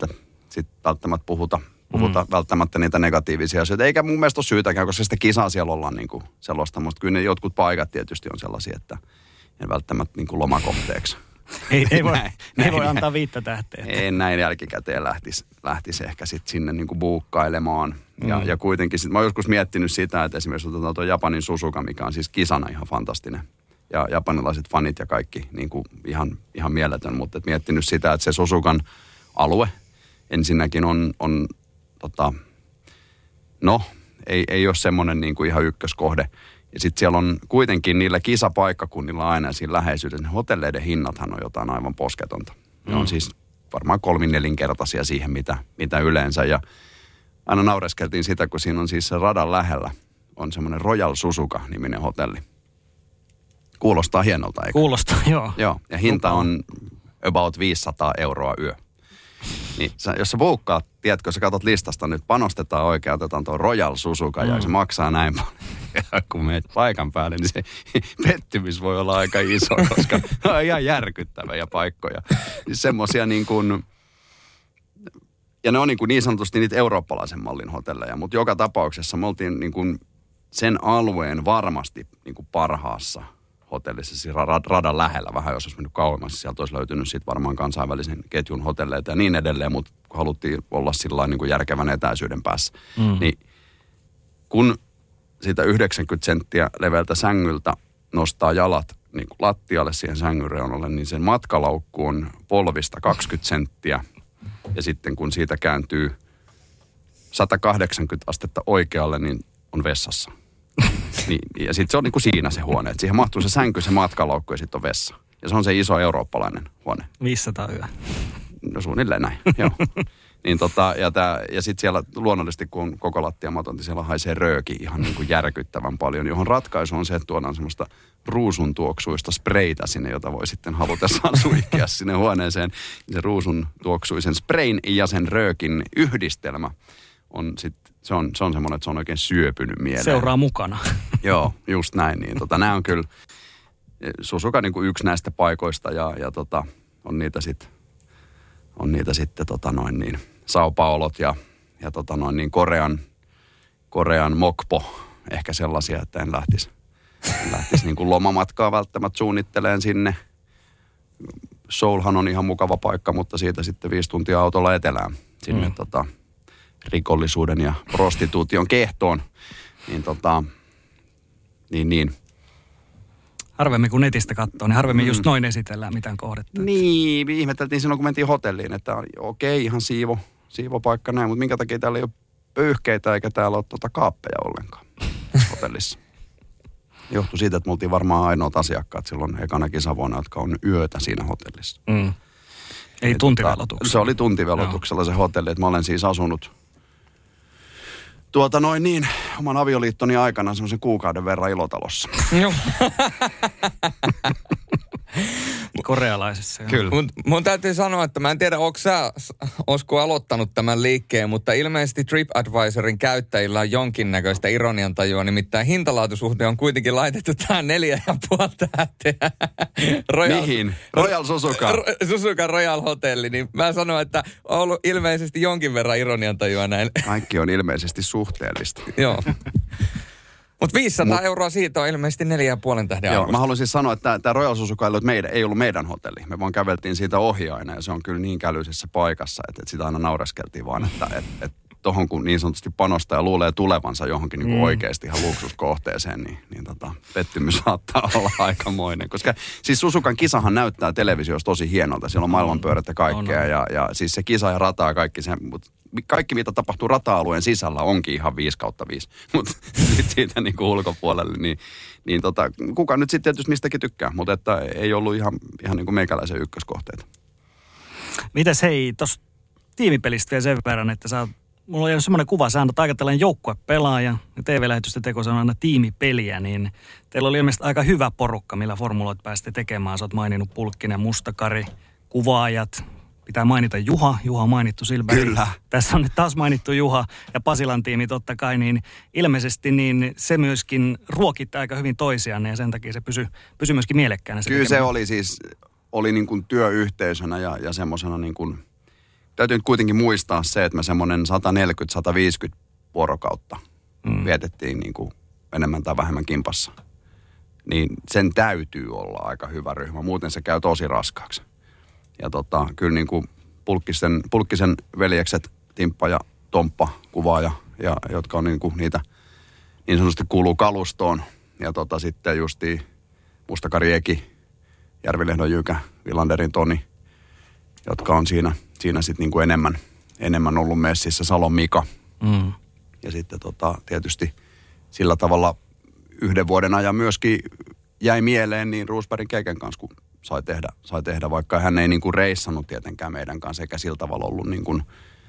sit välttämättä puhuta, puhuta mm. välttämättä niitä negatiivisia asioita. Eikä mun mielestä ole syytäkään, koska sitä kisaa siellä ollaan niin kuin sellaista. Mutta kyllä ne jotkut paikat tietysti on sellaisia, että en välttämättä niin kuin lomakohteeksi. Ei, ei voi, näin, ei näin, voi näin. antaa viittä tähteä. En näin jälkikäteen lähtisi, lähtisi ehkä sitten sinne niin kuin buukkailemaan. Ja, mm. ja kuitenkin sit, mä oon joskus miettinyt sitä, että esimerkiksi otetaan tuo Japanin Suzuka, mikä on siis kisana ihan fantastinen. Ja japanilaiset fanit ja kaikki niin kuin ihan, ihan mieletön, mutta et miettinyt sitä, että se Suzukan alue ensinnäkin on, on tota, no, ei, ei ole semmoinen niin kuin ihan ykköskohde. Ja sitten siellä on kuitenkin niillä kisapaikkakunnilla aina siinä läheisyydessä. Hotelleiden hinnathan on jotain aivan posketonta. Ne mm. on siis varmaan kolmin-nelinkertaisia siihen, mitä, mitä yleensä. Ja aina naureskeltiin sitä, kun siinä on siis se radan lähellä on semmoinen Royal Suzuka-niminen hotelli. Kuulostaa hienolta, eikö? Kuulostaa, joo. Joo, ja hinta on about viisisataa euroa yö. Niin sä, jos sä buukkaat, tiedätkö, sä katsot listasta, nyt panostetaan oikein, otetaan tuo Royal Suzuka mm. ja se maksaa näin paljon. Ja kun menet paikan päälle, niin se pettymys voi olla aika iso, koska on ihan järkyttäviä paikkoja. Siis semmosia niin kuin, ja ne on niin, kuin niin sanotusti niitä eurooppalaisen mallin hotelleja, mutta joka tapauksessa me oltiin niin kuin sen alueen varmasti niin kuin parhaassa hotellissa, siis radan lähellä vähän, jos olisi mennyt kauemmas. Sieltä olisi löytynyt sitten varmaan kansainvälisen ketjun hotelleita ja niin edelleen, mutta kun haluttiin olla sillä niin kuin järkevän etäisyyden päässä. Mm. Niin kun siitä yhdeksänkymmentä senttiä leveältä sängyltä nostaa jalat niin kuin lattialle siihen sängyn reunalle, niin sen matkalaukku on polvista kaksikymmentä senttiä. Ja sitten kun siitä kääntyy sata kahdeksankymmentä astetta oikealle, niin on vessassa. Niin, ja sitten se on niin kuin siinä se huone. Että siihen mahtuu se sänky, se matkalaukku ja sitten on vessa. Ja se on se iso eurooppalainen huone. viisisataa yö. No suunnilleen näin, joo. Niin tota, ja, tää, ja sitten siellä luonnollisesti, kun on koko lattiamaton, niin siellä haisee rööki ihan niin kuin järkyttävän paljon, johon ratkaisu on se, että tuodaan semmoista ruusun tuoksuista spreitä sinne, jota voi sitten halutessaan suihkia sinne huoneeseen. Se ruusun tuoksuisen sprayn ja sen röökin yhdistelmä on sitten, se on, se on semmoinen, että se on oikein syöpynyt mieleen. Seuraa mukana. Joo, just näin. Niin, tota, nämä on kyllä Suzuka niin kuin yksi näistä paikoista ja, ja tota, on niitä sitten on niitä sitten tota noin niin Sao Paulot ja, ja tota noin niin Korean, Korean Mokpo, ehkä sellaisia, että en lähtisi, en lähtisi niin kuin lomamatkaa välttämättä suunnitteleen sinne. Seoulhan on ihan mukava paikka, mutta siitä sitten viisi tuntia autolla etelään sinne mm. tota, rikollisuuden ja prostituution kehtoon. Niin tota, niin niin. Harvemmin kun netistä katsoo, niin harvemmin mm. just noin esitellään mitään kohdetta. Niin, ihmeteltiin silloin kun mentiin hotelliin, että okei, okay, ihan siivo, siivopaikka näin, mutta minkä takia täällä ei ole pöyhkeitä eikä täällä ole tuota kaappeja ollenkaan hotellissa. Johtui siitä, että me oltiin varmaan ainoat asiakkaat silloin ekana kisavuonna, jotka on yötä siinä hotellissa. Mm. Ei tuntivelotuksella. Se oli tuntivelotuksella se hotelli, että mä olen siis asunut tuota noin niin, oman avioliittoni aikana semmoisen kuukauden verran Ilotalossa. Joo. Korealaisessa. Kyllä. Mun, mun täytyy sanoa, että mä en tiedä, onko sä, Osku, aloittanut tämän liikkeen, mutta ilmeisesti TripAdvisorin käyttäjillä on jonkinnäköistä ironiantajua, nimittäin hintalaatusuhde on kuitenkin laitettu tähän neljä ja puoli tähteä. Royal, Mihin? Royal Suzuka. Suzuka Royal Hotelli, niin mä sanon, että on ollut ilmeisesti jonkin verran ironiantajua näin. Kaikki on ilmeisesti suhteellista. Joo. Mutta viisisataa Mut, euroa siitä on ilmeisesti neljä ja puolen tähden arvosta. Joo, mä haluaisin sanoa, että tämä Royal Suzuka ei ollut, meidän, ei ollut meidän hotelli. Me vaan käveltiin siitä ohi aina ja se on kyllä niin kälyisessä paikassa, että, että sitä aina naureskeltiin vaan, että että että tohon kun niin sanotusti panostaa ja luulee tulevansa johonkin niin kuin mm. oikeasti ihan luksuskohteeseen, niin, niin tota, pettymys saattaa olla aikamoinen. Koska siis Suzukan kisahan näyttää televisiossa tosi hienolta. Siellä on maailmanpyörät ja kaikkea ja, ja siis se kisa ja rata ja kaikki se, mutta kaikki mitä tapahtuu rata-alueen sisällä onkin ihan viisi kautta viisi. Mutta siitä niin kuin ulkopuolelle, niin, niin tota, kuka nyt sitten tietysti mistäkin tykkää, mutta että ei ollut ihan, ihan niin kuin meikäläisen ykköskohteita. Mitäs hei, tuossa tiimipelistä vielä sen verran, että sä oot, mulla on jäänyt semmoinen kuva, sä annat aika tällainen joukkuepelaaja ja T V-lähetysten teko on aina tiimipeliä, niin teillä oli ilmeisesti aika hyvä porukka, millä formuloit pääsitte tekemään. Sä oot maininnut Pulkkinen, Mustakari, kuvaajat. Pitää mainita Juha. Juha on mainittu Silberg. Kyllä. Tässä on nyt taas mainittu Juha ja Pasilan tiimi totta kai, niin ilmeisesti niin se myöskin ruokitti aika hyvin toisiaan ja sen takia se pysyi pysy myöskin mielekkäänä. Se Kyllä tekemään. Se oli siis, oli niin kuin työyhteisönä ja, ja semmoisena niin kuin täytyy nyt kuitenkin muistaa se, että me semmoinen sata neljäkymmentä sata viisikymmentä vuorokautta mm. vietettiin niin kuin enemmän tai vähemmän kimpassa. Niin sen täytyy olla aika hyvä ryhmä, muuten se käy tosi raskaaksi. Ja tota, kyllä niin kuin Pulkkisen, Pulkkisen veljekset, Timppa ja Tomppa, kuvaaja, ja, jotka on niin kuin niitä niin sanotusti kuuluu kalustoon. Ja tota, sitten justiin Mustakari Eki, Järvilehdon Jykä, Vilanderin Toni, jotka on siinä, siinä sitten niin kuin enemmän, enemmän ollut messissä, Salon Mika. Mm. Ja sitten tota, tietysti sillä tavalla yhden vuoden ajan myöskin jäi mieleen niin Roosbergin Keken kanssa, kun sai tehdä, sai tehdä, vaikka hän ei niin kuin reissannut tietenkään meidän kanssa, eikä sillä tavalla ollut niin, kuin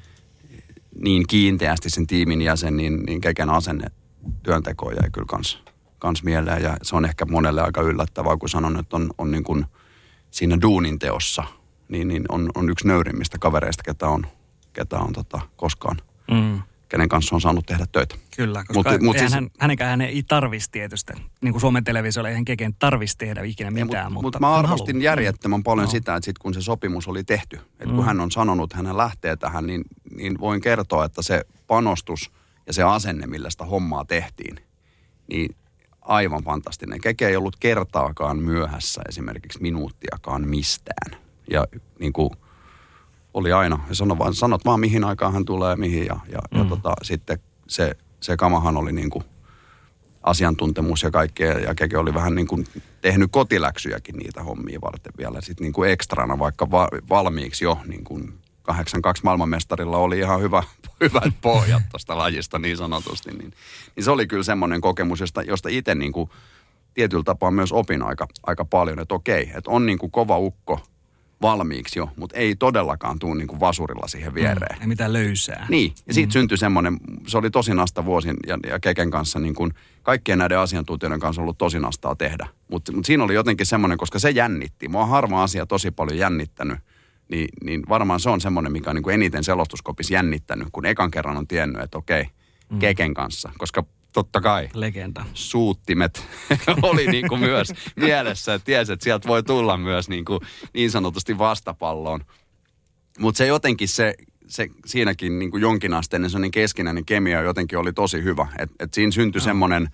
niin kiinteästi sen tiimin jäsen, niin, niin Keken asenne työntekoon jäi kyllä kans, kans mieleen. Ja se on ehkä monelle aika yllättävää, kun sanon, että on, on niin kuin siinä duunin teossa, niin, niin on, on yksi nöyrimmistä kavereista, ketä on, ketä on tota, koskaan. Mm. Kenen kanssa on saanut tehdä töitä. Kyllä, koska mut, mut siis, hän, hänenkään hän ei tarvitsisi tietysti. Niin kuin Suomen televisiolla eihän Keken tarvitsisi tehdä ikinä mitään. Mutta mut mä arvostin haluan. järjettömän paljon no. sitä, että sit kun se sopimus oli tehty, että mm. kun hän on sanonut, että hän lähtee tähän, niin, niin voin kertoa, että se panostus ja se asenne, millä sitä hommaa tehtiin, niin aivan fantastinen. Keke ei ollut kertaakaan myöhässä esimerkiksi minuuttiakaan mistään. Ja niin kuin oli aina, ja sano vaan, sanot vaan mihin aikaan hän tulee, mihin, ja, ja, mm. ja tota, sitten se, se kamahan oli niin kuin asiantuntemus ja kaikkea, ja Keke oli vähän niin kuin tehnyt kotiläksyjäkin niitä hommia varten vielä sitten niin kuin ekstrana, vaikka va, valmiiksi jo niin kuin kahdeksankymmentäkaksi maailmanmestarilla oli ihan hyvä, hyvät pohjat tuosta lajista niin sanotusti, niin, niin se oli kyllä semmoinen kokemus, josta, josta itse niin kuin tietyllä tapaa myös opin aika, aika paljon, että okei, että on niin kuin kova ukko valmiiksi jo, mutta ei todellakaan tule niin kuin vasurilla siihen viereen. Mm, ei mitään löysää. Niin, ja siitä mm. syntyi semmoinen, se oli tosi nasta vuosin ja, ja Keken kanssa niin kuin kaikkien näiden asiantuntijoiden kanssa ollut tosi nastaa tehdä. Mutta mut siinä oli jotenkin semmoinen, koska se jännitti. Mua on harva asia tosi paljon jännittänyt, niin, niin varmaan se on semmoinen, mikä on niin kuin eniten selostuskopissa jännittänyt, kun ekan kerran on tiennyt, että okei, mm. Keken kanssa, koska totta kai. Legenda. Suuttimet oli niin kuin myös mielessä, että tiesi, että sieltä voi tulla myös niin, kuin niin sanotusti vastapalloon. Mutta se jotenkin se, se siinäkin niin kuin jonkinasteinen sellainen keskinäinen kemia jotenkin oli tosi hyvä. Että et siinä syntyi no. semmoinen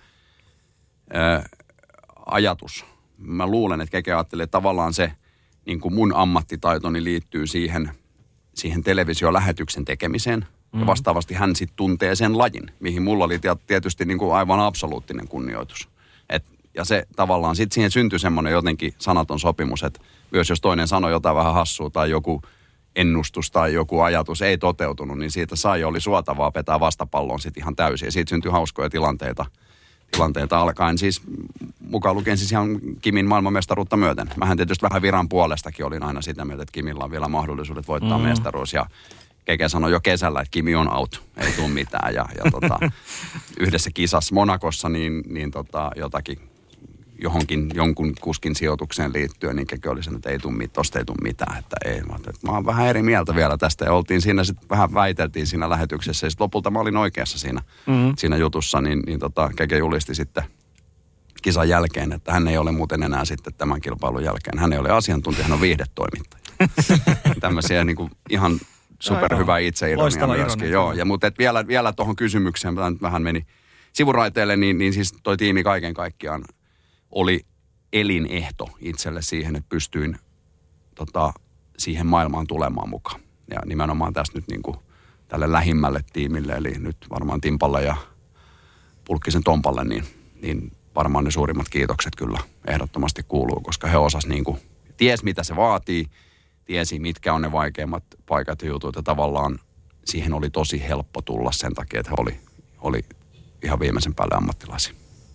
ö, ajatus. Mä luulen, että Keke ajattelee, että tavallaan se niin kuin mun ammattitaitoni liittyy siihen, siihen televisiolähetyksen tekemiseen. Ja vastaavasti hän sitten tuntee sen lajin, mihin mulla oli tietysti niin kuin aivan absoluuttinen kunnioitus. Et, ja se tavallaan, sitten siihen syntyi semmoinen jotenkin sanaton sopimus, että myös jos toinen sanoi jotain vähän hassua tai joku ennustus tai joku ajatus ei toteutunut, niin siitä sai oli suotavaa vetää vastapalloon sitten ihan täysin. Ja siitä syntyi hauskoja tilanteita, tilanteita alkaen. Siis mukaan lukien siis ihan Kimin maailmanmestaruutta myöten. Mähän tietysti vähän viran puolestakin olin aina sitä mieltä, että Kimilla on vielä mahdollisuudet voittaa mm. mestaruus ja Keke sanoi jo kesällä, että Kimi on out, ei tule mitään. Ja, ja tota, yhdessä kisassa Monakossa niin, niin tota, jotakin johonkin jonkun kuskin sijoitukseen liittyen, niin Keke oli sen, että ei tule mitään, tosta ei tule mitään. Että ei, mä, että mä oon vähän eri mieltä vielä tästä. Ja oltiin siinä sitten vähän väiteltiin siinä lähetyksessä. Ja sitten lopulta mä olin oikeassa siinä, mm-hmm. siinä jutussa, niin, niin tota, Keke julisti sitten kisan jälkeen, että hän ei ole muuten enää sitten tämän kilpailun jälkeen. Hän ei ole asiantuntija, hän on viihdetoimittaja. Tämmöisiä niin kuin ihan superhyvä itseironia myöskin. Joo, ja mutta et vielä, vielä tuohon kysymykseen, mitä nyt vähän meni sivuraiteelle, niin, niin siis toi tiimi kaiken kaikkiaan oli elinehto itselle siihen, että pystyin tota, siihen maailmaan tulemaan mukaan. Ja nimenomaan tässä nyt niin kuin tälle lähimmälle tiimille, eli nyt varmaan Timpalle ja Pulkkisen Tompalle, niin, niin varmaan ne suurimmat kiitokset kyllä ehdottomasti kuuluu, koska he osas niin kuin, ties mitä se vaatii, tiesi, mitkä on ne vaikeimmat paikat ja jutut, ja tavallaan siihen oli tosi helppo tulla sen takia, että he oli, oli ihan viimeisen päälle ammattilaisia.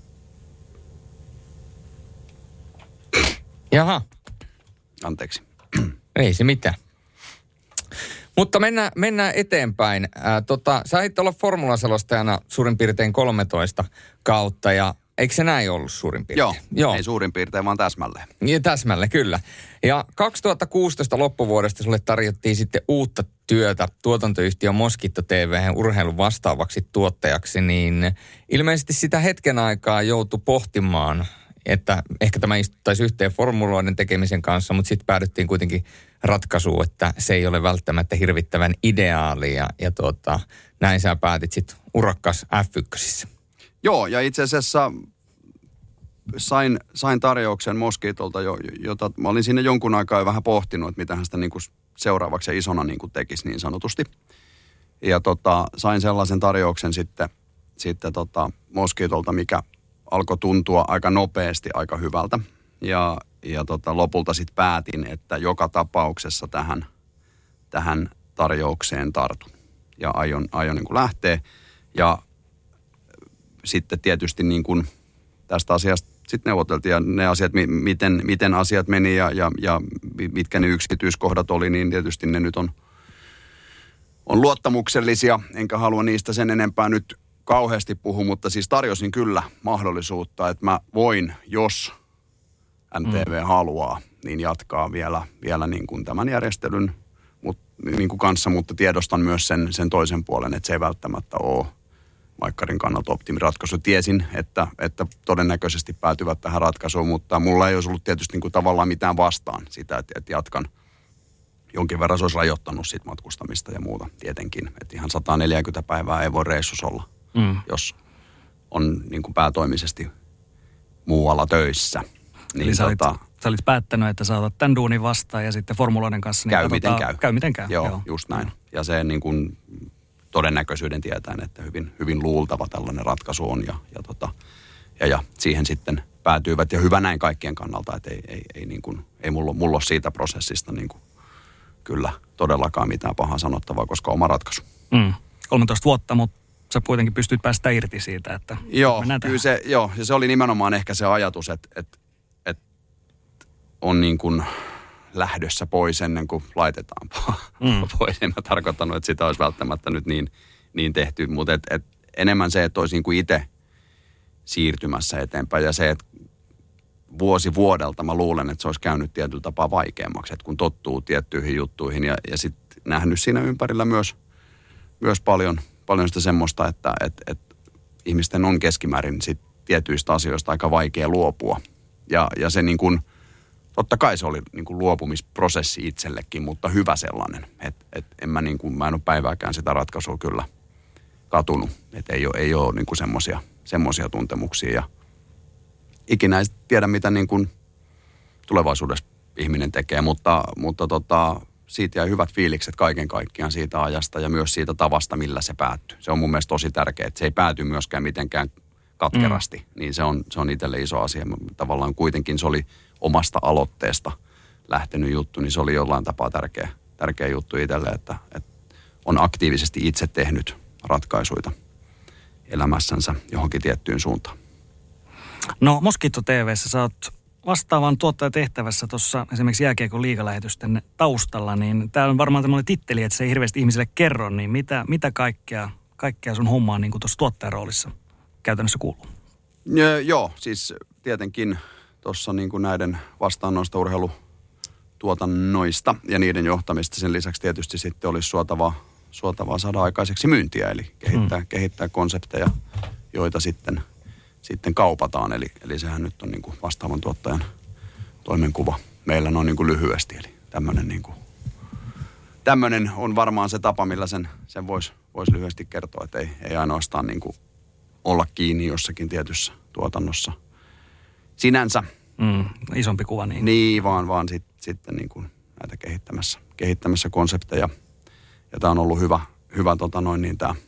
Jaha. Anteeksi. Ei se mitään. Mutta mennään, mennään eteenpäin. Ää, tota, sä eit olla formulaselostajana suurin piirtein kolmetoista kautta, ja eikö se näin ollut suurin piirtein? Joo, Joo. Ei suurin piirtein, vaan täsmälleen. Ja täsmälleen, kyllä. Ja kaksituhattakuusitoista loppuvuodesta sulle tarjottiin sitten uutta työtä tuotantoyhtiö Moskitto T V:hen urheilun vastaavaksi tuottajaksi, niin ilmeisesti sitä hetken aikaa joutui pohtimaan että ehkä tämä istuttaisi yhteen formuloiden tekemisen kanssa, mutta sitten päädyttiin kuitenkin ratkaisuun, että se ei ole välttämättä hirvittävän ideaali ja, ja tuota, näin sä päätit sitten urakkaas F yksi. Joo, ja itse asiassa sain, sain tarjouksen Mosquitolta, jo, jota mä olin siinä jonkun aikaa jo vähän pohtinut, että mitä hän sitä niin kuin seuraavaksi ja isona niin kuin tekisi niin sanotusti. Ja tota, sain sellaisen tarjouksen sitten, sitten tota Mosquitolta, mikä alkoi tuntua aika nopeasti aika hyvältä. Ja, ja tota, lopulta sitten päätin, että joka tapauksessa tähän, tähän tarjoukseen tartun. Ja aion, aion niin kuin lähteä. Ja sitten tietysti niin kuin tästä asiasta sitten neuvoteltiin. Ja ne asiat, miten, miten asiat meni ja, ja, ja mitkä ne yksityiskohdat oli, niin tietysti ne nyt on, on luottamuksellisia. Enkä halua niistä sen enempää nyt kauheasti puhu, mutta siis tarjosin kyllä mahdollisuutta, että mä voin, jos M T V mm. haluaa, niin jatkaa vielä, vielä niin kuin tämän järjestelyn mut, niin kuin kanssa, mutta tiedostan myös sen, sen toisen puolen, että se ei välttämättä ole Maikkarin kannalta optimiratkaisu. Tiesin, että, että todennäköisesti päätyvät tähän ratkaisuun, mutta mulla ei olisi ollut tietysti niin kuin tavallaan mitään vastaan sitä, että, että jatkan. Jonkin verran se olisi rajoittanut siitä matkustamista ja muuta tietenkin, että ihan sata neljäkymmentä päivää ei voi reissus olla. Mm. Jos on niin kuin päätoimisesti muualla töissä. Niin Eli sä, tota, olit, sä olit päättänyt, että sä otat tämän duunin vastaan ja sitten formuloiden kanssa. Niin käy katsotaan, miten käy. Käy miten käy. Joo, Joo. just näin. Ja se niin kuin todennäköisyyden tietäen, että hyvin, hyvin luultava tällainen ratkaisu on. Ja, ja, tota, ja, ja siihen sitten päätyivät. Ja hyvä näin kaikkien kannalta, että ei, ei, ei, niin kuin, ei mulla, mulla ole siitä prosessista niin kuin kyllä todellakaan mitään pahaa sanottavaa, koska oma ratkaisu. Mm. kolmetoista vuotta, mutta sä kuitenkin pystyt päästä irti siitä, että joo, kyllä se, joo, ja se oli nimenomaan ehkä se ajatus, että, että, että on niin kuin lähdössä pois ennen kuin laitetaan mm. pois. En mä tarkoittanut, että sitä olisi välttämättä nyt niin, niin tehty, mutta et, et enemmän se, että olisi niin kuin itse siirtymässä eteenpäin ja se, että vuosi vuodelta mä luulen, että se olisi käynyt tietyllä tapaa vaikeammaksi, että kun tottuu tiettyihin juttuihin ja, ja sitten nähnyt siinä ympärillä myös, myös paljon, paljon sitä semmoista, että et, et ihmisten on keskimäärin sit tietyistä asioista aika vaikea luopua. Ja, ja se niin kuin, totta kai se oli niin kuin luopumisprosessi itsellekin, mutta hyvä sellainen. Että et en mä, niin kuin, mä en ole päivääkään sitä ratkaisua kyllä katunut. Että ei ole, ei ole niin kuin semmoisia, semmoisia tuntemuksia ja ikinä ei tiedä, mitä niin kuin tulevaisuudessa ihminen tekee, mutta, mutta tota, siitä jäi hyvät fiilikset kaiken kaikkiaan siitä ajasta ja myös siitä tavasta, millä se päättyi. Se on mun mielestä tosi tärkeää, että se ei pääty myöskään mitenkään katkerasti, mm. niin se on, se on itselle iso asia. Tavallaan kuitenkin se oli omasta aloitteesta lähtenyt juttu, niin se oli jollain tapaa tärkeä, tärkeä juttu itselle, että, että on aktiivisesti itse tehnyt ratkaisuja elämässänsä johonkin tiettyyn suuntaan. No Mosquito T V:ssä sä oot vastaavan tuottajatehtävässä tuossa esimerkiksi jääkiekon liigalähetysten taustalla, niin tää on varmaan tämmöinen titteli, että se ei hirveästi ihmisille kerro, niin mitä, mitä kaikkea, kaikkea sun hommaa niin kuin tuossa tuottajaroolissa käytännössä kuuluu? Ja, joo, siis tietenkin tuossa niin kuin näiden vastaannoista urheilutuotannoista ja niiden johtamista sen lisäksi tietysti sitten olisi suotavaa, suotavaa saada aikaiseksi myyntiä, eli kehittää, hmm. kehittää konsepteja, joita sitten sitten kaupataan, eli, eli sehän nyt on niin kuin vastaavan tuottajan toimenkuva meillä noin niin kuin lyhyesti, eli tämmöinen niin kuin, tämmöinen on varmaan se tapa, millä sen, sen voisi vois lyhyesti kertoa, että ei, ei ainoastaan niin kuin olla kiinni jossakin tietyssä tuotannossa sinänsä. Mm, isompi kuva niin. Niin, vaan, vaan sit, sitten niin kuin näitä kehittämässä, kehittämässä konsepteja, ja tämä on ollut hyvä, hyvä tota noin niin tämä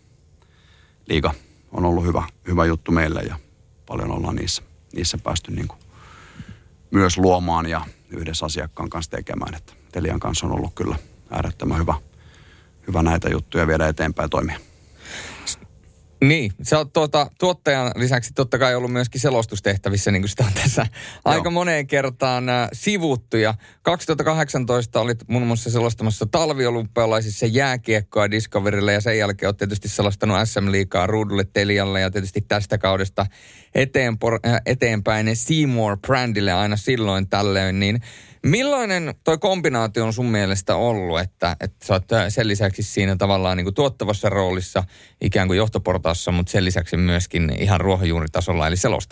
liiga on ollut hyvä, hyvä juttu meille, ja paljon ollaan niissä, niissä päästy niin kuin myös luomaan ja yhdessä asiakkaan kanssa tekemään. Että Telian kanssa on ollut kyllä äärettömän hyvä, hyvä näitä juttuja viedä eteenpäin ja toimia. Niin, sä oot tuota, tuottajan lisäksi totta kai ollut myöskin selostustehtävissä, niin kuin sitä on tässä Joo. aika moneen kertaan äh, sivuttu. Ja kaksituhattakahdeksantoista olit muun muassa selostamassa talviolympialaisissa jääkiekkoa Discoverylle ja sen jälkeen oot tietysti selostanut S M-liigaa ruudulle Telialle ja tietysti tästä kaudesta eteenpo- äh, eteenpäin Seymour-brändille aina silloin tällöin, niin millainen toi kombinaatio on sun mielestä ollut, että, että sä oot sen lisäksi siinä tavallaan niin kuin tuottavassa roolissa ikään kuin johtoportaassa, mutta sen lisäksi myöskin ihan ruohonjuuritasolla eli selostamassa?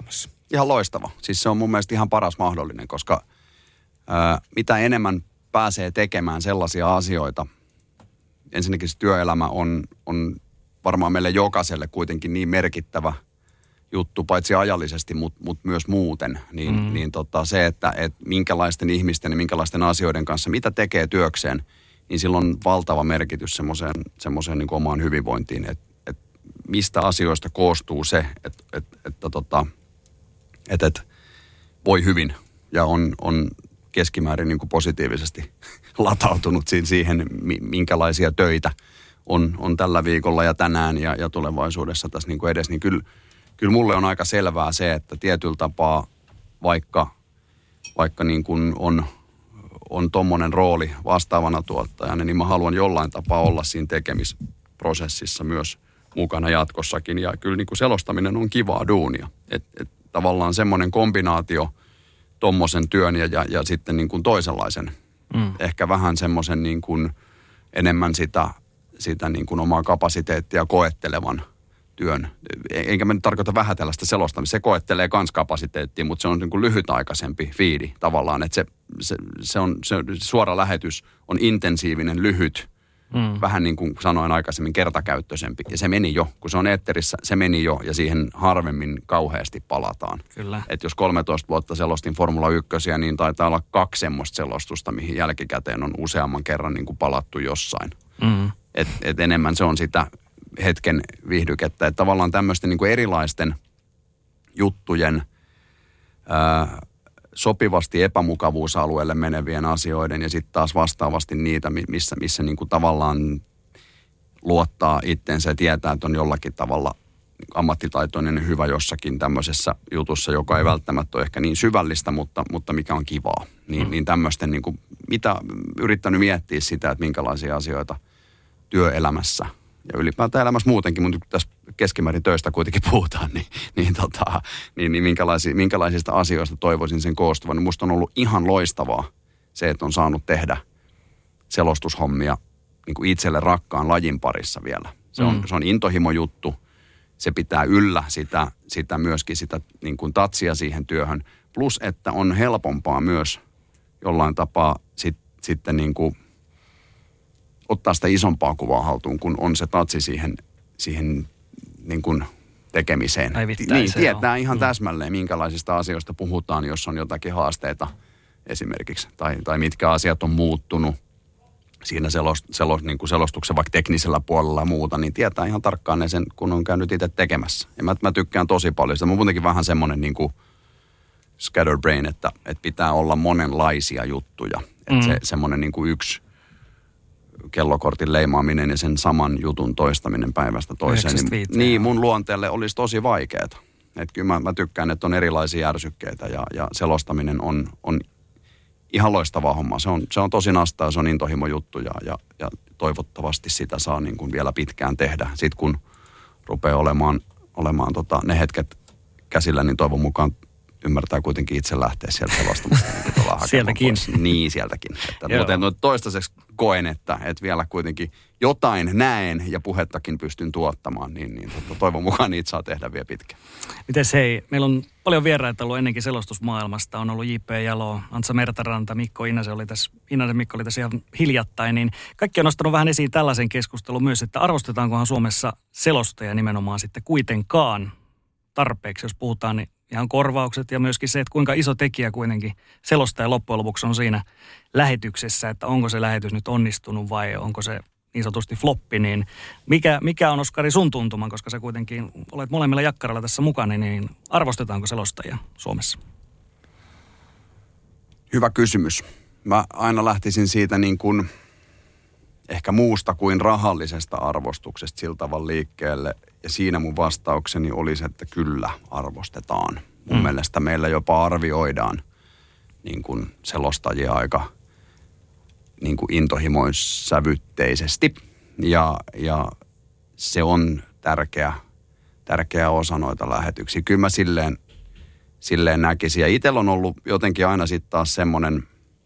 Ihan loistava. Siis se on mun mielestä ihan paras mahdollinen, koska ää, mitä enemmän pääsee tekemään sellaisia asioita, ensinnäkin se työelämä on, on varmaan meille jokaiselle kuitenkin niin merkittävä juttu, paitsi ajallisesti, mutta mut myös muuten. Niin, mm. niin tota, se, että et minkälaisten ihmisten ja minkälaisten asioiden kanssa, mitä tekee työkseen, niin sillä on valtava merkitys semmoiseen, semmoiseen niin kuin omaan hyvinvointiin. Että et mistä asioista koostuu se, että et, että tota, et, et voi hyvin ja on, on keskimäärin niin kuin positiivisesti latautunut siihen, minkälaisia töitä on, on tällä viikolla ja tänään ja, ja tulevaisuudessa tässä niin kuin edes. Niin kyllä, kyllä mulle on aika selvää se, että tietyllä tapaa vaikka, vaikka niin kuin on, on tommonen rooli vastaavana tuottajana, niin mä haluan jollain tapaa olla siinä tekemisprosessissa myös mukana jatkossakin. Ja kyllä niin kuin selostaminen on kivaa duunia. Et, et tavallaan semmoinen kombinaatio tommosen työn ja, ja, ja sitten niin kuin toisenlaisen. Mm. Ehkä vähän semmoisen niin kuin enemmän sitä, sitä niin kuin omaa kapasiteettia koettelevan työn. Enkä mä nyt tarkoita vähätellä sitä selostamista. Se koettelee kans kapasiteettia, mutta se on niin kuin lyhytaikaisempi fiidi tavallaan. Että se, se, se, on, se suora lähetys on intensiivinen, lyhyt. Mm. Vähän niin kuin sanoin aikaisemmin, kertakäyttöisempi. Ja se meni jo, kun se on eetterissä, se meni jo ja siihen harvemmin kauheasti palataan. Kyllä. Että jos kolmetoista vuotta selostin Formula ykkösiä, niin taitaa olla kaksi semmoista selostusta, mihin jälkikäteen on useamman kerran niin kuin palattu jossain. Mm. Että et enemmän se on sitä hetken viihdykettä. Että tavallaan tämmöisten niin kuin erilaisten juttujen ää, sopivasti epämukavuusalueelle menevien asioiden ja sitten taas vastaavasti niitä, missä, missä niin kuin tavallaan luottaa itsensä ja tietää, että on jollakin tavalla ammattitaitoinen ja hyvä jossakin tämmöisessä jutussa, joka ei välttämättä ole ehkä niin syvällistä, mutta, mutta mikä on kivaa. Niin, mm. niin tämmöisten, niin kuin, mitä yrittänyt miettiä sitä, että minkälaisia asioita työelämässä ja ylipäätään elämässä muutenkin, mutta tässä keskimäärin töistä kuitenkin puhutaan, niin, niin, tota, niin, niin minkälaisi, minkälaisista asioista toivoisin sen koostuvan. Niin musta on ollut ihan loistavaa se, että on saanut tehdä selostushommia niin kuin itselle rakkaan lajin parissa vielä. Se on, mm. se on intohimojuttu. Se pitää yllä sitä, sitä myöskin sitä niin kuin tatsia siihen työhön. Plus, että on helpompaa myös jollain tapaa sit, sitten niin kuin ottaa sitä isompaa kuvaa haltuun, kun on se tatsi siihen, siihen niin kuin tekemiseen. Niin, tietää ihan mm. täsmälleen, minkälaisista asioista puhutaan, jos on jotakin haasteita esimerkiksi. Tai, tai mitkä asiat on muuttunut siinä selos, selos, niin kuin selostuksen vaikka teknisellä puolella ja muuta, niin tietää ihan tarkkaan ne sen, kun on käynyt itse tekemässä. Ja mä, mä tykkään tosi paljon sitä. Mä oon muutenkin vähän semmoinen niin kuin scatterbrain, että, että pitää olla monenlaisia juttuja. Että mm. se semmoinen niin kuin yksi kellokortin leimaaminen ja sen saman jutun toistaminen päivästä toiseen. Niin, niin mun luonteelle olisi tosi vaikeaa. Että kyllä mä, mä tykkään, että on erilaisia ärsykkeitä ja, ja selostaminen on, on ihan loistava homma. Se on, se on tosi nastaa, se on intohimo juttu ja, ja, ja toivottavasti sitä saa niin kuin vielä pitkään tehdä. Sitten kun rupeaa olemaan, olemaan tota, ne hetket käsillä, niin toivon mukaan ymmärtää kuitenkin itse lähteä sieltä selostamasta. Niin sieltäkin. Niin, sieltäkin. Että, mutta no, toistaiseksi koen, että, että vielä kuitenkin jotain näen ja puhettakin pystyn tuottamaan, niin, niin toivon mukaan niitä saa tehdä vielä pitkään. Mites hei, meillä on paljon vieraita ollut ennenkin selostusmaailmasta. On ollut J P Jalo, Antsa Mertaranta, Mikko Inasen oli tässä, Inasen Mikko oli tässä ihan hiljattain. Niin kaikki on nostanut vähän esiin tällaisen keskustelun myös, että arvostetaankohan Suomessa selostaja nimenomaan sitten kuitenkaan tarpeeksi, jos puhutaan, niin ihan korvaukset ja myöskin se, että kuinka iso tekijä kuitenkin selostaja loppujen lopuksi on siinä lähetyksessä, että onko se lähetys nyt onnistunut vai onko se niin sanotusti floppi, niin mikä, mikä on Oskari sun tuntuma, koska sä kuitenkin olet molemmilla jakkaralla tässä mukana, niin arvostetaanko selostajia Suomessa? Hyvä kysymys. Mä aina lähtisin siitä niin kuin ehkä muusta kuin rahallisesta arvostuksesta sillä tavalla liikkeelle. Ja siinä mun vastaukseni olisi, että kyllä arvostetaan. Mun mm. mielestä meillä jopa arvioidaan niin kuin selostajia aika niin kuin intohimoissävytteisesti. Ja, ja se on tärkeä, tärkeä osa noita lähetyksiä. Kyllä mä silleen, silleen näkisin. Ja itsellä on ollut jotenkin aina sitten taas semmoinen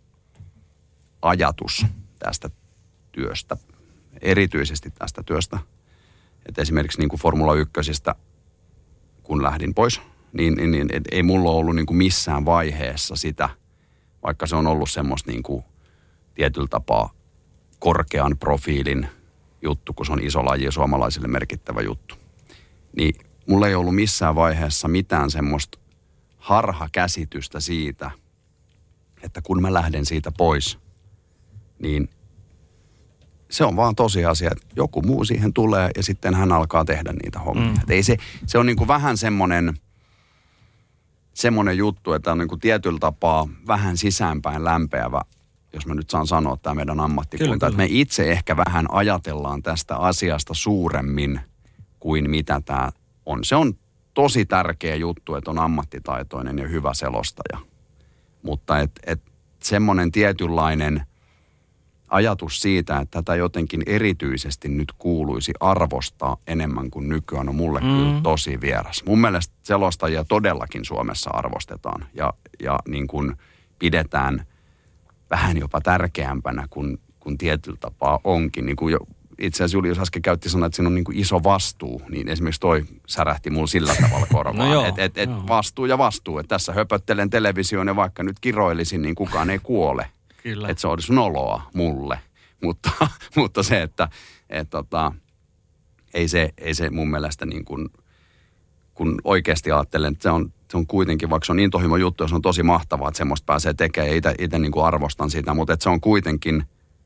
ajatus tästä työstä, erityisesti tästä työstä. Että esimerkiksi niin kuin Formula ykkösistä, kun lähdin pois niin, niin, niin et ei mulla ole ollut niin kuin missään vaiheessa sitä, vaikka se on ollut semmoista niin kuin tietyllä tapaa korkean profiilin juttu, kun se on iso laji ja suomalaisille merkittävä juttu. Niin mulla ei ollut missään vaiheessa mitään semmoista harhakäsitystä siitä, että kun mä lähden siitä pois, niin se on vaan tosiasia, että joku muu siihen tulee ja sitten hän alkaa tehdä niitä hommia. Mm. Ei se, se on niin kuin vähän semmoinen, semmoinen juttu, että on niin kuin tietyllä tapaa vähän sisäänpäin lämpeävä, jos mä nyt saan sanoa tämä meidän ammattikunta. Kyllä, kyllä. Että me itse ehkä vähän ajatellaan tästä asiasta suuremmin kuin mitä tämä on. Se on tosi tärkeä juttu, että on ammattitaitoinen ja hyvä selostaja. Mutta et, et semmoinen tietynlainen ajatus siitä, että tätä jotenkin erityisesti nyt kuuluisi arvostaa enemmän kuin nykyään on mulle mm. kyllä tosi vieras. Mun mielestä selostajia todellakin Suomessa arvostetaan ja, ja niin kuin pidetään vähän jopa tärkeämpänä kuin, kuin tietyllä tapaa onkin. Niin kuin jo, itse asiassa Julius äsken käytti sanoa, että siinä on niin kuin iso vastuu, niin esimerkiksi toi särähti mulla sillä tavalla korvaan. no että et, et vastuu ja vastuu, että tässä höpöttelen televisioon ja vaikka nyt kiroilisin, niin kukaan ei kuole. Että se olisi noloa mulle, mutta, mutta se, että et, tota, ei, se, ei se mun mielestä niin kuin, kun oikeasti ajattelen, että se on, se on kuitenkin, vaikka se on intohimo juttu ja se on tosi mahtavaa, että semmoista pääsee tekemään ja itse niin kuin arvostan sitä, mutta että se on kuitenkin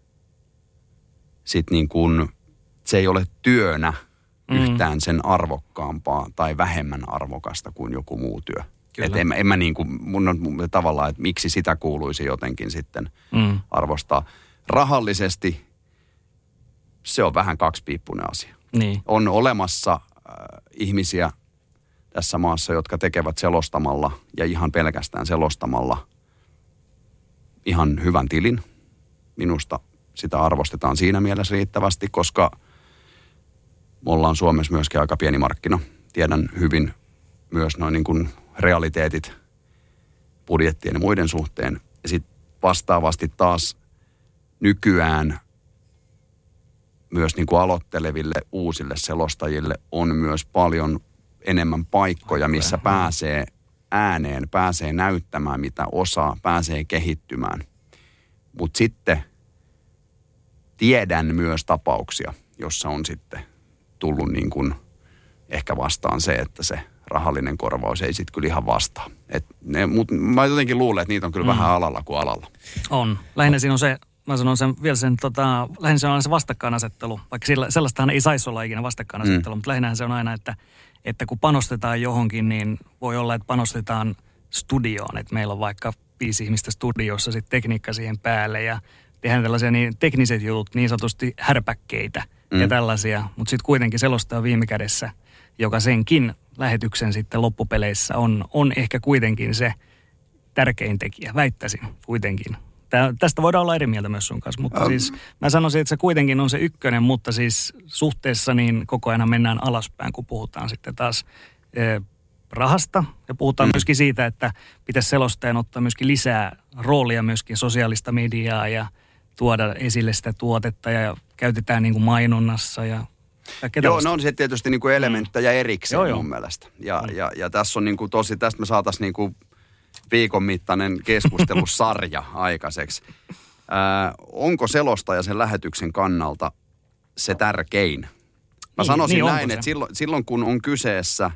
sit niin kuin, se ei ole työnä mm. yhtään sen arvokkaampaa tai vähemmän arvokasta kuin joku muu työ. Että en, en mä niin kuin, mun on tavallaan, että miksi sitä kuuluisi jotenkin sitten mm. arvostaa. Rahallisesti se on vähän kaksipiippunen asia. Niin. On olemassa äh, ihmisiä tässä maassa, jotka tekevät selostamalla ja ihan pelkästään selostamalla ihan hyvän tilin. Minusta sitä arvostetaan siinä mielessä riittävästi, koska me ollaan Suomessa myöskin aika pieni markkina. Tiedän hyvin myös noin niin kuin realiteetit budjettien ja muiden suhteen. Ja sitten vastaavasti taas nykyään myös niin kuin aloitteleville uusille selostajille on myös paljon enemmän paikkoja, missä pääsee ääneen, pääsee näyttämään mitä osaa, pääsee kehittymään. Mutta sitten tiedän myös tapauksia, jossa on sitten tullut niin kuin ehkä vastaan se, että se rahallinen korvaus ei sitten kyllä ihan vastaa. Mutta mä jotenkin luulen, että niitä on kyllä mm. vähän alalla kuin alalla. On. Lähinnä siinä on se, mä sanon sen vielä sen, tota, lähinnä se on aina se vastakkainasettelu. Vaikka sillä, sellaistahan ei saisi olla ikinä vastakkainasettelu, mm. mutta lähinnä se on aina, että, että kun panostetaan johonkin, niin voi olla, että panostetaan studioon. Että meillä on vaikka viisi ihmistä studiossa, sitten tekniikka siihen päälle ja tehdään tällaisia niin tekniset jutut, niin sanotusti härpäkkeitä mm. ja tällaisia. Mutta sitten kuitenkin selostaa viime kädessä, joka senkin lähetyksen sitten loppupeleissä on, on ehkä kuitenkin se tärkein tekijä, väittäisin kuitenkin. Tää, tästä voidaan olla eri mieltä myös sun kanssa, mutta um. siis mä sanoisin, että se kuitenkin on se ykkönen, mutta siis suhteessa niin koko ajan mennään alaspäin, kun puhutaan sitten taas e, rahasta ja puhutaan mm. myöskin siitä, että pitäisi selostajan ottaa myöskin lisää roolia myöskin sosiaalista mediaa ja tuoda esille sitä tuotetta ja käytetään niin kuin mainonnassa ja joo, ne on se tietysti niin kuin elementtejä erikseen joo, mun joo. mielestä. Ja, mm. ja, ja tässä on niin kuin tosi, tästä me saataisiin niin kuin viikon mittainen keskustelusarja aikaiseksi. Ää, onko selostaja sen lähetyksen kannalta se tärkein? Mä niin, sanoisin niin, näin, että silloin, silloin kun on kyseessä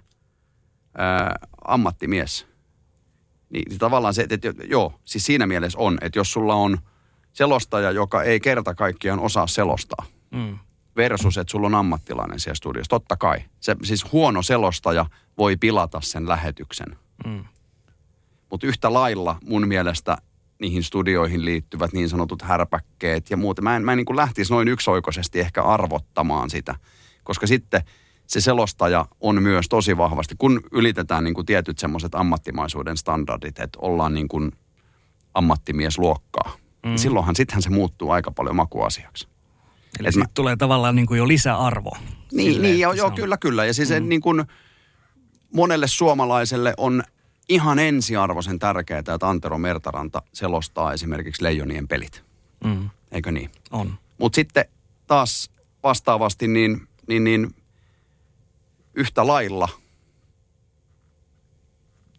ää, ammattimies, niin tavallaan se, että joo, siis siinä mielessä on, että jos sulla on selostaja, joka ei kerta kaikkiaan osaa selostaa, mm. versus, että sulla on ammattilainen siellä studiossa. Totta kai. Se, siis huono selostaja voi pilata sen lähetyksen. Mm. Mutta yhtä lailla mun mielestä niihin studioihin liittyvät niin sanotut härpäkkeet ja muuta. Mä en, mä en niin kuin lähtisi noin yksioikoisesti ehkä arvottamaan sitä, koska sitten se selostaja on myös tosi vahvasti, kun ylitetään niin kuin tietyt semmoiset ammattimaisuuden standardit, että ollaan niin kuin ammattimiesluokkaa. Mm. Niin silloinhan sittenhän se muuttuu aika paljon makuasiaksi. Eli siitä mä... tulee tavallaan niin kuin jo lisäarvo. Niin, sille, niin joo, joo on... kyllä, kyllä. Ja siis mm. niin kuin monelle suomalaiselle on ihan ensiarvoisen tärkeää, että Antero Mertaranta selostaa esimerkiksi Leijonien pelit. Mm. Eikö niin? On. Mutta sitten taas vastaavasti niin, niin, niin yhtä lailla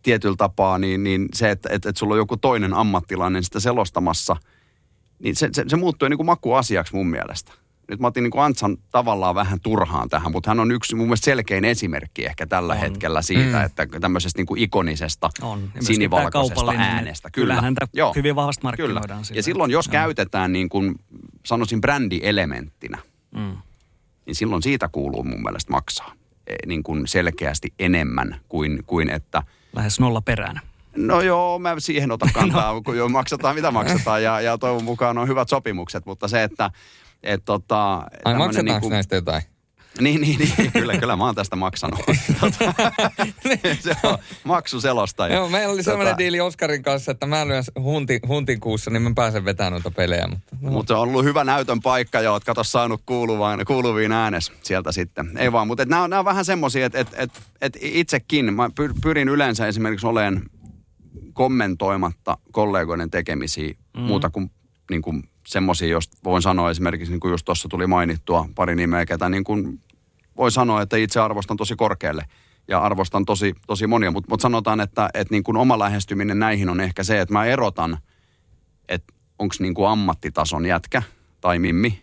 tietyllä tapaa, niin, niin se, että, että, että sulla on joku toinen ammattilainen sitä selostamassa, niin se, se, se muuttuu niin kuin makuasiaksi mun mielestä. Nyt mä otin niin kuin Antsan tavallaan vähän turhaan tähän, mutta hän on yksi mun mielestä selkein esimerkki ehkä tällä on. hetkellä siitä, mm. että tämmöisestä niin kuin ikonisesta sinivalkoisesta äänestä. Kyllä, häntä joo. hyvin vahvasti markkinoidaan. Kyllä. Ja silloin, jos joo. käytetään niin kuin, sanoisin brändielementtinä, mm. niin silloin siitä kuuluu mun mielestä maksaa niin kuin selkeästi enemmän kuin, kuin että... Lähes nolla perään. No joo, mä siihen otan kantaa, no. kun jo maksataan mitä maksataan ja, ja toivon mukaan on hyvät sopimukset, mutta se, että... Et tota, Ai maksataanko niin kuin, näistä jotain? Niin, niin, niin kyllä, kyllä mä oon tästä maksanut. tota, se on maksuselostaja. Joo, meillä oli tota, sellainen diili Oskarin kanssa, että mä lyön huntin, huntin kuussa, niin mä pääsen vetämään noita pelejä. Mutta no. Mut se on ollut hyvä näytön paikka ja oot kato saanut kuuluviin, kuuluviin äänes sieltä sitten. Ei vaan, mutta nämä on, on vähän semmosia, että et, et, et itsekin mä pyrin yleensä esimerkiksi olemaan kommentoimatta kollegoiden tekemisiä mm. muuta kuin, niin kuin semmoisia, josta voin sanoa esimerkiksi, niin kuin just tuossa tuli mainittua pari nimeä, ketä niin kuin voi sanoa, että itse arvostan tosi korkealle ja arvostan tosi, tosi monia, mutta mut sanotaan, että, että niin kuin oma lähestyminen näihin on ehkä se, että mä erotan, että onko niin kuin ammattitason jätkä tai mimmi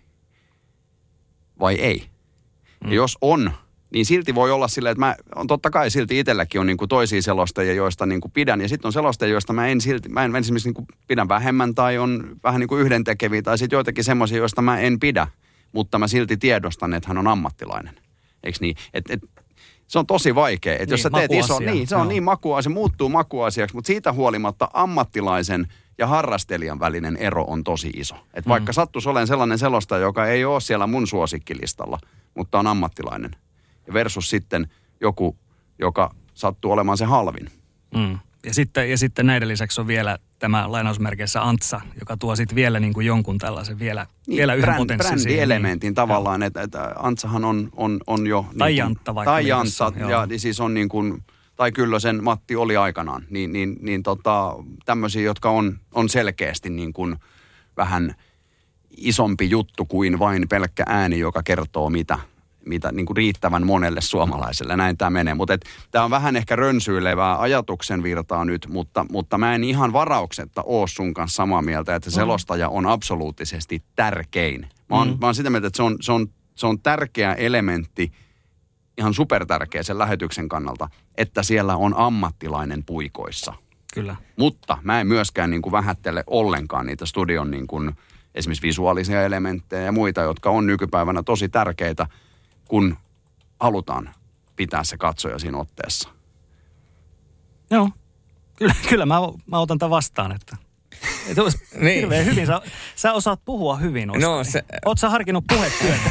vai ei. Mm. Ja jos on, niin silti voi olla silleen, että mä on totta kai silti itselläkin on niin kuin toisia selostajia, joista niin kuin pidän. Ja sitten on selostajia, joista mä en silti, mä en esimerkiksi niin kuin pidän vähemmän tai on vähän niin kuin yhdentekeviä. Tai sitten joitakin semmoisia, joista mä en pidä, mutta mä silti tiedostan, että hän on ammattilainen. Eikö niin? Et, et, se on tosi vaikea. Että niin, jos sä teet iso, niin se on Joo. niin makuasia, se muuttuu makuasiaksi. Mutta siitä huolimatta ammattilaisen ja harrastelijan välinen ero on tosi iso. Että mm. vaikka sattuisi olemaan sellainen selostaja, joka ei ole siellä mun suosikkilistalla, mutta on ammattilainen. Versus sitten joku, joka sattuu olemaan se halvin. Mm. Ja, sitten, ja sitten näiden lisäksi on vielä tämä lainausmerkeissä Antsa, joka tuo sitten vielä niin kuin jonkun tällaisen vielä, niin, vielä yhden potenssin. Brändielementin niin, tavallaan, että, että Antsahan on, on, on jo... Tai niin Jantta vaikka. Tai Jantta, ja niin siis on niin kuin, tai Kyllösen Matti oli aikanaan. Niin, niin, niin tota, tämmöisiä, jotka on, on selkeästi niin kuin vähän isompi juttu kuin vain pelkkä ääni, joka kertoo mitä. mitä niin kuin riittävän monelle suomalaiselle. Näin tämä menee. Mutta tämä on vähän ehkä rönsyilevää ajatuksen virtaa nyt, mutta, mutta mä en ihan varauksetta ole sun kanssa samaa mieltä, että se selostaja on absoluuttisesti tärkein. Mä oon, mm. mä oon sitä mieltä, että se on, se, on, se on tärkeä elementti, ihan supertärkeä sen lähetyksen kannalta, että siellä on ammattilainen puikoissa. Kyllä. Mutta mä en myöskään niin kuin vähättele ollenkaan niitä studion niin kuin esimerkiksi visuaalisia elementtejä ja muita, jotka on nykypäivänä tosi tärkeitä, kun halutaan pitää se katsoja siinä otteessa. Joo, kyllä, kyllä mä, mä otan tämän vastaan, että, että niin. hirveän hyvin. Sä, sä osaat puhua hyvin. No, se... Oot sä harkinnut puhetyötä?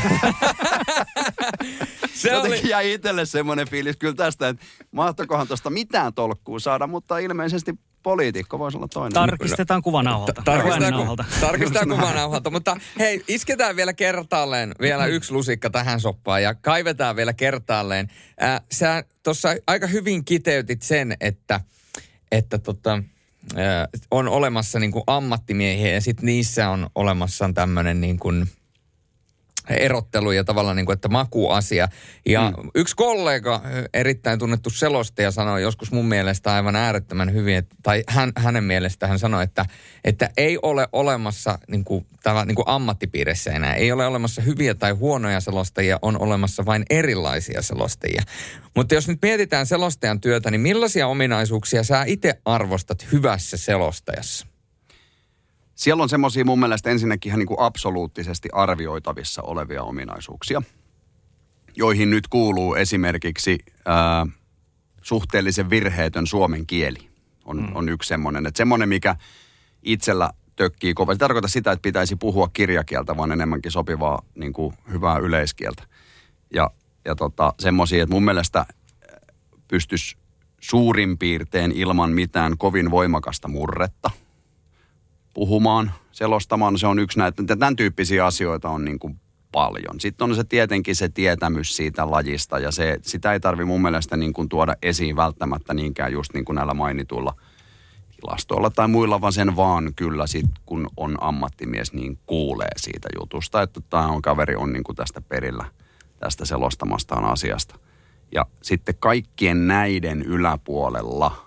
Se jotenkin oli... jäi itselle semmoinen fiilis kyllä tästä, että mahtokohan tuosta mitään tolkkuu saada, mutta ilmeisesti poliitikko voisi olla toinen. Tarkistetaan kuvanauhalta. Tarkistetaan, ku, tarkistetaan kuvanauhalta, mutta hei, isketään vielä kertaalleen vielä yksi lusikka tähän soppaan ja kaivetaan vielä kertaalleen. Äh, sä tuossa aika hyvin kiteytit sen, että, että tota, äh, on olemassa niin kuin ammattimiehiä ja sitten niissä on olemassa tämmöinen niin kuin erottelu ja tavallaan niin kuin, että makuasia. Ja mm. yksi kollega, erittäin tunnettu selostaja, sanoi joskus mun mielestä aivan äärettömän hyvin, että, tai hän, hänen mielestä hän sanoi, että, että ei ole olemassa niin kuin, tämä, niin kuin ammattipiirissä enää. Ei ole olemassa hyviä tai huonoja selostajia, on olemassa vain erilaisia selostajia. Mutta jos nyt mietitään selostajan työtä, niin millaisia ominaisuuksia sä itse arvostat hyvässä selostajassa? Siellä on semmoisia mun mielestä ensinnäkin ihan niin kuin absoluuttisesti arvioitavissa olevia ominaisuuksia, joihin nyt kuuluu esimerkiksi ää, suhteellisen virheetön suomen kieli on, mm. on yksi semmoinen. Että semmoinen, mikä itsellä tökkii kovasti. Se tarkoittaa sitä, että pitäisi puhua kirjakieltä, vaan enemmänkin sopivaa niin kuin hyvää yleiskieltä. Ja, ja tota, semmoisia, että mun mielestä pystyisi suurin piirtein ilman mitään kovin voimakasta murretta puhumaan, selostamaan, se on yksi näitä, tämän tyyppisiä asioita on niin kuin paljon. Sitten on se tietenkin se tietämys siitä lajista ja se, sitä ei tarvitse mun mielestä niin kuin tuoda esiin välttämättä niinkään just niin kuin näillä mainituilla tilastoilla tai muilla, vaan sen vaan kyllä sit, kun on ammattimies, niin kuulee siitä jutusta, että tämä on kaveri on niin kuin tästä perillä, tästä selostamastaan asiasta. Ja sitten kaikkien näiden yläpuolella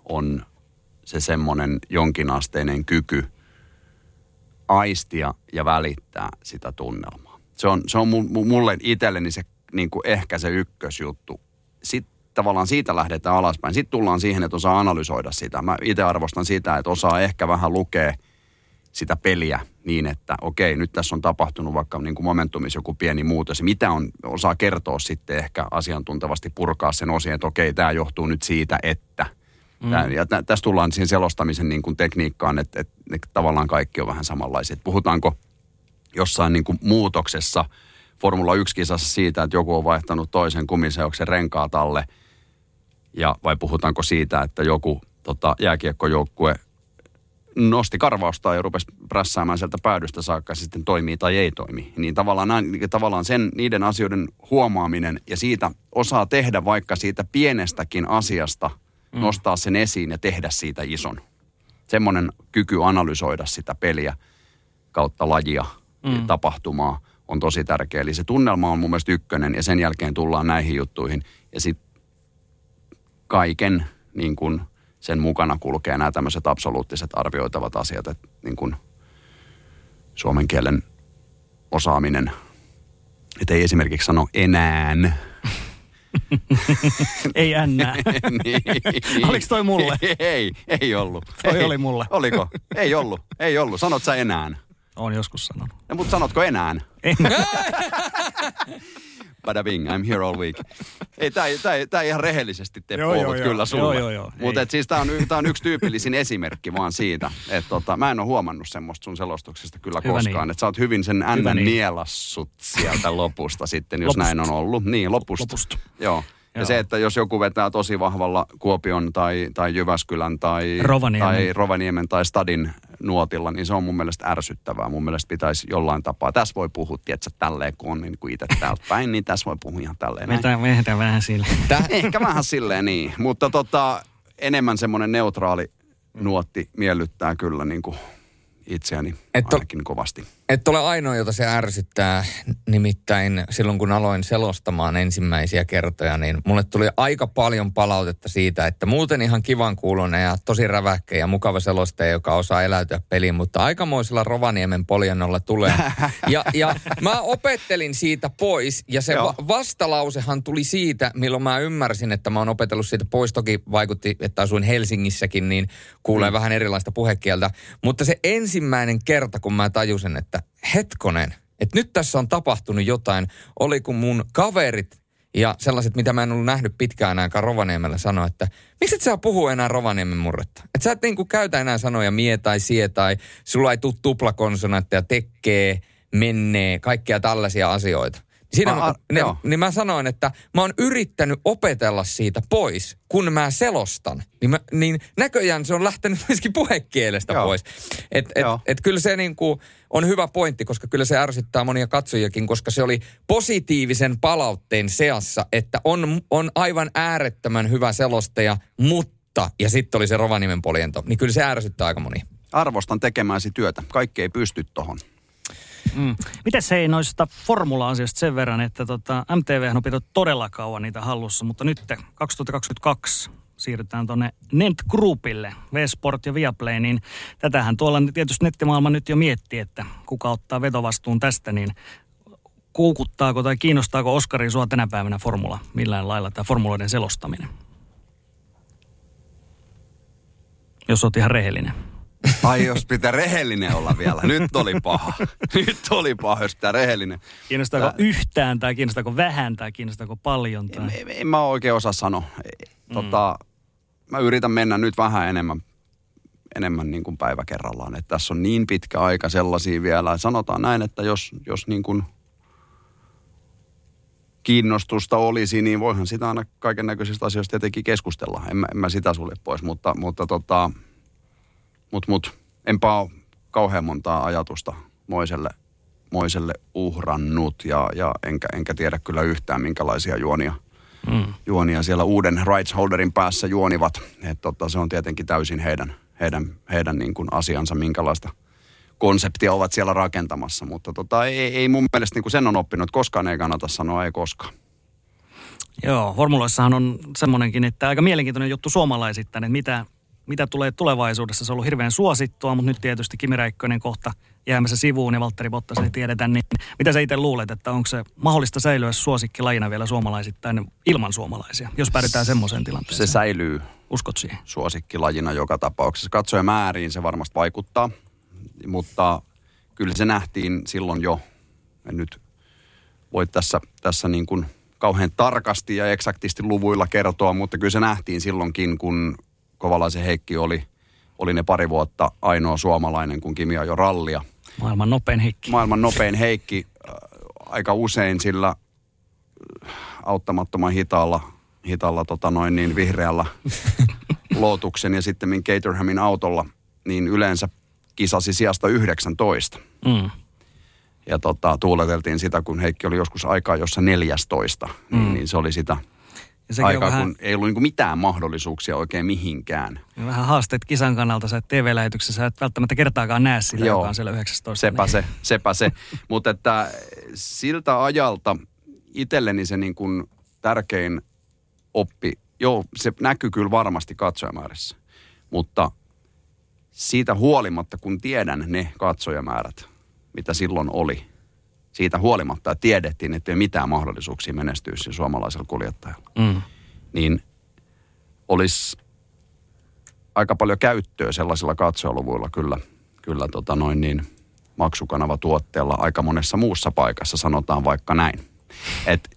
on se semmoinen jonkinasteinen kyky aistia ja välittää sitä tunnelmaa. Se on, se on mulle itselleni se niin kuin ehkä se ykkösjuttu. Sitten tavallaan siitä lähdetään alaspäin. Sitten tullaan siihen, että osaa analysoida sitä. Mä itse arvostan sitä, että osaa ehkä vähän lukea sitä peliä niin, että okei, nyt tässä on tapahtunut vaikka niin kuin momentumissa joku pieni muutos. Mitä on, osaa kertoa sitten ehkä asiantuntevasti, purkaa sen osin, että okei, tämä johtuu nyt siitä, että. Mm. Tää, ja tä, tässä tullaan siihen selostamisen niin kuin tekniikkaan, että, että, että tavallaan kaikki on vähän samanlaisia. Puhutaanko jossain niin kuin muutoksessa Formula yksi-kisassa siitä, että joku on vaihtanut toisen kumiseoksen renkaat alle, ja vai puhutaanko siitä, että joku tota, jääkiekkojoukkue nosti karvausta ja rupesi prässäämään sieltä päädystä saakka, se sitten toimii tai ei toimi. Niin tavallaan, tavallaan sen, niiden asioiden huomaaminen ja siitä osaa tehdä vaikka siitä pienestäkin asiasta, mm. nostaa sen esiin ja tehdä siitä ison. Semmoinen kyky analysoida sitä peliä kautta lajia, mm. tapahtumaa on tosi tärkeä. Eli se tunnelma on mun mielestä ykkönen ja sen jälkeen tullaan näihin juttuihin ja sitten kaiken niin kuin sen mukana kulkee nämä tämmöiset absoluuttiset arvioitavat asiat, että niin kuin suomen kielen osaaminen, että ei esimerkiksi sano enään. Ei ännää. niin. Oliko toi mulle? Ei, ei ollut. Toi ei. oli mulle. Oliko? Ei ollut, ei ollut. Sanot sä enään? Oon joskus sanonut. No, mutta sanotko enään? En. Bada bing, I'm here all week. Ei, tää, tää, tää ihan rehellisesti Teppo joo, ollut joo, kyllä sulle. Joo, joo, joo. Mutta siis tää on, tää on yksi tyypillisin esimerkki vaan siitä, että tota, mä en ole huomannut semmoista sun selostuksesta kyllä hyvä koskaan. Niin. Että sä oot hyvin sen ääntä niin. nielassut sieltä lopusta sitten, jos lopusta. näin on ollut. Niin, lopusta. Lopusta. Joo. Ja Joo. se, että jos joku vetää tosi vahvalla Kuopion tai, tai Jyväskylän tai Rovaniemen. tai Rovaniemen tai Stadin nuotilla, niin se on mun mielestä ärsyttävää. Mun mielestä pitäisi jollain tapaa. Tässä voi puhua, tietsä, tälleen, kun on niin kuin itse täältä päin, niin tässä voi puhua ihan tälleen. Vetään vähän silleen. Ehkä vähän silleen niin, mutta tota, enemmän semmoinen neutraali nuotti miellyttää kyllä niin kuin itseäni et ainakin to, kovasti. Et ole ainoa, jota se ärsyttää. Nimittäin silloin, kun aloin selostamaan ensimmäisiä kertoja, niin mulle tuli aika paljon palautetta siitä, että muuten ihan kivan kuulonen ja tosi räväkkä ja mukava selostaja, joka osaa eläytyä peliin, mutta aikamoisella Rovaniemen poljennolla tulee. Ja, ja mä opettelin siitä pois ja se va- vastalausehan tuli siitä, milloin mä ymmärsin, että mä oon opetellut siitä pois. Toki vaikutti, että asuin Helsingissäkin, niin kuulee mm. vähän erilaista puhekieltä. Mutta se ensimmäinen kerta, kun mä tajusin, että hetkonen, että nyt tässä on tapahtunut jotain, oli kun mun kaverit ja sellaiset, mitä mä en ollut nähnyt pitkään ainakaan Rovaniemellä, sanoi, että miksi et sä puhu enää Rovaniemen murretta? Että sä et niin kuin käytä enää sanoja mie tai sie tai sulla ei tule tuplakonsonantteja, tekee, mennee, kaikkea tällaisia asioita. Siinä a, a, mä, ne, niin mä sanoin, että mä oon yrittänyt opetella siitä pois, kun mä selostan. Niin, mä, niin näköjään se on lähtenyt myöskin puhekielestä joo. pois. Että et, et kyllä se niinku on hyvä pointti, koska kyllä se ärsyttää monia katsojakin, koska se oli positiivisen palautteen seassa, että on, on aivan äärettömän hyvä selostaja, mutta, ja sitten oli se Rovaniemen poljento, niin kyllä se ärsyttää aika moni. Arvostan tekemääsi työtä. Kaikki ei pysty tohon. Mm. Mites hei noista formula-asioista sen verran, että tota, M T V:hän on pitänyt todella kauan niitä hallussa, mutta nyt kaksituhattakaksikymmentäkaksi siirrytään tuonne Nent Groupille, V-Sport ja Viaplay, niin tätähän tuolla tietysti nettimaailma nyt jo miettii, että kuka ottaa vetovastuun tästä, niin koukuttaako tai kiinnostaako Oskari sua tänä päivänä formula millään lailla, tämä formuloiden selostaminen? Jos oot ihan rehellinen. Ai jos pitää rehellinen olla vielä. Nyt oli paha. Nyt oli paha, jos pitää rehellinen. Kiinnostaako Tää... yhtään tai kiinnostaako vähän tai kiinnostaako paljon? Tai... En, en, en mä oikein osaa sanoa. Tota, mm. Mä yritän mennä nyt vähän enemmän, enemmän niin kuin päivä kerrallaan. Että tässä on niin pitkä aika sellaisia vielä. Sanotaan näin, että jos, jos niin kuin kiinnostusta olisi, niin voihan sitä aina kaiken näköisistä asioista tietenkin keskustella. En mä, en mä sitä sulje pois, mutta, mutta tota... Mut, mut, enpä ole kauhean montaa ajatusta Moiselle, Moiselle uhrannut ja, ja enkä, enkä tiedä kyllä yhtään minkälaisia juonia, mm. juonia siellä uuden rights holderin päässä juonivat. Et tota, se on tietenkin täysin heidän, heidän, heidän niin kuin asiansa, minkälaista konseptia ovat siellä rakentamassa. Mutta tota, ei, ei mun mielestä niin kuin sen on oppinut, että koskaan ei kannata sanoa ei koskaan. Joo, formuloissahan on semmoinenkin, että aika mielenkiintoinen juttu suomalaisittain, että mitä mitä tulee tulevaisuudessa. Se on ollut hirveän suosittua, mutta nyt tietysti Kimi Räikkönen kohta jäämässä sivuun ja Valtteri Bottas ei tiedetä. Niin mitä sä itse luulet, että onko se mahdollista säilyä suosikkilajina vielä suomalaisittain ilman suomalaisia, jos päädytään semmoiseen tilanteeseen? Se säilyy. Uskot siihen? Suosikkilajina joka tapauksessa. Katsoja määriin se varmasti vaikuttaa, mutta kyllä se nähtiin silloin jo. En nyt voi tässä, tässä niin kuin kauhean tarkasti ja eksaktisti luvuilla kertoa, mutta kyllä se nähtiin silloinkin, kun Kovalaisen Heikki oli, oli ne pari vuotta ainoa suomalainen, kun Kimi ajoi rallia. Maailman nopein Heikki. Maailman nopein Heikki äh, aika usein sillä auttamattoman hitaalla, hitaalla tota noin niin vihreällä Lotuksen ja sitten Caterhamin autolla, niin yleensä kisasi sijasta yhdeksäntoista. Mm. Ja tota, tuuleteltiin sitä, kun Heikki oli joskus aikaa jossa neljästoista, mm. niin, niin se oli sitä aikaa, vähän, kun ei ollut niin kuin mitään mahdollisuuksia oikein mihinkään. Vähän haasteet kisan kannalta, sä T V-lähetyksessä et välttämättä kertaakaan näe sitä, Joo, joka on siellä yhdeksäntoista. Sepä niin. se, sepä se. Mutta että siltä ajalta itselleni se niin kuin tärkein oppi, joo, se näkyy kyllä varmasti katsojamäärissä, mutta siitä huolimatta, kun tiedän ne katsojamäärät, mitä silloin oli, siitä huolimatta, että tiedettiin, että ei ole mitään mahdollisuuksia menestyä siinä suomalaisella kuljettajalla, mm. niin olisi aika paljon käyttöä sellaisilla katsojaluvuilla kyllä, kyllä tota noin niin maksukanavatuotteella aika monessa muussa paikassa, sanotaan vaikka näin. Et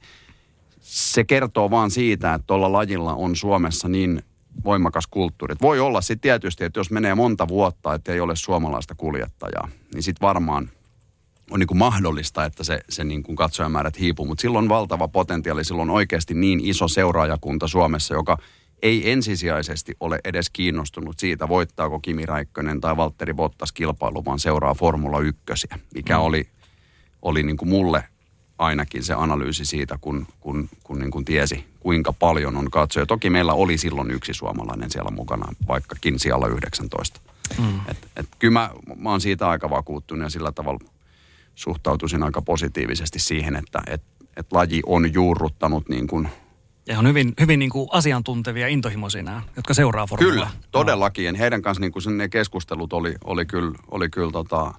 se kertoo vaan siitä, että tuolla lajilla on Suomessa niin voimakas kulttuuri. Voi olla sitten tietysti, että jos menee monta vuotta, että ei ole suomalaista kuljettajaa, niin sitten varmaan on niin kuin mahdollista, että se, se niin kuin katsojamäärät hiipuu. Mutta silloin on valtava potentiaali, silloin on oikeasti niin iso seuraajakunta Suomessa, joka ei ensisijaisesti ole edes kiinnostunut siitä, voittaako Kimi Räikkönen tai Valtteri Bottas kilpailu, vaan seuraa Formula ykkösiä, mikä mm. oli, oli niin kuin mulle ainakin se analyysi siitä, kun, kun, kun niin kuin tiesi, kuinka paljon on katsoja. Toki meillä oli silloin yksi suomalainen siellä mukana, vaikkakin siellä yhdeksäntoista. Mm. Et, et kyllä mä, mä oon siitä aika vakuuttunut ja sillä tavalla suhtautuisin aika positiivisesti siihen, että et, et laji on juurruttanut niin kuin... Ja on hyvin, hyvin niin kuin asiantuntevia intohimoisia nämä, jotka seuraa formulaa. Kyllä, todellakin. Ja heidän kanssa niin kuin ne keskustelut oli, oli kyllä, oli kyllä tota,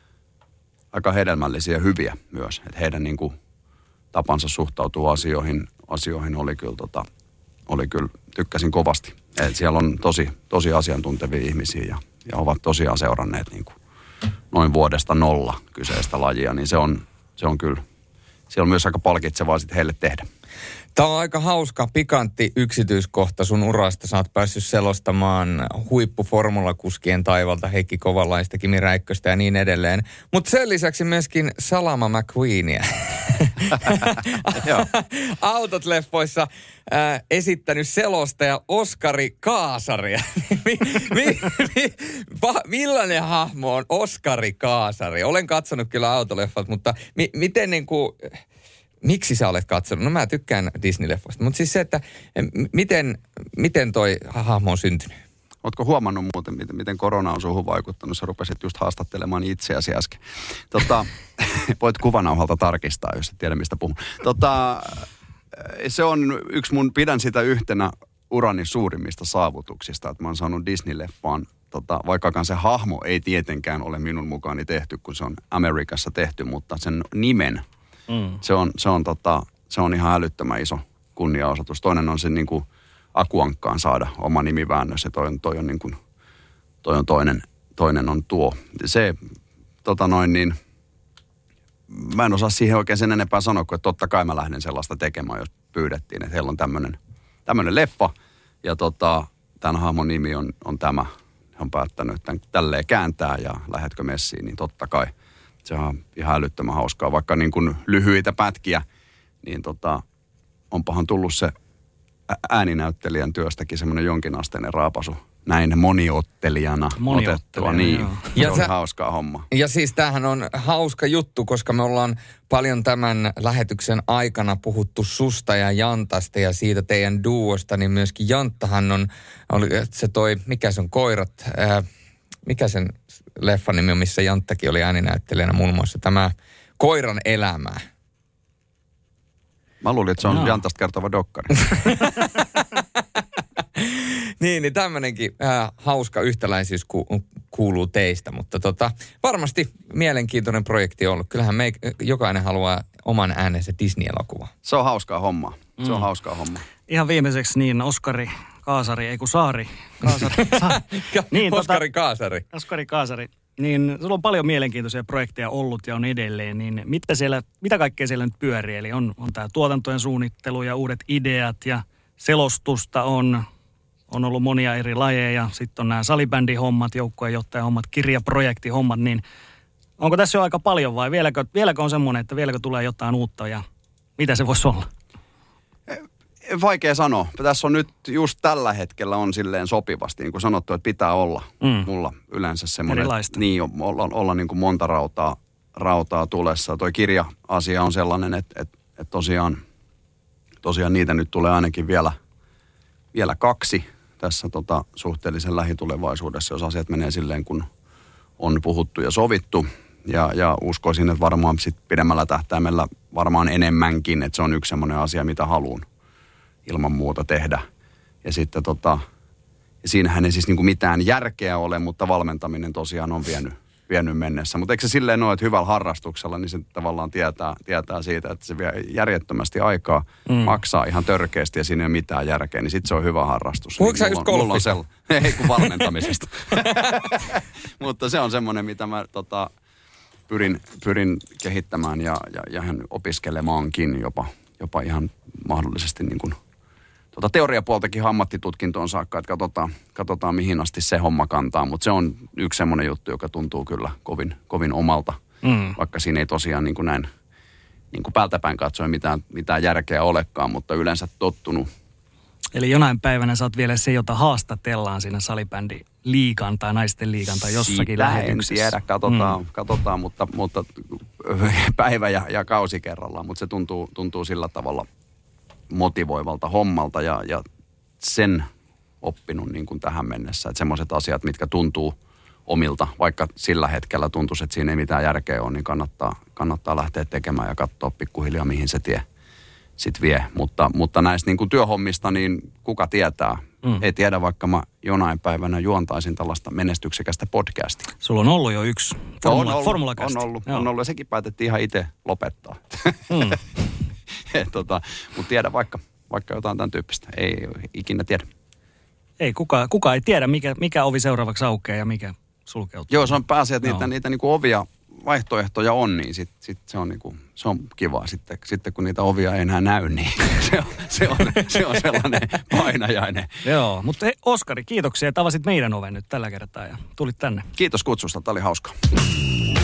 aika hedelmällisiä ja hyviä myös. Että heidän niin kuin tapansa suhtautua asioihin, asioihin oli kyllä, tota, oli kyllä, tykkäsin kovasti. Et siellä on tosi, tosi asiantuntevia ihmisiä ja, ja ovat tosiaan seuranneet niin kuin noin vuodesta nolla kyseistä lajia, niin se on, se on kyllä, se on myös aika palkitsevaa sitten heille tehdä. Tämä on aika hauska, pikantti yksityiskohta sun urasta. Sä oot päässyt selostamaan huippuformulakuskien taivalta Heikki Kovalaista, Kimi Räikköstä ja niin edelleen. Mutta sen lisäksi myöskin Salama McQueenia. Autot-leffoissa äh, esittänyt selostaja Oskari Kaasaria. mi, mi, mi, va, millainen hahmo on Oskari Kaasari? Olen katsonut kyllä autoleffat, mutta mi, miten niin kuin... Miksi sä olet katsonut? No mä tykkään Disney-leffoista, mutta siis se, että miten, miten toi hahmo on syntynyt? Ootko huomannut muuten, miten korona on suhun vaikuttanut? Sä rupesit just haastattelemaan itseäsi äsken. Tota, voit kuvanauhalta tarkistaa, jos et tiedä mistä puhun. Tota, se on yksi mun, pidän sitä yhtenä urani suurimmista saavutuksista, että mä oon saanut Disney-leffaan, tota, vaikkakaan se hahmo ei tietenkään ole minun mukaani tehty, kun se on Amerikassa tehty, mutta sen nimen Mm. Se, on, se, on tota, se on ihan älyttömän iso kunniaosoitus. Toinen on se niin kuin Akuankkaan saada oma nimiväännös ja toi on, toi on, niin kuin, toi on toinen, toinen on tuo. Se, tota noin niin, mä en osaa siihen oikein sen enempää sanoa, kun totta kai mä lähden sellaista tekemään, jos pyydettiin, että heillä on tämmöinen, tämmöinen leffa ja tota, tämän hahmon nimi on, on tämä. He on päättänyt tämän tälleen kääntää ja lähetkö messiin, niin totta kai. Se on ihan älyttömän hauskaa, vaikka niin kuin lyhyitä pätkiä, niin tota, onpahan tullut se ääninäyttelijän työstäkin semmoinen jonkinasteinen raapasu näin moniottelijana otettua. Niin, joo. Se ja on sä, hauskaa homma. Ja siis tämähän on hauska juttu, koska me ollaan paljon tämän lähetyksen aikana puhuttu susta ja Jantasta ja siitä teidän duosta, niin myöskin Janttahan on, oli, se toi, mikä se on, koirat, ää, mikä sen leffan nimi on, missä Janttakin oli ääninäyttelijänä muun muassa tämä Koiran elämää. Mä luulin, että se on no. Jantasta kertova dokkari. niin, niin tämmöinenkin äh, hauska yhtäläisyys ku, kuuluu teistä, mutta tota, varmasti mielenkiintoinen projekti on ollut. Kyllähän me jokainen haluaa oman äänensä Disney-elokuva. Se on hauskaa hommaa. Se on Mm. hauskaa hommaa. Ihan viimeiseksi niin Oskari Kaasari, ei kun Saari. Kaasari. niin, Oskari tota, Kaasari. Oskari Kaasari. Niin sulla on paljon mielenkiintoisia projekteja ollut ja on edelleen, niin mitä, siellä, mitä kaikkea siellä nyt pyörii? Eli on, on tämä tuotantojen suunnittelu ja uudet ideat ja selostusta on, on ollut monia eri lajeja. Sitten on nämä salibändihommat, joukkueenjohtajahommat, kirjaprojektihommat, niin onko tässä jo aika paljon vai vieläkö, vieläkö on semmoinen, että vieläkö tulee jotain uutta ja mitä se voisi olla? Vaikea sanoa. Tässä on nyt just tällä hetkellä on silleen sopivasti, niin kuin sanottu, että pitää olla mm. mulla yleensä semmoinen. Erilaista. Niin, olla, olla niin kuin monta rautaa, rautaa tulessa. Toi kirja-asia on sellainen, että, että, että tosiaan, tosiaan niitä nyt tulee ainakin vielä, vielä kaksi tässä tota, suhteellisen lähitulevaisuudessa, jos asiat menee silleen, kun on puhuttu ja sovittu. Ja, ja uskoisin, että varmaan sit pidemmällä tähtäimellä varmaan enemmänkin, että se on yksi semmoinen asia, mitä haluan ilman muuta tehdä. Ja sitten tota, ja siinähän ei siis niinku mitään järkeä ole, mutta valmentaminen tosiaan on vienyt, vienyt mennessä. Mutta eikö se silleen ole, että hyvällä harrastuksella, niin se tavallaan tietää, tietää siitä, että se vie järjettömästi aikaa, mm. maksaa ihan törkeästi ja siinä ei ole mitään järkeä, niin sitten se on hyvä harrastus. Puhuitko niin sä just golfista? Sell- ei kun valmentamisesta. Mutta se on semmoinen, mitä mä tota, pyrin, pyrin kehittämään ja, ja, ja opiskelemaankin jopa, jopa ihan mahdollisesti niin kuin Tota teoriapuoltakin ammattitutkintoon saakka, että katsotaan, katsotaan mihin asti se homma kantaa, mutta se on yksi semmoinen juttu, joka tuntuu kyllä kovin, kovin omalta, mm. vaikka siinä ei tosiaan niin kuin näin niin kuin päältäpäin katsoen mitään, mitään järkeä olekaan, mutta yleensä tottunut. Eli jonain päivänä sä oot vielä se, jota haastatellaan siinä salibändi liigan tai naisten liigan tai jossakin Siitä lähetyksessä. en tiedä, katsotaan, mm. katsotaan mutta, mutta päivä ja, ja kausi kerrallaan, mutta se tuntuu, tuntuu sillä tavalla motivoivalta hommalta ja, ja sen oppinut niin kuin tähän mennessä. Että semmoiset asiat, mitkä tuntuu omilta, vaikka sillä hetkellä tuntuisi, että siinä ei mitään järkeä ole, niin kannattaa, kannattaa lähteä tekemään ja katsoa pikkuhiljaa, mihin se tie sitten vie. Mutta, mutta näistä niin kuin työhommista, niin kuka tietää? Mm. Ei tiedä, vaikka mä jonain päivänä juontaisin tällaista menestyksekästä podcastia. Sulla on ollut jo yksi formula, on ollut, formulakästi. On ollut, on ollut ja sekin päätettiin ihan itse lopettaa. Mm. tota, mutta tiedä vaikka, vaikka jotain tämän tyyppistä. Ei ikinä tiedä. Ei, kuka, kuka ei tiedä, mikä, mikä ovi seuraavaksi aukeaa ja mikä sulkeutuu. Joo, se on pääasia, että niitä, niitä niinku ovia, vaihtoehtoja on, niin sit, sit se, on niinku, se on kiva. Sitten, sitten kun niitä ovia ei enää näy, niin se on, se on, se on sellainen painajainen. Joo, mutta hei, Oskari, kiitoksia, että avasit meidän oven nyt tällä kertaa ja tulit tänne. Kiitos kutsusta, tämä oli hauskaa.